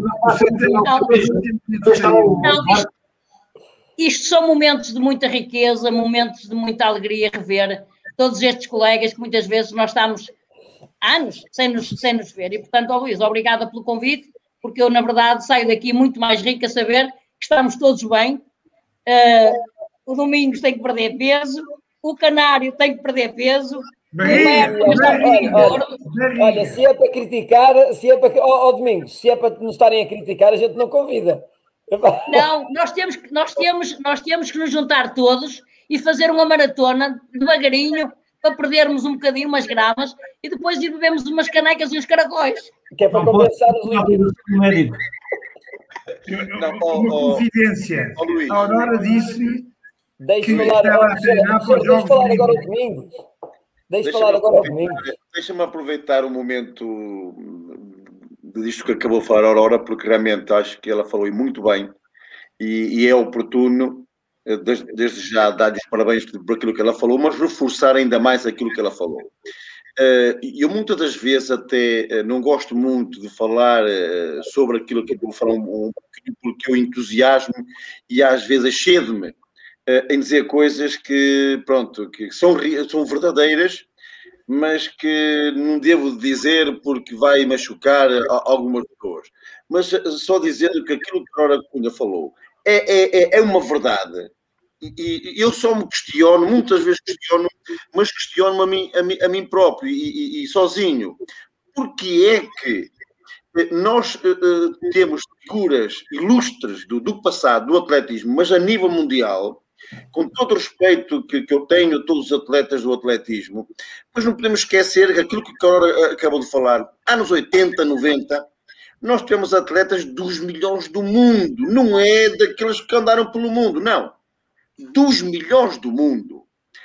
Não, não, isto, isto são momentos de muita riqueza, momentos de muita alegria rever todos estes colegas que muitas vezes nós estamos anos sem nos, sem nos ver. E, portanto, ó Luís, obrigada pelo convite, porque eu, na verdade, saio daqui muito mais rica a saber que estamos todos bem. Uh, o Domingos tem que perder peso, o Canário tem que perder peso. Olha, olha, olha, se é para criticar, se é para. Ó, oh, Domingos, se é para nos estarem a criticar, a gente não convida. Não, nós temos, nós, temos, nós temos que nos juntar todos e fazer uma maratona devagarinho para perdermos um bocadinho, umas gramas, e depois ir bebermos umas canecas e uns caracóis. Que é para não compensar os líquidos. Não, oh, uma confidência. Oh, a Aurora disse-me que falar, estava a treinar para os Jogos falar agora o Domingos. Deixa falar agora o Domingos. Deixa-me aproveitar o momento disto que acabou de falar a Aurora, porque realmente acho que ela falou muito bem e, e é oportuno, desde, desde já, dar-lhe os parabéns por aquilo que ela falou, mas reforçar ainda mais aquilo que ela falou. Eu muitas das vezes até não gosto muito de falar sobre aquilo que eu vou falar um pouquinho, porque eu entusiasmo e às vezes excedo-me em dizer coisas que, pronto, que são, são verdadeiras, mas que não devo dizer porque vai machucar algumas pessoas. Mas só dizer que aquilo que a Aurora Cunha falou é, é, é uma verdade. E, e eu só me questiono, muitas vezes questiono, mas questiono-me a mim, a mim, a mim próprio e, e, e sozinho. Porque é que nós uh, temos figuras ilustres do, do passado, do atletismo, mas a nível mundial, com todo o respeito que, que eu tenho a todos os atletas do atletismo, mas não podemos esquecer que aquilo que a Aurora acabou de falar, anos oitenta, noventa, nós temos atletas dos melhores do mundo, não é daqueles que andaram pelo mundo, não. Dos melhores do mundo.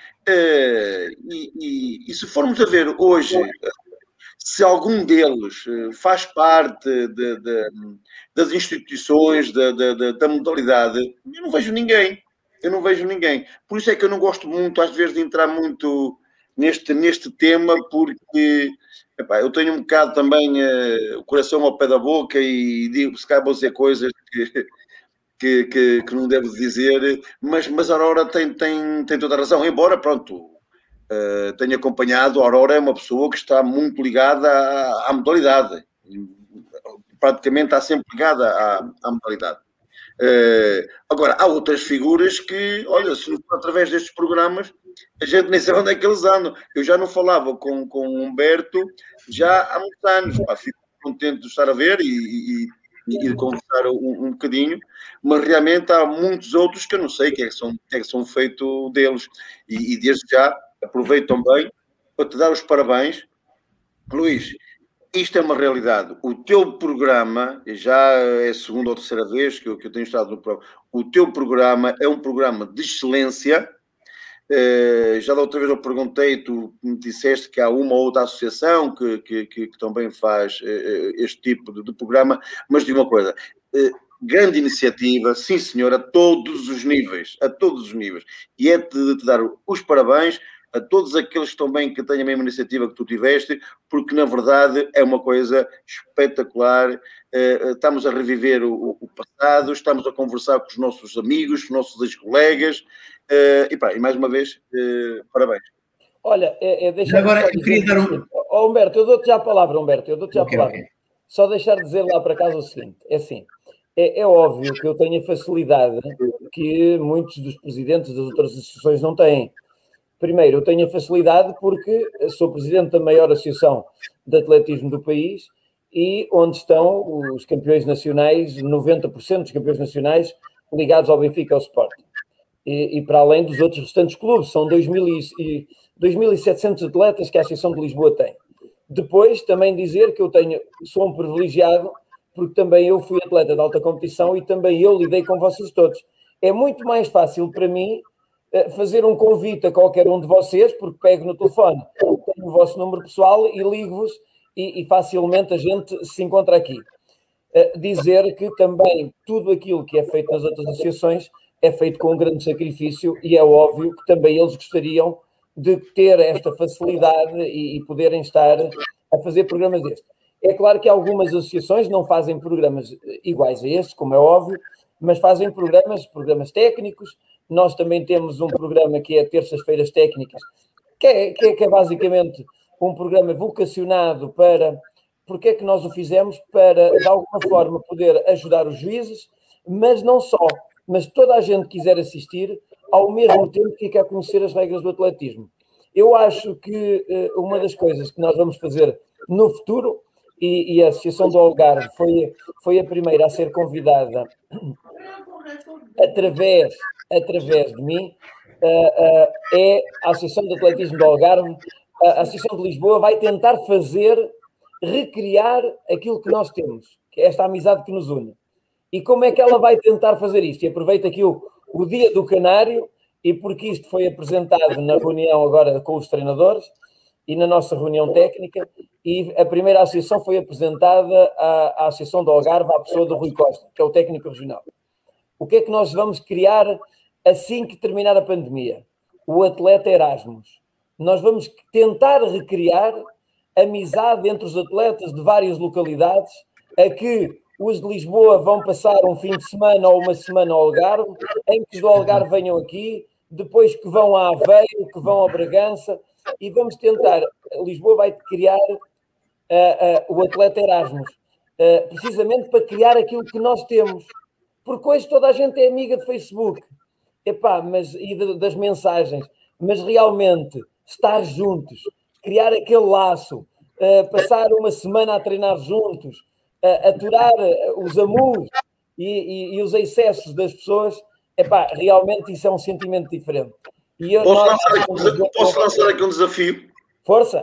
Uh, e, e, e se formos a ver hoje, se algum deles faz parte de, de, das instituições da, da, da modalidade, eu não vejo ninguém. Eu não vejo ninguém. Por isso é que eu não gosto muito, às vezes, de entrar muito neste, neste tema, porque epá, eu tenho um bocado também uh, o coração ao pé da boca e digo, se calhar vou dizer coisas que... Que, que, que não devo dizer, mas, mas a Aurora tem, tem, tem toda a razão, embora, pronto, uh, tenha acompanhado, a Aurora é uma pessoa que está muito ligada à, à modalidade, praticamente está sempre ligada à, à modalidade. Uh, agora, há outras figuras que, olha, se não for através destes programas, a gente nem sabe onde é que eles andam. Eu já não falava com, com o Humberto já há muitos anos, pá, fico contente de estar a ver e... e e de conversar um, um bocadinho, mas realmente há muitos outros que eu não sei o que é que são, que é que são feito deles. E, e desde já aproveito também para te dar os parabéns. Luís, isto é uma realidade. O teu programa, já é a segunda ou terceira vez que eu, que eu tenho estado no programa, o teu programa é um programa de excelência. Uh, já da outra vez eu perguntei, tu me disseste que há uma ou outra associação que, que, que, que também faz uh, este tipo de, de programa, mas digo uma coisa, uh, grande iniciativa, sim senhor, a todos os níveis, a todos os níveis, e é de te dar os parabéns a todos aqueles que também que têm a mesma iniciativa que tu tiveste, porque na verdade é uma coisa espetacular, uh, estamos a reviver o, o passado, estamos a conversar com os nossos amigos, os nossos ex-colegas, Uh, e, pá, e mais uma vez, uh, parabéns. Olha, é, é deixar... Agora, eu queria dar um... Oh, Humberto, eu dou-te já a palavra, Humberto, eu dou-te já a okay, palavra. Okay. Só deixar de dizer lá para casa o seguinte, é assim, é, é óbvio que eu tenho a facilidade que muitos dos presidentes das outras associações não têm. Primeiro, eu tenho a facilidade porque sou presidente da maior associação de atletismo do país e onde estão os campeões nacionais, noventa por cento dos campeões nacionais ligados ao Benfica e ao Sporting. E, e para além dos outros restantes clubes, são dois mil e setecentos atletas que a Associação de Lisboa tem. Depois, também dizer que eu tenho, sou um privilegiado, porque também eu fui atleta de alta competição e também eu lidei com vocês todos. É muito mais fácil para mim fazer um convite a qualquer um de vocês, porque pego no telefone, tenho o vosso número pessoal e ligo-vos e, e facilmente a gente se encontra aqui. Uh, dizer que também tudo aquilo que é feito nas outras associações é feito com um grande sacrifício e é óbvio que também eles gostariam de ter esta facilidade e, e poderem estar a fazer programas destes. É claro que algumas associações não fazem programas iguais a estes, como é óbvio, mas fazem programas, programas técnicos. Nós também temos um programa que é Terças-Feiras Técnicas, que é, que é, que é basicamente um programa vocacionado para... Porque é que nós o fizemos? Para, de alguma forma, poder ajudar os juízes, mas não só, mas toda a gente quiser assistir, ao mesmo tempo que quer conhecer as regras do atletismo. Eu acho que uh, uma das coisas que nós vamos fazer no futuro, e, e a Associação do Algarve foi, foi a primeira a ser convidada através, através de mim, uh, uh, é a Associação de Atletismo do Algarve. A Associação de Lisboa vai tentar fazer, recriar aquilo que nós temos, que é esta amizade que nos une. E como é que ela vai tentar fazer isto? E aproveito aqui o, o Dia do Canário, e porque isto foi apresentado na reunião agora com os treinadores e na nossa reunião técnica, e a primeira associação foi apresentada à, à Associação do Algarve, à pessoa do Rui Costa, que é o técnico regional. O que é que nós vamos criar assim que terminar a pandemia? O atleta Erasmus. Nós vamos tentar recriar amizade entre os atletas de várias localidades, a que os de Lisboa vão passar um fim de semana ou uma semana ao Algarve, em que os do Algarve venham aqui, depois que vão a Aveiro, que vão a Bragança, e vamos tentar, Lisboa vai criar uh, uh, o atleta Erasmus, uh, precisamente para criar aquilo que nós temos, porque hoje toda a gente é amiga de Facebook, epá, mas, e de, das mensagens, mas realmente estar juntos, criar aquele laço, uh, passar uma semana a treinar juntos, uh, aturar uh, os amores e, e, e os excessos das pessoas, epá, realmente isso é um sentimento diferente. E eu, posso, nós, lançar aqui, um, posso lançar aqui um desafio? Força!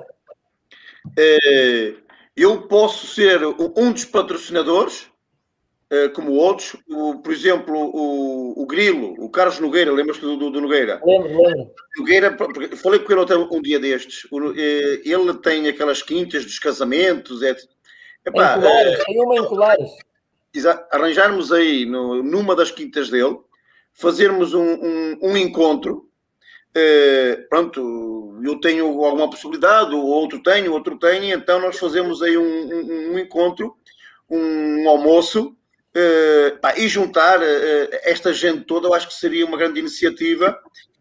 É, eu posso ser um dos patrocinadores, é, como outros, o, por exemplo, o, o Grilo, o Carlos Nogueira, lembras-te do, do, do Nogueira? Lembro, lembro. Nogueira, falei com ele até um dia destes, ele tem aquelas quintas dos casamentos, etcétera. Epá, em Colares, tem uma em Colares. Arranjarmos aí, no, numa das quintas dele, fazermos um, um, um encontro. Uh, pronto, eu tenho alguma possibilidade, o outro tem, o outro tem, então nós fazemos aí um, um, um encontro, um almoço, uh, pá, e juntar uh, esta gente toda. Eu acho que seria uma grande iniciativa.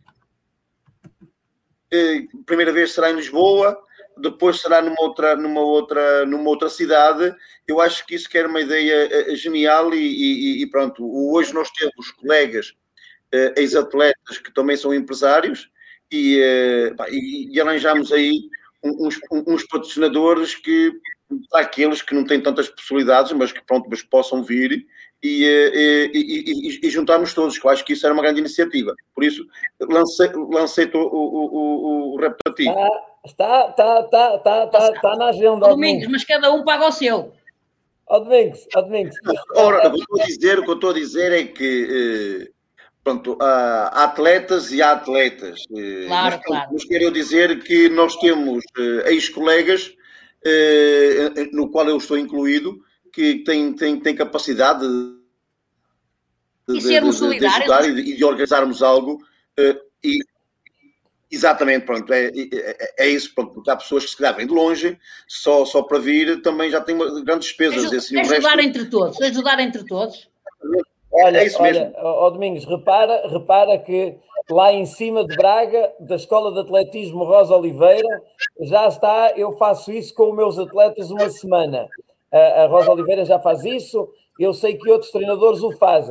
Uh, primeira vez será em Lisboa, depois será numa outra, numa outra, numa outra cidade. Eu acho que isso que era uma ideia uh, genial e, e, e pronto, hoje nós temos colegas Uh, ex-atletas que também são empresários e, uh, pá, e, e arranjamos aí uns, uns patrocinadores que, para aqueles que não têm tantas possibilidades, mas que pronto, mas possam vir e, uh, e, e, e, e juntarmos todos, que eu acho que isso era uma grande iniciativa. Por isso, lancei, lancei o, o, o, o repto a ti. Está, está, está, está, está, está na agenda. Ó Domingos, mas cada um paga o seu. Ó Domingos, ó Domingos. Ora, o que eu estou a dizer, o que eu estou a dizer é que... Uh, Pronto, há atletas e há atletas. Claro, mas, claro. Mas quero dizer que nós temos uh, ex-colegas, uh, no qual eu estou incluído, que têm, têm, têm capacidade de, e sermos de, de, de ajudar e de, e de organizarmos algo. Uh, e, exatamente, pronto, é, é, é isso, pronto, porque há pessoas que se calhar vêm de longe, só, só para vir também já têm grandes despesas. Ajudar, assim, ajudar resto... entre todos, ajudar entre todos. Olha, é isso olha, mesmo. ó Domingos, repara, repara que lá em cima de Braga, da Escola de Atletismo Rosa Oliveira, já está, eu faço isso com os meus atletas uma semana. A, a Rosa Oliveira já faz isso, eu sei que outros treinadores o fazem.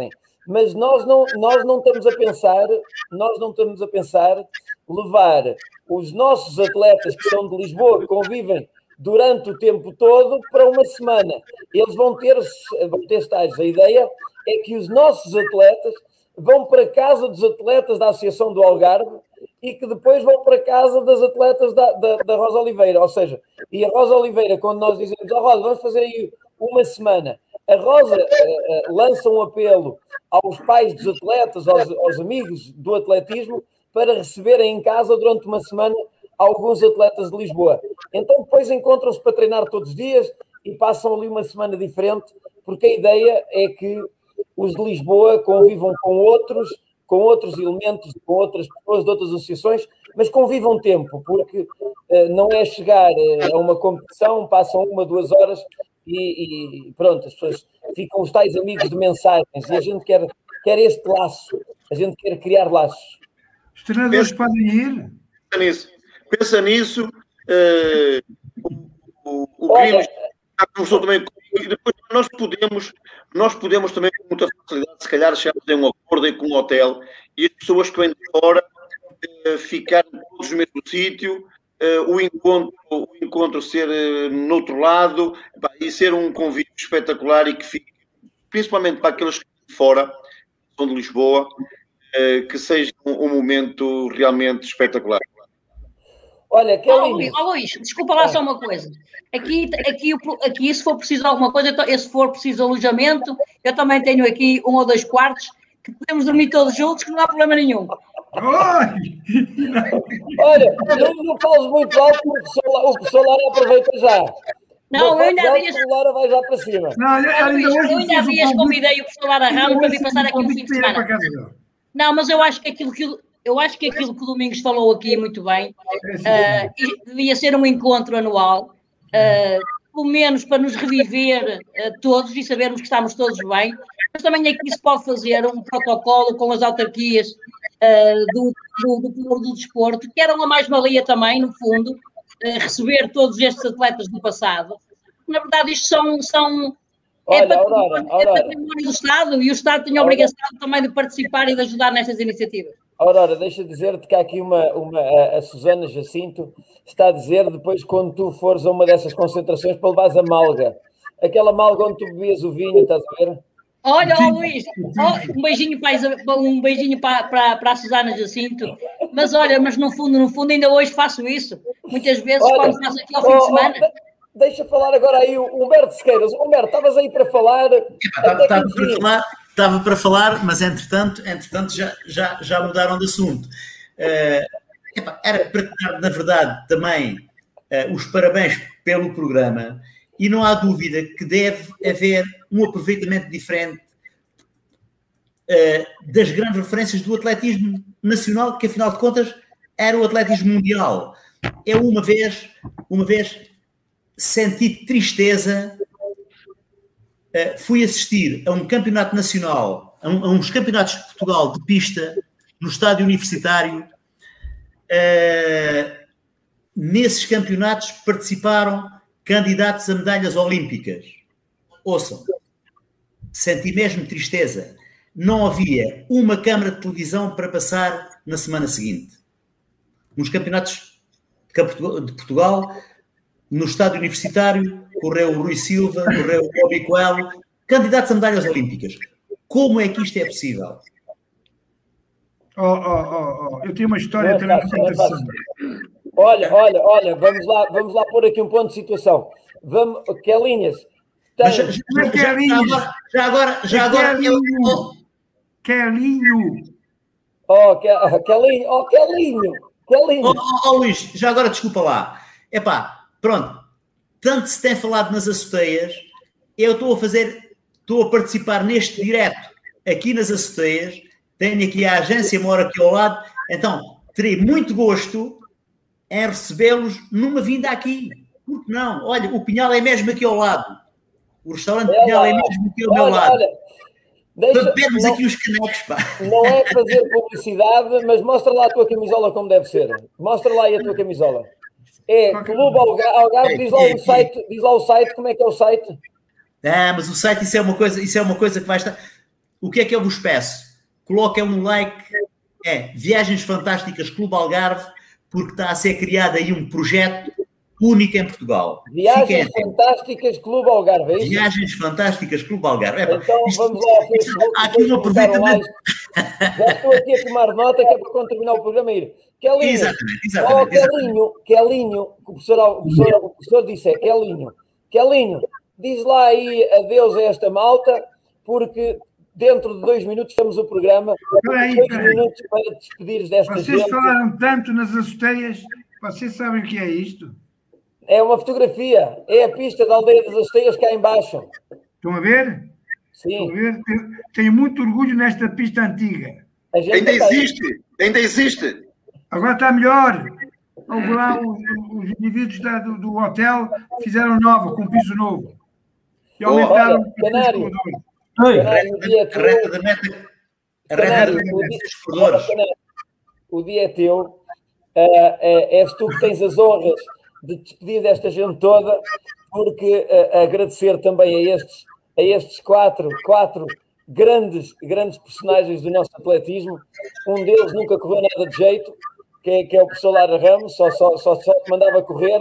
mas nós não, nós não estamos a pensar, nós não estamos a pensar levar os nossos atletas que são de Lisboa, que convivem durante o tempo todo, para uma semana. Eles vão ter, vão ter estágios. A ideia é que os nossos atletas vão para casa dos atletas da Associação do Algarve e que depois vão para casa das atletas da, da, da Rosa Oliveira. Ou seja, e a Rosa Oliveira, quando nós dizemos, ó oh, Rosa, vamos fazer aí uma semana, a Rosa uh, uh, lança um apelo aos pais dos atletas, aos, aos amigos do atletismo, para receberem em casa durante uma semana alguns atletas de Lisboa. Então depois encontram-se para treinar todos os dias e passam ali uma semana diferente, porque a ideia é que os de Lisboa convivam com outros, com outros elementos, com outras pessoas de outras associações, mas convivam tempo, porque uh, não é chegar uh, a uma competição, passam uma, duas horas e, e pronto, as pessoas ficam os tais amigos de mensagens e a gente quer, quer este laço, a gente quer criar laços. Os treinadores pensa, podem ir? Pensa nisso. Pensa nisso. Uh, o o, o Grêmio já conversou também comigo e depois nós podemos, nós podemos também, com muita facilidade, se calhar chegarmos a um acordo com um hotel e as pessoas que vêm de fora uh, ficarem todos no mesmo sítio, uh, o, encontro, o encontro ser uh, no outro lado, pá, e ser um convite espetacular e que fique, principalmente para aqueles que vêm de fora, que são de Lisboa, que seja um momento realmente espetacular. Olha, que oh, Luís, oh, Luís, desculpa lá é. só uma coisa. Aqui, aqui, aqui, se for preciso alguma coisa, se for preciso alojamento, eu também tenho aqui um ou dois quartos que podemos dormir todos juntos, que não há problema nenhum. Olha, não, não fales muito alto, o pessoal lá aproveita já. Não, eu ainda havia. A vai já para cima. Não, eu, eu, eu, eu ainda havia convidei o pessoal lá da Rama para vir passar aqui um fim de semana. Não, mas eu acho que aquilo que eu acho que aquilo que o Domingos falou aqui muito bem, uh, devia ser um encontro anual, uh, pelo menos para nos reviver uh, todos e sabermos que estamos todos bem, mas também aqui se pode fazer um protocolo com as autarquias uh, do, do, do, do desporto, que era uma mais-valia também, no fundo, uh, receber todos estes atletas do passado. Na verdade, isto são... são Olha, é patrimônio, Aurora, Aurora. é patrimônio do Estado e o Estado tem a obrigação também de participar e de ajudar nestas iniciativas. Aurora, deixa eu dizer-te que há aqui uma, uma a, a Susana Jacinto está a dizer depois quando tu fores a uma dessas concentrações para levares a malga. Aquela malga onde tu bebias o vinho, estás a ver? Olha, ó, Luís, ó, um beijinho, para, um beijinho para, para, para a Susana Jacinto. Mas olha, mas no fundo, no fundo ainda hoje faço isso. Muitas vezes olha, quando faço aqui ao fim oh, de semana... Oh, deixa falar agora aí o Humberto Sequeiras. Humberto, estavas aí para falar... Estava, estava, para falar estava para falar, mas entretanto, entretanto já, já, já mudaram de assunto. Uh, epa, era para dar, na verdade, também uh, os parabéns pelo programa e não há dúvida que deve haver um aproveitamento diferente uh, das grandes referências do atletismo nacional, que afinal de contas era o atletismo mundial. É uma vez... Uma vez senti tristeza, uh, fui assistir a um campeonato nacional, a, um, a uns campeonatos de Portugal de pista, no estádio universitário. Uh, nesses campeonatos participaram candidatos a medalhas olímpicas. Ouçam, senti mesmo tristeza. Não havia uma câmara de televisão para passar na semana seguinte. Nos campeonatos de Portugal... No estádio universitário, correu o Rui Silva, correu o Bobby Coelho, candidatos a medalhas olímpicas. Como é que isto é possível? Oh, oh, oh, oh. Eu tenho uma história também muito interessante. Olha, olha, olha, vamos lá, vamos lá pôr aqui um ponto de situação. Vamos, Quelinhas. Tem... Já, já, já, já agora, já agora... Quelinho. Oh, Quelinho, oh, Quelinho. Quelinho. Oh, oh, oh, Luís, já agora desculpa lá. Epá, pronto, tanto se tem falado nas açoteias, eu estou a fazer, estou a participar neste direto aqui nas açoteias, tenho aqui a agência, moro aqui ao lado, então terei muito gosto em recebê-los numa vinda aqui. Por que não? Olha, o Pinhal é mesmo aqui ao lado. O restaurante é Pinhal lá. É mesmo aqui ao olha, meu lado. Olha, deixa, bebemos não, aqui os canecos, pá. Não é fazer publicidade, mas mostra lá a tua camisola como deve ser. Mostra lá aí a tua camisola. É, Clube Algarve, diz lá o site, diz lá o site, como é que é o site? Ah, mas o site, isso é uma coisa, isso é uma coisa que vai estar... o que é que eu vos peço? Coloquem um like, é Viagens Fantásticas Clube Algarve, porque está a ser criado aí um projeto único em Portugal. Viagens Fantásticas Clube Algarve, é isso? Viagens Fantásticas Clube Algarve. É, então isto, vamos lá ao Facebook. Há aqui um aproveitamento. Já estou aqui a tomar nota que é para quando terminar o programa ir. Kelinho, exatamente, exatamente, oh, Kelinho, Kelinho, o professor, o, professor, o professor disse é Kelinho, Kelinho, diz lá aí adeus a esta malta, porque dentro de dois minutos temos o programa. Peraí, dois peraí. minutos para despedir desta Vocês gente. falaram tanto nas azoteias, vocês sabem o que é isto? É uma fotografia, é a pista da Aldeia das Asteias cá embaixo. Estão a ver? Sim. Estão a ver? Tenho, tenho muito orgulho nesta pista antiga. Ainda existe, ainda existe. Agora está melhor. Houve lá os, os indivíduos da, do, do hotel fizeram nova, com piso novo. E aumentaram Olha, Canário, Oi. Canário, o dia é A reta teu. da meta. A Canário, reta da o meta dia- dos corredores. Canário, o dia é teu. Ah, é, és tu que tens as honras de despedir desta gente toda, porque ah, agradecer também a estes, a estes quatro, quatro grandes, grandes personagens do nosso atletismo. Um deles nunca correu nada de jeito, que é, que é o professor Lara Ramos, só, só, só, só te mandava correr.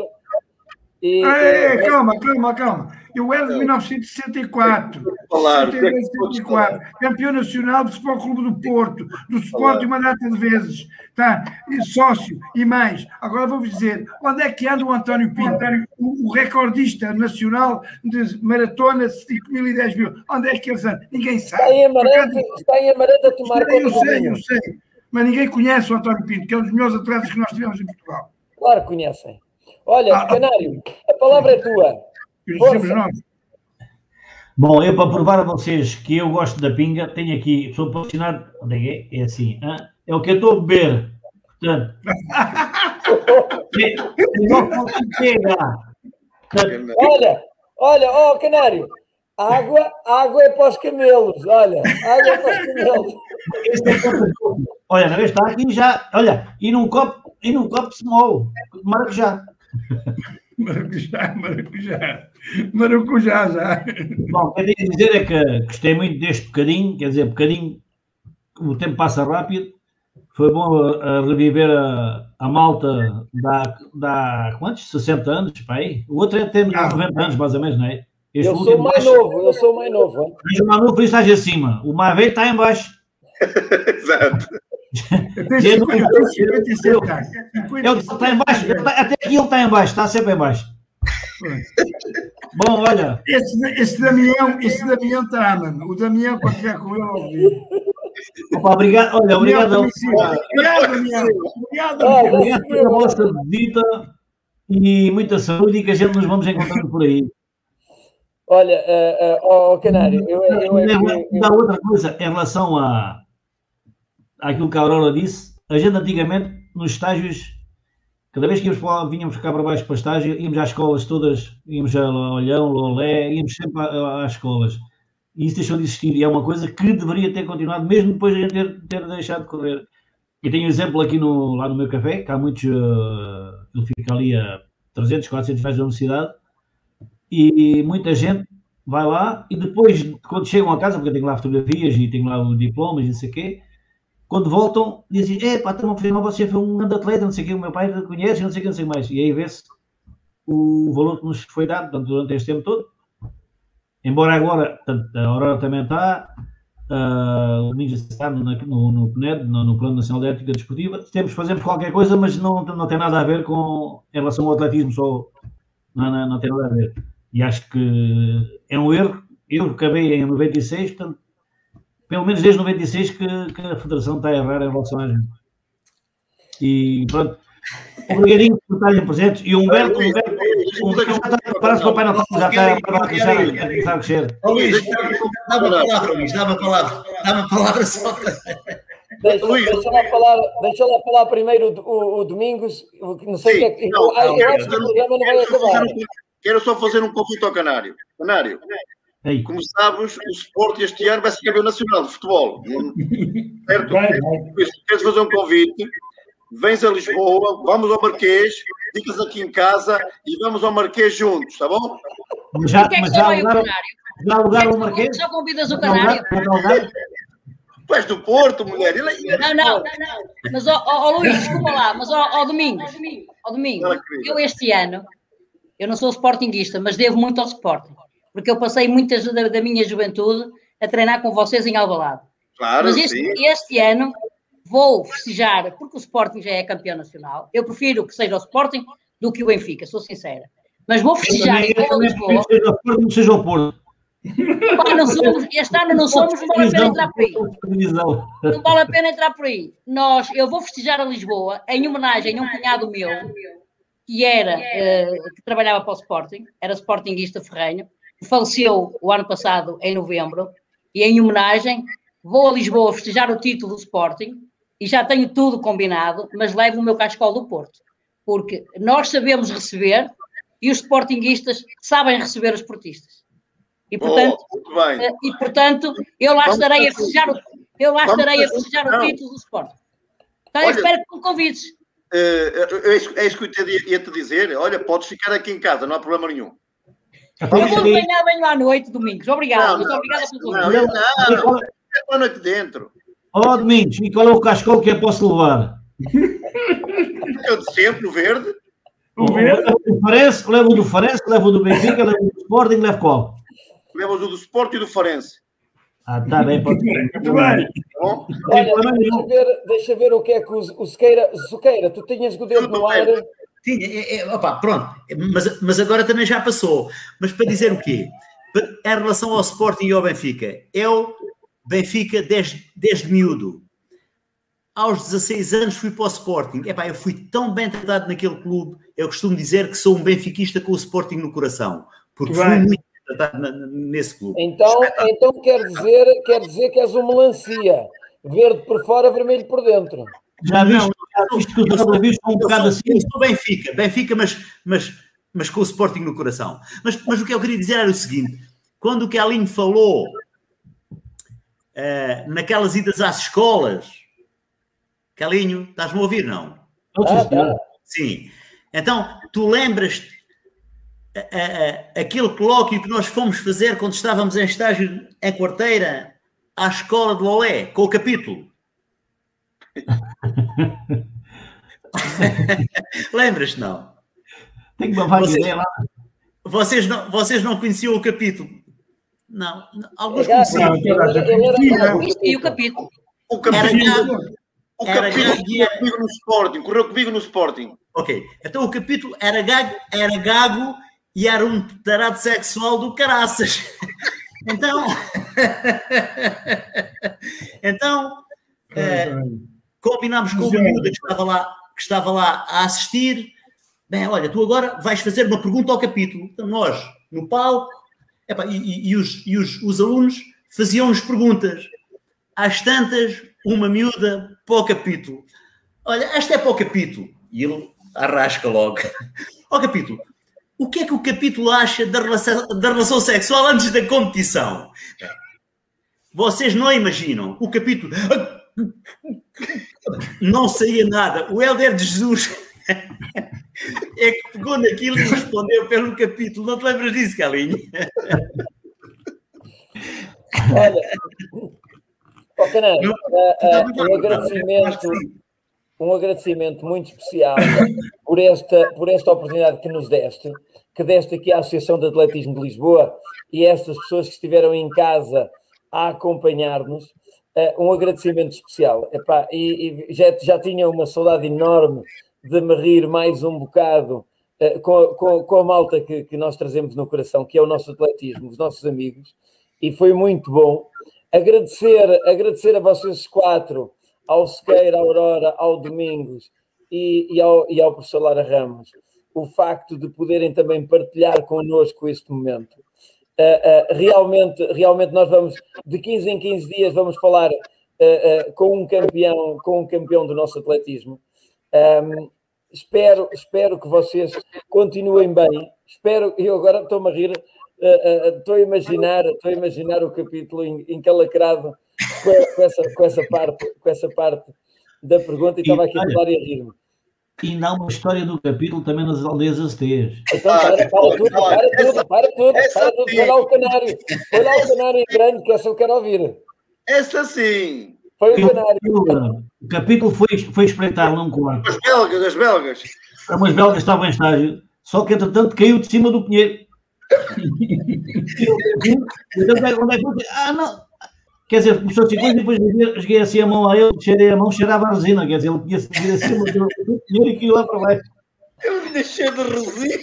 E, Ei, eh, calma, calma, calma. Eu era de mil novecentos e sessenta e quatro. Falar, sessenta e dois, sessenta e quatro. Campeão nacional do Futebol Clube do Porto, do Sport uma data de vezes. Tá? E sócio e mais. Agora vou-vos dizer, onde é que anda o António Pinto, o, o recordista nacional de maratona cinco mil e dez mil? Onde é que eles andam? Ninguém sabe. está em Amarante, está em Amarante a tomar Eu conta do sei, vinho. eu sei. Mas ninguém conhece o António Pinto, que é um dos melhores atletas que nós tivemos em Portugal. Claro que conhecem. Olha, Ah, Canário, a palavra é tua. Eu Força. disse nós. Bom, eu para provar a vocês que eu gosto da pinga, tenho aqui, sou apaixonado, onde é que é? É assim, hã? É o que eu estou a beber. Portanto, é, é igual que você pega. Portanto, Olha, olha, ó Canário, água, água é para os camelos, olha, água é para os camelos. este é o copo. Olha, na vez está aqui já, olha, e num copo, e num copo de small, de maracujá. Maracujá, maracujá. Maracujá já. Bom, o que eu tenho a dizer é que gostei muito deste bocadinho, quer dizer, bocadinho, o tempo passa rápido, foi bom a, a reviver a, a malta da, da quantos? sessenta anos, pá, aí. O outro é ter noventa anos, mais ou menos, não é? Este Eu sou mais novo, eu sou mais novo. Hein? Mas o mais novo, por isso estás acima. O mais velho está em baixo. Exato. Eu tenho cinquenta e sete anos. Ele está em baixo, ele está- até aqui ele está em baixo, está sempre em baixo. Bom, olha, Esse, esse Damião, esse Damião está, mano. O Damião, quando estiver com ele, ao vivo. opa, obrigado, olha, obrigado, Damião, Obrigado, Damião. Obrigado, Ah, Damião. obrigado pela vossa visita e muita saúde e que a gente nos vamos encontrando por aí. Olha, uh, uh, ó Canário, eu, eu, eu, eu, eu, Dá outra coisa em relação a, àquilo que a Aurora disse. A gente antigamente, nos estágios, cada vez que íamos para lá, vinhamos cá para baixo para estágio, íamos às escolas todas, íamos a Olhão, Lolé, íamos sempre às escolas. E isso deixou de existir. E é uma coisa que deveria ter continuado, mesmo depois de a gente ter, ter deixado de correr. E tenho um exemplo aqui no, lá no meu café, que há muitos, uh, ele fica ali a trezentos, quatrocentos metros da universidade, e muita gente vai lá e depois, quando chegam a casa, porque eu tenho lá fotografias e tenho lá os diplomas e não sei o quê, quando voltam, dizem, é pá, estão a fazer mal, você foi um grande atleta, não sei o quê, o meu pai conhece, não sei o quê, não sei mais. E aí vê-se o valor que nos foi dado portanto, durante este tempo todo. Embora agora, portanto, a Aurora também está, uh, o Ninja está no, no, no P N E D, no, no Plano Nacional de Ética Desportiva. Temos que fazer qualquer coisa, mas não, não tem nada a ver com, em relação ao atletismo, só não, não, não tem nada a ver. E acho que é um erro. Eu acabei em noventa e seis, portanto, pelo menos desde noventa e seis que, que a Federação está a errar em relação a gente. E pronto. Obrigadinho por estarem presentes. E o Humberto, Humberto, Humberto já está preparado para o Pai Natal, já está para começar a começar a crescer. Ó, Luís, dá-me a palavra, Luís, dá-me a palavra. Dá-me a palavra só para... deixa, deixa, lá falar, deixa lá falar primeiro o, o, o Domingos, não sei o que é que. Não, Eu, não, eu acho que o programa não vai quero só acabar. fazer um- Quero só fazer um convite ao Canário. Canário, Aí. como sabes, o Sport este ano vai ser campeão nacional de futebol. Certo? Vai, vai. Por isso, queres fazer um convite? Vens a Lisboa, vamos ao Marquês, ficas aqui em casa e vamos ao Marquês juntos, tá bom? Mas já, Porquê é que mas já chamei o alugaram, Canário? Já alugaram o Marquês? Só convidas o Canário. Tu és do Porto, mulher. Ele, ele não, não, não. Mas, ó, ó, ó Luís, desculpa lá, mas ó, ó Domingos, ó Domingos, eu este ano, eu não sou sportinguista, mas devo muito ao Sporting, porque eu passei muitas da, da minha juventude a treinar com vocês em Alvalade. Claro, mas este, este ano vou festejar, porque o Sporting já é campeão nacional, eu prefiro que seja o Sporting do que o Benfica, sou sincera. Mas vou festejar em Lisboa. Não seja o Porto. Pá, não somos, este ano não somos, não vale a pena entrar por aí. Não vale a pena entrar por aí. Nós, eu vou festejar a Lisboa em homenagem a um cunhado meu, que era, uh, que trabalhava para o Sporting, era sportinguista ferrenho, que faleceu o ano passado, em novembro, e em homenagem vou a Lisboa festejar o título do Sporting, e já tenho tudo combinado, mas levo o meu cascol do Porto, porque nós sabemos receber, e os sportinguistas sabem receber os portistas. E portanto, oh, bem. e, portanto eu lá estarei a festejar o, eu lá estarei a festejar o título do Sporting. Então eu espero que me convides. Uh, é, isso, é isso que eu te, ia te dizer. Olha, podes ficar aqui em casa, não há problema nenhum. Eu vou ganhar bem à noite, Domingos. Obrigado. Não, não, obrigada pelo convite. Não, não, não, é a noite dentro. Ó, oh, Domingos, e qual é o cascol que eu posso levar? Eu de sempre, o verde. O verde? Levo o do Farense, levo o do Benfica, levo o do Sporting, levo qual? Levas o do Sport e do Farense. Ah, está bem, pode ser. Muito bem. Bom, olha, deixa ver, deixa ver o que é que o, o Sequeira... Sequeira, tu tinhas o dedo no ar... Tinha, é, é, opa, pronto. Mas, mas agora também já passou. Mas para dizer o quê? Em relação ao Sporting e ao Benfica, eu, Benfica, desde, desde miúdo, aos dezasseis anos fui para o Sporting. Epá, eu fui tão bem tratado naquele clube, eu costumo dizer que sou um benfiquista com o Sporting no coração. Porque fui muito nesse clube. Então, então quer, dizer, quer dizer que és uma melancia. Verde por fora, vermelho por dentro. Já viste, já viste que os árbitros são um bocado assim? Eu sou Benfica, Benfica, mas, mas, mas com o Sporting no coração. Mas, mas o que eu queria dizer era o seguinte: quando o Kelinho falou uh, naquelas idas às escolas, Kelinho, estás-me a ouvir, não? Ah, tá. Sim. Então, tu lembras-te A, a, aquele colóquio que nós fomos fazer quando estávamos em estágio em Quarteira à escola de Lolé, com o capítulo? Lembras-te, não? Tenho uma vaga ideia lá. Vocês não, vocês não conheciam o capítulo? Não. Alguns é conheciam. E o capítulo? O capítulo, o capítulo correu comigo no Sporting. Correu comigo no Sporting. Ok. Então o capítulo era gago, era gago e era um tarado sexual do caraças. Então, então é, combinámos com o miúdo que estava lá, que estava lá a assistir. Bem, olha, tu agora vais fazer uma pergunta ao capítulo. Então nós, no palco, epa, e, e, e, os, e os, os alunos faziam-nos perguntas. Às tantas, uma miúda para o capítulo. Olha, esta é para o capítulo. E ele arrasca logo. Ó capítulo, o que é que o capítulo acha da relação, da relação sexual antes da competição? Vocês não imaginam. O capítulo não saía nada. O Helder de Jesus é que pegou naquilo e respondeu pelo capítulo. Não te lembras disso, Calinho? Olha, oh, Canário, uh, uh, um agradecimento... Um agradecimento muito especial por esta, por esta oportunidade que nos deste, que deste aqui à Associação de Atletismo de Lisboa e estas pessoas que estiveram em casa a acompanhar-nos. Uh, um agradecimento especial. Epá, e, e já, já tinha uma saudade enorme de me rir mais um bocado uh, com, com, com a malta que, que nós trazemos no coração, que é o nosso atletismo, os nossos amigos, e foi muito bom. Agradecer, agradecer a vocês quatro, ao Sequeira, à Aurora, ao Domingos e, e, ao, e ao professor Lara Ramos, o facto de poderem também partilhar connosco este momento. Uh, uh, realmente, realmente nós vamos, de quinze em quinze dias, vamos falar uh, uh, com um campeão, com um campeão do nosso atletismo. Um, espero, espero que vocês continuem bem. Espero, eu agora estou-me a rir, uh, uh, estou a imaginar, estou a imaginar o capítulo encalacrado com, com, essa, com, essa parte, com essa parte da pergunta e estava aqui a falar e a rir-me. e não uma história do capítulo também nas aldeias azteias. Então, para, para tudo, para tudo, para tudo, para tudo, foi lá o canário, foi lá o canário em grande, que essa eu quero ouvir. Essa sim. Foi o canário. O capítulo foi, foi espreitar num quarto. As belgas, as belgas. Umas belgas estavam em estágio, só que entretanto caiu de cima do pinheiro. Ah, não. Quer dizer, começou assim coisa e depois joguei assim a mão a ele, cheirei a mão, cheirava a resina. Quer dizer, ele tinha seguido acima do pinheiro e caiu lá para baixo. Eu me deixei de resina.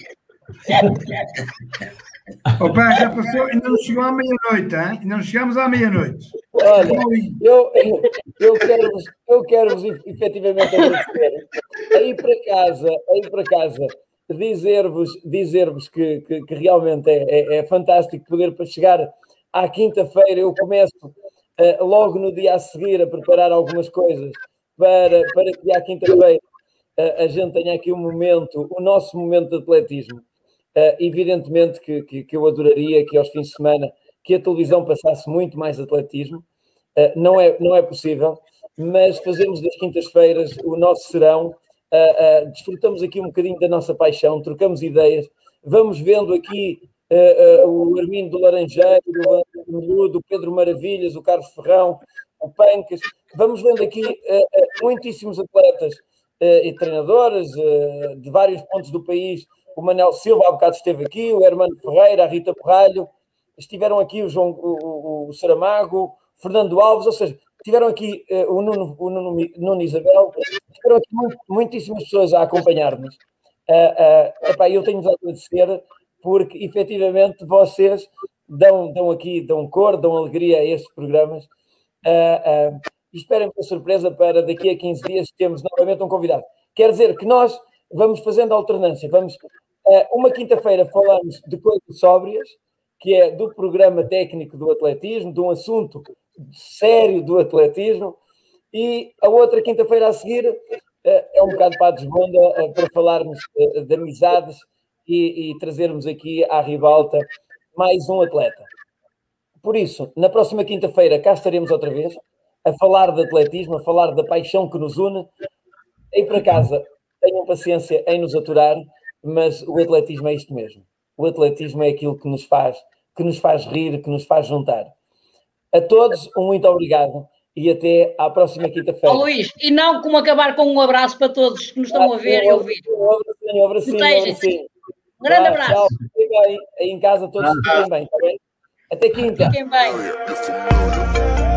Opa, já passou, ainda não chegou à meia-noite, hein? Ainda não chegamos à meia-noite. Olha, eu, eu quero-vos eu quero efetivamente agradecer. Aí para casa, aí para casa, dizer-vos dizer que, que, que realmente é, é, é fantástico poder para chegar à quinta-feira. Eu começo uh, logo no dia a seguir a preparar algumas coisas para, para que à quinta-feira uh, a gente tenha aqui um momento, o nosso momento de atletismo. Uh, evidentemente que, que, que eu adoraria que aos fins de semana que a televisão passasse muito mais atletismo. Uh, não, é, não é possível, mas fazemos das quintas-feiras o nosso serão, uh, uh, desfrutamos aqui um bocadinho da nossa paixão, trocamos ideias, vamos vendo aqui uh, uh, o Armindo do Laranjeiro, o Miúdo, o Pedro Maravilhas, o Carlos Ferrão, o Pancas, vamos vendo aqui uh, uh, muitíssimos atletas uh, e treinadoras uh, de vários pontos do país. O Manel Silva há bocado esteve aqui, o Hermano Ferreira, a Rita Porralho, estiveram aqui o João, o, o Saramago, o Fernando Alves, ou seja, tiveram aqui uh, o, Nuno, o Nuno, Nuno Isabel, tiveram aqui muito, muitíssimas pessoas a acompanhar-nos. Uh, uh, epá, eu tenho-vos a agradecer porque, efetivamente, vocês dão, dão aqui, dão cor, dão alegria a estes programas. Uh, uh, e esperem pela surpresa para daqui a quinze dias termos novamente um convidado. Quer dizer que nós vamos fazendo alternância. Vamos, uh, uma quinta-feira falamos de coisas sóbrias, que é do programa técnico do atletismo, de um assunto sério do atletismo, e a outra quinta-feira a seguir uh, é um bocado para a desbanda, uh, para falarmos uh, de amizades e, e trazermos aqui à ribalta mais um atleta. Por isso, na próxima quinta-feira cá estaremos outra vez a falar de atletismo, a falar da paixão que nos une. Aí para casa, tenham paciência em nos aturar, mas o atletismo é isto mesmo. O atletismo é aquilo que nos faz, que nos faz rir, que nos faz juntar. A todos, um muito obrigado e até à próxima quinta-feira. Oh, Luís, e não como acabar com um abraço para todos que nos estão a ver e ouvir. Um abracinho, um abracinho, um abracinho. Um grande abraço. Tchau. Fiquem bem. Aí em casa todos fiquem bem, está bem? Até quinta. Fiquem bem.